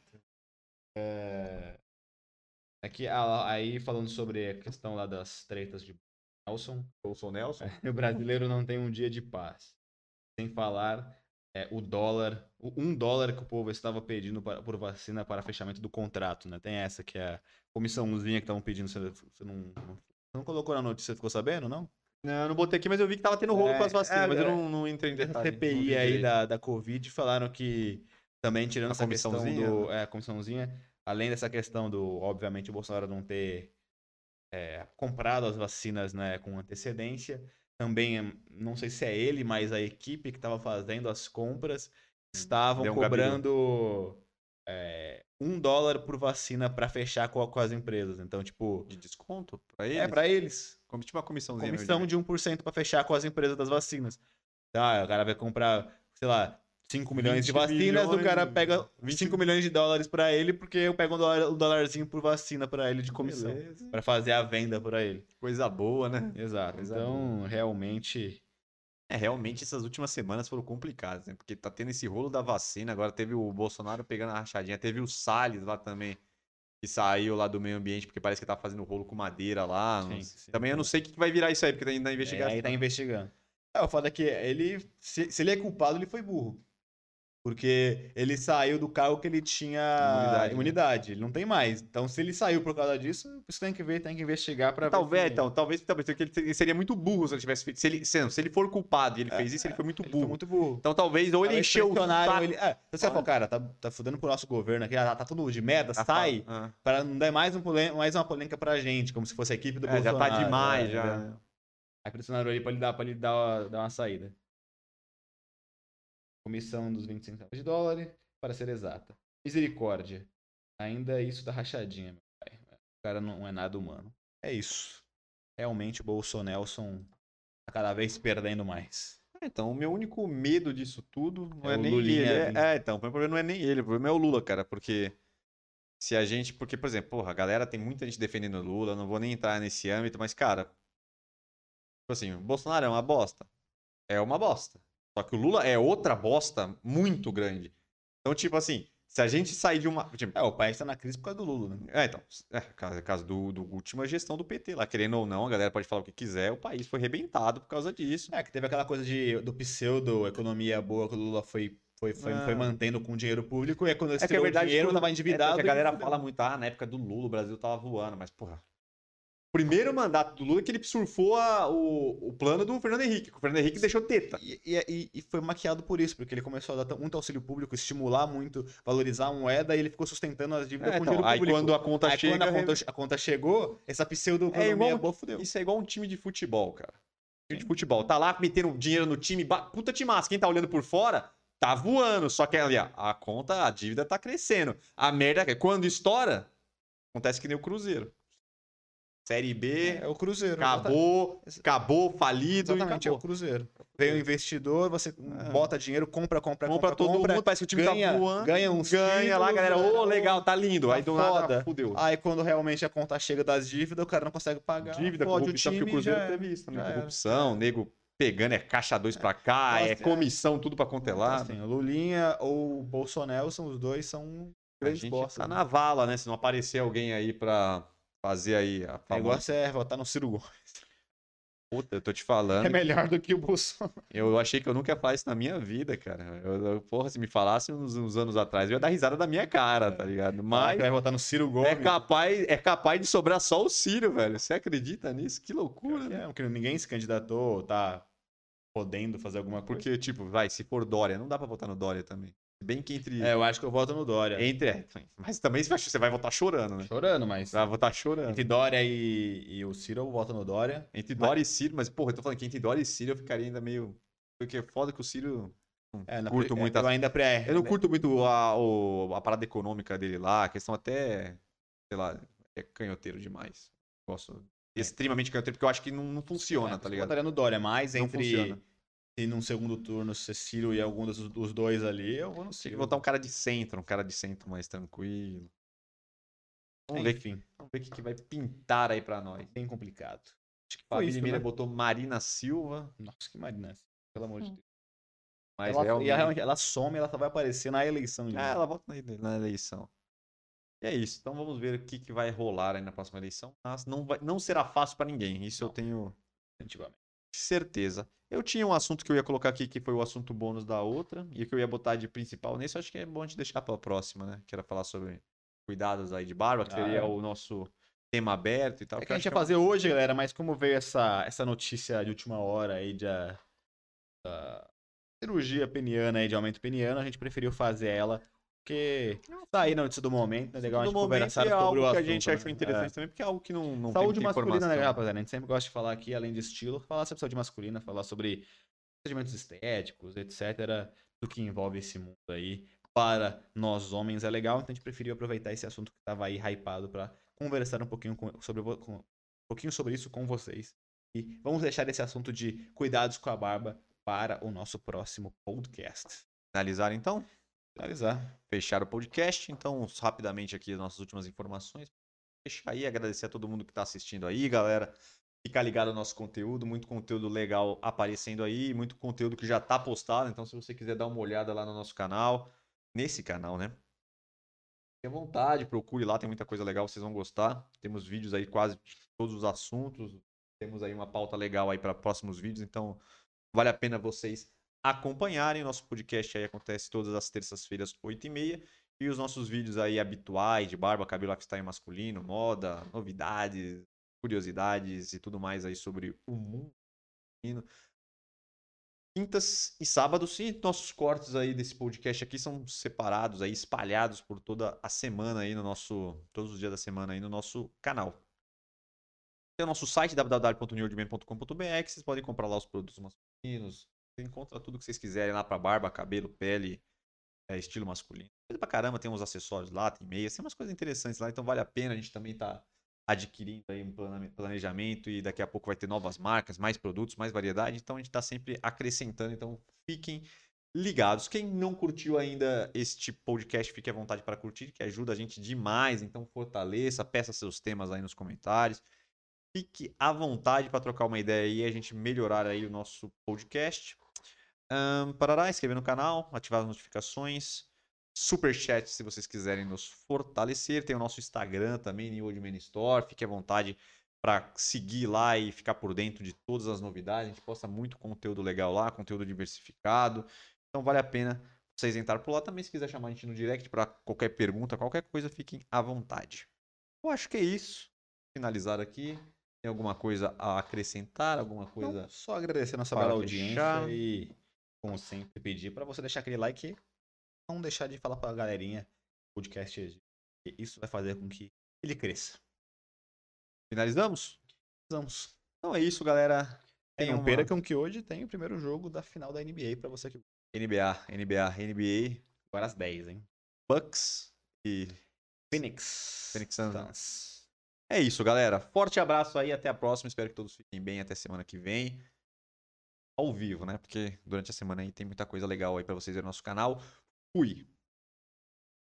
Speaker 2: é? Aqui, ah, aí falando sobre a questão lá das tretas de Nelson,
Speaker 1: Eu sou o Nelson.
Speaker 2: o brasileiro não tem um dia de paz. Sem falar é, o dólar, o um dólar que o povo estava pedindo para, por vacina para fechamento do contrato, né? Tem essa que é a comissãozinha que estavam pedindo. Você, você não, não, você não colocou na notícia, ficou sabendo, não?
Speaker 1: Não, eu não botei aqui, mas eu vi que tava tendo rolo
Speaker 2: É,
Speaker 1: com as vacinas,
Speaker 2: é,
Speaker 1: mas eu
Speaker 2: é.
Speaker 1: não, não entrei em
Speaker 2: Essa
Speaker 1: detalhe.
Speaker 2: C P
Speaker 1: não vi
Speaker 2: I aí
Speaker 1: direito.
Speaker 2: da, da Covid falaram que também tirando
Speaker 1: A
Speaker 2: essa questão
Speaker 1: comissãozinha,
Speaker 2: do. É, a comissãozinha, além dessa questão do, obviamente, o Bolsonaro não ter é, comprado as vacinas, né, com antecedência. Também, não sei se é ele, mas a equipe que estava fazendo as compras estavam
Speaker 1: Deu um
Speaker 2: cobrando é, um dólar por vacina para fechar com, com as empresas. Então, tipo,
Speaker 1: De desconto pra eles?
Speaker 2: é para eles.
Speaker 1: Como tipo uma comissãozinha.
Speaker 2: Comissão
Speaker 1: mesmo.
Speaker 2: de um por cento para fechar com as empresas das vacinas. Tá, o cara vai comprar, sei lá, cinco milhões de
Speaker 1: vinte
Speaker 2: vacinas, o cara
Speaker 1: milhões,
Speaker 2: pega
Speaker 1: vinte
Speaker 2: cinco milhões de dólares para ele, porque eu pego um dólar, um dólarzinho por vacina para ele de comissão.
Speaker 1: Beleza.
Speaker 2: Para fazer a venda para ele.
Speaker 1: Coisa boa, né?
Speaker 2: Exato.
Speaker 1: Coisa
Speaker 2: Então, realmente.
Speaker 1: É, realmente essas últimas semanas foram complicadas, né? Porque tá tendo esse rolo da vacina, agora teve o Bolsonaro pegando a rachadinha, teve o Salles lá também, que saiu lá do meio ambiente, porque parece que tá fazendo rolo com madeira lá.
Speaker 2: Sim,
Speaker 1: não-
Speaker 2: sim.
Speaker 1: Também eu não sei o que que vai virar isso aí, porque tá indo na
Speaker 2: É,
Speaker 1: investigação.
Speaker 2: aí tá investigando. É, o foda é que ele. Se, se ele é culpado, ele foi burro. Porque ele saiu do cargo que ele tinha
Speaker 1: Imunidade, né?
Speaker 2: imunidade. Ele não tem mais. Então, se ele saiu por causa disso, você tem que ver, tem que investigar pra
Speaker 1: Talvez,
Speaker 2: ver. se-
Speaker 1: então, talvez, talvez porque ele ele seria muito burro se ele tivesse feito. Se ele, se, não, se ele for culpado e ele fez isso, ele foi muito
Speaker 2: Ele
Speaker 1: burro.
Speaker 2: foi muito burro.
Speaker 1: Então talvez, ou ele
Speaker 2: Talvez
Speaker 1: encheu o
Speaker 2: pressionaram
Speaker 1: saco.
Speaker 2: ele. É, você fala, cara, tá, tá fudendo pro nosso governo aqui, ah, tá tudo de merda,
Speaker 1: Ah,
Speaker 2: sai,
Speaker 1: ah.
Speaker 2: pra não dar mais, um polê- mais uma polêmica pra gente, como se fosse a equipe do
Speaker 1: É, já
Speaker 2: Bolsonaro.
Speaker 1: tá demais,
Speaker 2: é,
Speaker 1: já.
Speaker 2: entendeu? Aí pressionaram ele pra ele dar, pra ele dar, dar uma saída. Comissão dos vinte e cinco centavos de dólar, para ser exata. Misericórdia. Ainda isso da rachadinha, meu pai. O cara não é nada humano. É isso. Realmente o Bolsonelson tá cada vez perdendo mais.
Speaker 1: É, então, o meu único medo disso tudo não
Speaker 2: É
Speaker 1: é,
Speaker 2: o
Speaker 1: nem
Speaker 2: Lulinha
Speaker 1: ele.
Speaker 2: vir.
Speaker 1: É, é, então, o problema não é nem ele, o problema é o Lula, cara, porque se a gente. Porque, por exemplo, porra, a galera tem muita gente defendendo o Lula, não vou nem entrar nesse âmbito, mas, cara. Tipo assim, o Bolsonaro é uma bosta. É uma bosta. Só que o Lula é outra bosta muito grande. Então, tipo assim, Se a gente sair de uma. Tipo,
Speaker 2: É, o país tá na crise por causa do Lula, né?
Speaker 1: é, então. É, caso, caso do, do última gestão do P T lá. Querendo ou não, a galera pode falar o que quiser, o país foi arrebentado por causa disso.
Speaker 2: É, que teve aquela coisa de, do pseudo economia boa que o Lula foi, foi, foi, foi
Speaker 1: Ah,
Speaker 2: mantendo com dinheiro público, e aí quando ele
Speaker 1: é que é
Speaker 2: tirou o
Speaker 1: verdade,
Speaker 2: dinheiro,
Speaker 1: tudo-
Speaker 2: tava
Speaker 1: é,
Speaker 2: endividado.
Speaker 1: que a
Speaker 2: e
Speaker 1: galera
Speaker 2: fudeu.
Speaker 1: fala muito, ah, na época do Lula o Brasil tava voando, mas, porra. O primeiro mandato do Lula é que ele surfou a- o, o plano do Fernando Henrique, que o Fernando Henrique deixou teta.
Speaker 2: E, e, e foi maquiado por isso, porque ele começou a dar muito auxílio público, estimular muito, valorizar a moeda, e ele ficou sustentando as dívidas
Speaker 1: É,
Speaker 2: com
Speaker 1: então,
Speaker 2: dinheiro
Speaker 1: aí
Speaker 2: público.
Speaker 1: quando a conta
Speaker 2: Aí
Speaker 1: chega.
Speaker 2: quando a conta, a conta chegou, essa
Speaker 1: É
Speaker 2: pseudo-economia
Speaker 1: igual,
Speaker 2: boa fudeu.
Speaker 1: isso é igual um time de futebol, cara. Time de
Speaker 2: Sim.
Speaker 1: futebol. Tá lá metendo dinheiro no time, ba- puta timaço. Quem tá olhando por fora, tá voando. Só que ali, ó, a conta, a dívida tá crescendo. A merda é que quando estoura, acontece que nem o Cruzeiro. Série B,
Speaker 2: É o Cruzeiro.
Speaker 1: acabou, acabou, falido
Speaker 2: Exatamente,
Speaker 1: e
Speaker 2: é o
Speaker 1: acabou.
Speaker 2: Cruzeiro. Veio o investidor, você bota dinheiro, compra, compra, compra,
Speaker 1: Compra todo
Speaker 2: compra,
Speaker 1: mundo, parece que o time
Speaker 2: ganha,
Speaker 1: tá voando.
Speaker 2: ganha uns
Speaker 1: Ganha lá,
Speaker 2: títulos,
Speaker 1: galera.
Speaker 2: né?
Speaker 1: Ô, legal, tá lindo.
Speaker 2: Tá
Speaker 1: Aí do
Speaker 2: foda.
Speaker 1: nada, fudeu.
Speaker 2: Aí quando realmente a conta chega das dívidas, o cara não consegue pagar.
Speaker 1: Dívida,
Speaker 2: fode
Speaker 1: corrupção,
Speaker 2: o
Speaker 1: porque o
Speaker 2: time,
Speaker 1: Cruzeiro
Speaker 2: já
Speaker 1: teve
Speaker 2: era,
Speaker 1: isso também.
Speaker 2: já era,
Speaker 1: Corrupção,
Speaker 2: já era.
Speaker 1: nego pegando, é caixa dois pra cá,
Speaker 2: Então,
Speaker 1: é
Speaker 2: assim,
Speaker 1: comissão, tudo pra quanto é
Speaker 2: Então,
Speaker 1: lado.
Speaker 2: assim, o Lulinha ou o Bolsonaro, são os dois, são
Speaker 1: A
Speaker 2: grandes
Speaker 1: gente
Speaker 2: bostas.
Speaker 1: tá
Speaker 2: né?
Speaker 1: na vala, né? Se não aparecer alguém aí pra fazer aí a
Speaker 2: É igual
Speaker 1: famosa.
Speaker 2: você votar no Ciro Gomes.
Speaker 1: Puta, eu tô te
Speaker 2: É
Speaker 1: falando.
Speaker 2: melhor do que o Bolsonaro.
Speaker 1: Eu achei que eu nunca ia falar isso na minha vida, cara. Eu, eu- porra, se me falasse uns, uns anos atrás, eu ia dar risada da minha cara, tá ligado?
Speaker 2: Falar
Speaker 1: Mas
Speaker 2: que vai votar no Ciro
Speaker 1: é
Speaker 2: Gomes.
Speaker 1: capaz, é capaz de sobrar só o Ciro, velho. Você acredita nisso? Que loucura,
Speaker 2: Pior que
Speaker 1: né?
Speaker 2: é, porque ninguém se candidatou, tá podendo fazer alguma coisa.
Speaker 1: Porque, tipo, vai, se for Dória, não dá pra votar no Dória também. Se bem que entre.
Speaker 2: É, eu acho que eu voto no Dória.
Speaker 1: Entre. é, mas também você vai, você vai votar chorando, né?
Speaker 2: Chorando, mas.
Speaker 1: Vai votar chorando.
Speaker 2: Entre Dória e, e o Ciro, eu voto no Dória.
Speaker 1: Entre Dória e Ciro, mas, porra, eu tô falando que entre Dória e Ciro eu ficaria ainda meio. Porque é foda que o Ciro. Não
Speaker 2: É, na
Speaker 1: curto
Speaker 2: pre-
Speaker 1: muito.
Speaker 2: eu
Speaker 1: as-
Speaker 2: ainda pré.
Speaker 1: Eu não curto muito a, o- a parada econômica dele lá, a questão até. Sei lá, é canhoteiro demais. Gosto. Extremamente canhoteiro, porque eu acho que não, não funciona,
Speaker 2: É,
Speaker 1: tá
Speaker 2: eu
Speaker 1: ligado?
Speaker 2: votaria no Dória, mas
Speaker 1: Não
Speaker 2: entre.
Speaker 1: funciona.
Speaker 2: Se num segundo turno ser Ciro e algum dos, dos dois ali, eu vou no
Speaker 1: Tinha
Speaker 2: Ciro.
Speaker 1: que votar um cara de centro, um cara de centro mais tranquilo. Vamos ver,
Speaker 2: Enfim,
Speaker 1: vamos ver o que, que vai pintar aí pra nós.
Speaker 2: bem complicado. Acho que foi
Speaker 1: Fabi
Speaker 2: isso,
Speaker 1: Mira
Speaker 2: né?
Speaker 1: botou Marina Silva,
Speaker 2: Nossa, que marina. Pelo amor de Deus.
Speaker 1: mas
Speaker 2: Ela,
Speaker 1: realmente.
Speaker 2: e ela, realmente, ela some, ela só vai aparecer na eleição. de
Speaker 1: Ah,
Speaker 2: novo.
Speaker 1: ela vota na, na eleição. E é isso. Então vamos ver o que, que vai rolar aí na próxima eleição. Mas não, vai, não será fácil pra ninguém. Isso eu
Speaker 2: Não.
Speaker 1: tenho
Speaker 2: Definitivamente.
Speaker 1: certeza. Eu tinha um assunto que eu ia colocar aqui, que foi o assunto bônus da outra. E o que eu ia botar de principal nesse, eu acho que é bom a gente deixar pra próxima, né? Que era falar sobre cuidados aí de barba, que
Speaker 2: Ah,
Speaker 1: seria
Speaker 2: é.
Speaker 1: o nosso tema aberto e tal.
Speaker 2: É
Speaker 1: que
Speaker 2: que
Speaker 1: eu
Speaker 2: a
Speaker 1: acho
Speaker 2: gente ia
Speaker 1: que é uma-
Speaker 2: fazer hoje, galera, mas como veio essa, essa notícia de última hora aí de, a- da cirurgia peniana aí, de aumento peniano, a gente preferiu fazer ela, porque tá aí na notícia do momento, é legal a
Speaker 1: No
Speaker 2: gente
Speaker 1: momento
Speaker 2: conversar
Speaker 1: é
Speaker 2: sobre
Speaker 1: algo
Speaker 2: o
Speaker 1: que
Speaker 2: assunto.
Speaker 1: a gente
Speaker 2: né?
Speaker 1: achou interessante
Speaker 2: É.
Speaker 1: também, porque é algo que não, não
Speaker 2: Saúde
Speaker 1: tem muita
Speaker 2: masculina, né,
Speaker 1: informação.
Speaker 2: rapaziada? A gente sempre gosta de falar aqui, além de estilo, falar sobre saúde masculina, falar sobre procedimentos estéticos, etcétera, do que envolve esse mundo aí. Para nós homens é legal, então a gente preferiu aproveitar esse assunto que estava aí hypado para conversar um pouquinho com- sobre, vo- com- um pouquinho sobre isso com vocês. E vamos deixar esse assunto de cuidados com a barba para o nosso próximo podcast.
Speaker 1: Finalizar então?
Speaker 2: Finalizar.
Speaker 1: Fechar o podcast. Então, rapidamente aqui as nossas últimas informações. Fechar aí, agradecer a todo mundo que está assistindo aí, galera. Ficar ligado no nosso conteúdo, muito conteúdo legal aparecendo aí, muito conteúdo que já está postado. Então, se você quiser dar uma olhada lá no nosso canal, nesse canal, né? Fique à vontade, procure lá, tem muita coisa legal, vocês vão gostar. Temos vídeos aí quase de todos os assuntos. Temos aí uma pauta legal aí para próximos vídeos, então vale a pena vocês acompanharem. Nosso podcast aí acontece todas as terças-feiras, oito e meia. E os nossos vídeos aí habituais de barba, cabelo, lifestyle masculino, moda, novidades, curiosidades e tudo mais aí sobre o mundo feminino. Quintas e sábados, e nossos cortes aí desse podcast aqui são separados aí, espalhados por toda a semana aí no nosso, todos os dias da semana aí no nosso canal. Tem o nosso site w w w ponto new old man ponto com ponto b r, que vocês podem comprar lá os produtos masculinos. Você encontra tudo que vocês quiserem lá para barba, cabelo, pele, é, estilo masculino. Coisa pra caramba, tem uns acessórios lá, tem meias, tem umas coisas interessantes lá, então vale a pena. A gente também tá adquirindo aí um plane- planejamento e daqui a pouco vai ter novas marcas, mais produtos, mais variedade. Então a gente tá sempre acrescentando, então fiquem ligados. Quem não curtiu ainda este podcast, fique à vontade para curtir, que ajuda a gente demais. Então fortaleça, peça seus temas aí nos comentários. Fique à vontade para trocar uma ideia aí e a gente melhorar aí o nosso podcast. Um, parará, inscrever no canal, ativar as notificações. Superchat se vocês quiserem nos fortalecer. Tem o nosso Instagram também, New Old Man Store. Fique à vontade para seguir lá e ficar por dentro de todas as novidades. A gente posta muito conteúdo legal lá, conteúdo diversificado. Então vale a pena vocês entrarem por lá também. Se quiser chamar a gente no direct para qualquer pergunta, qualquer coisa, fiquem à vontade. Eu acho que é isso. Finalizar aqui. Tem alguma coisa a acrescentar? Alguma coisa?
Speaker 2: Não, só agradecer a nossa
Speaker 1: para
Speaker 2: bela
Speaker 1: fechar.
Speaker 2: audiência e, como sempre, pedir para você deixar aquele like e não deixar de falar para a galerinha podcast. Isso vai fazer com que ele cresça.
Speaker 1: Finalizamos?
Speaker 2: Vamos.
Speaker 1: Então é isso, galera.
Speaker 2: É,
Speaker 1: Tenham
Speaker 2: não
Speaker 1: uma...
Speaker 2: percam que hoje tem o primeiro jogo da final da N B A para você que
Speaker 1: N B A, N B A, N B A.
Speaker 2: agora às dez, hein?
Speaker 1: Bucks e
Speaker 2: Phoenix.
Speaker 1: Phoenix Suns.
Speaker 2: Suns.
Speaker 1: É isso, galera. Forte abraço aí, até a próxima. Espero que todos fiquem bem até semana que vem. Ao vivo, né? Porque durante a semana aí tem muita coisa legal aí pra vocês ver no nosso canal. Fui!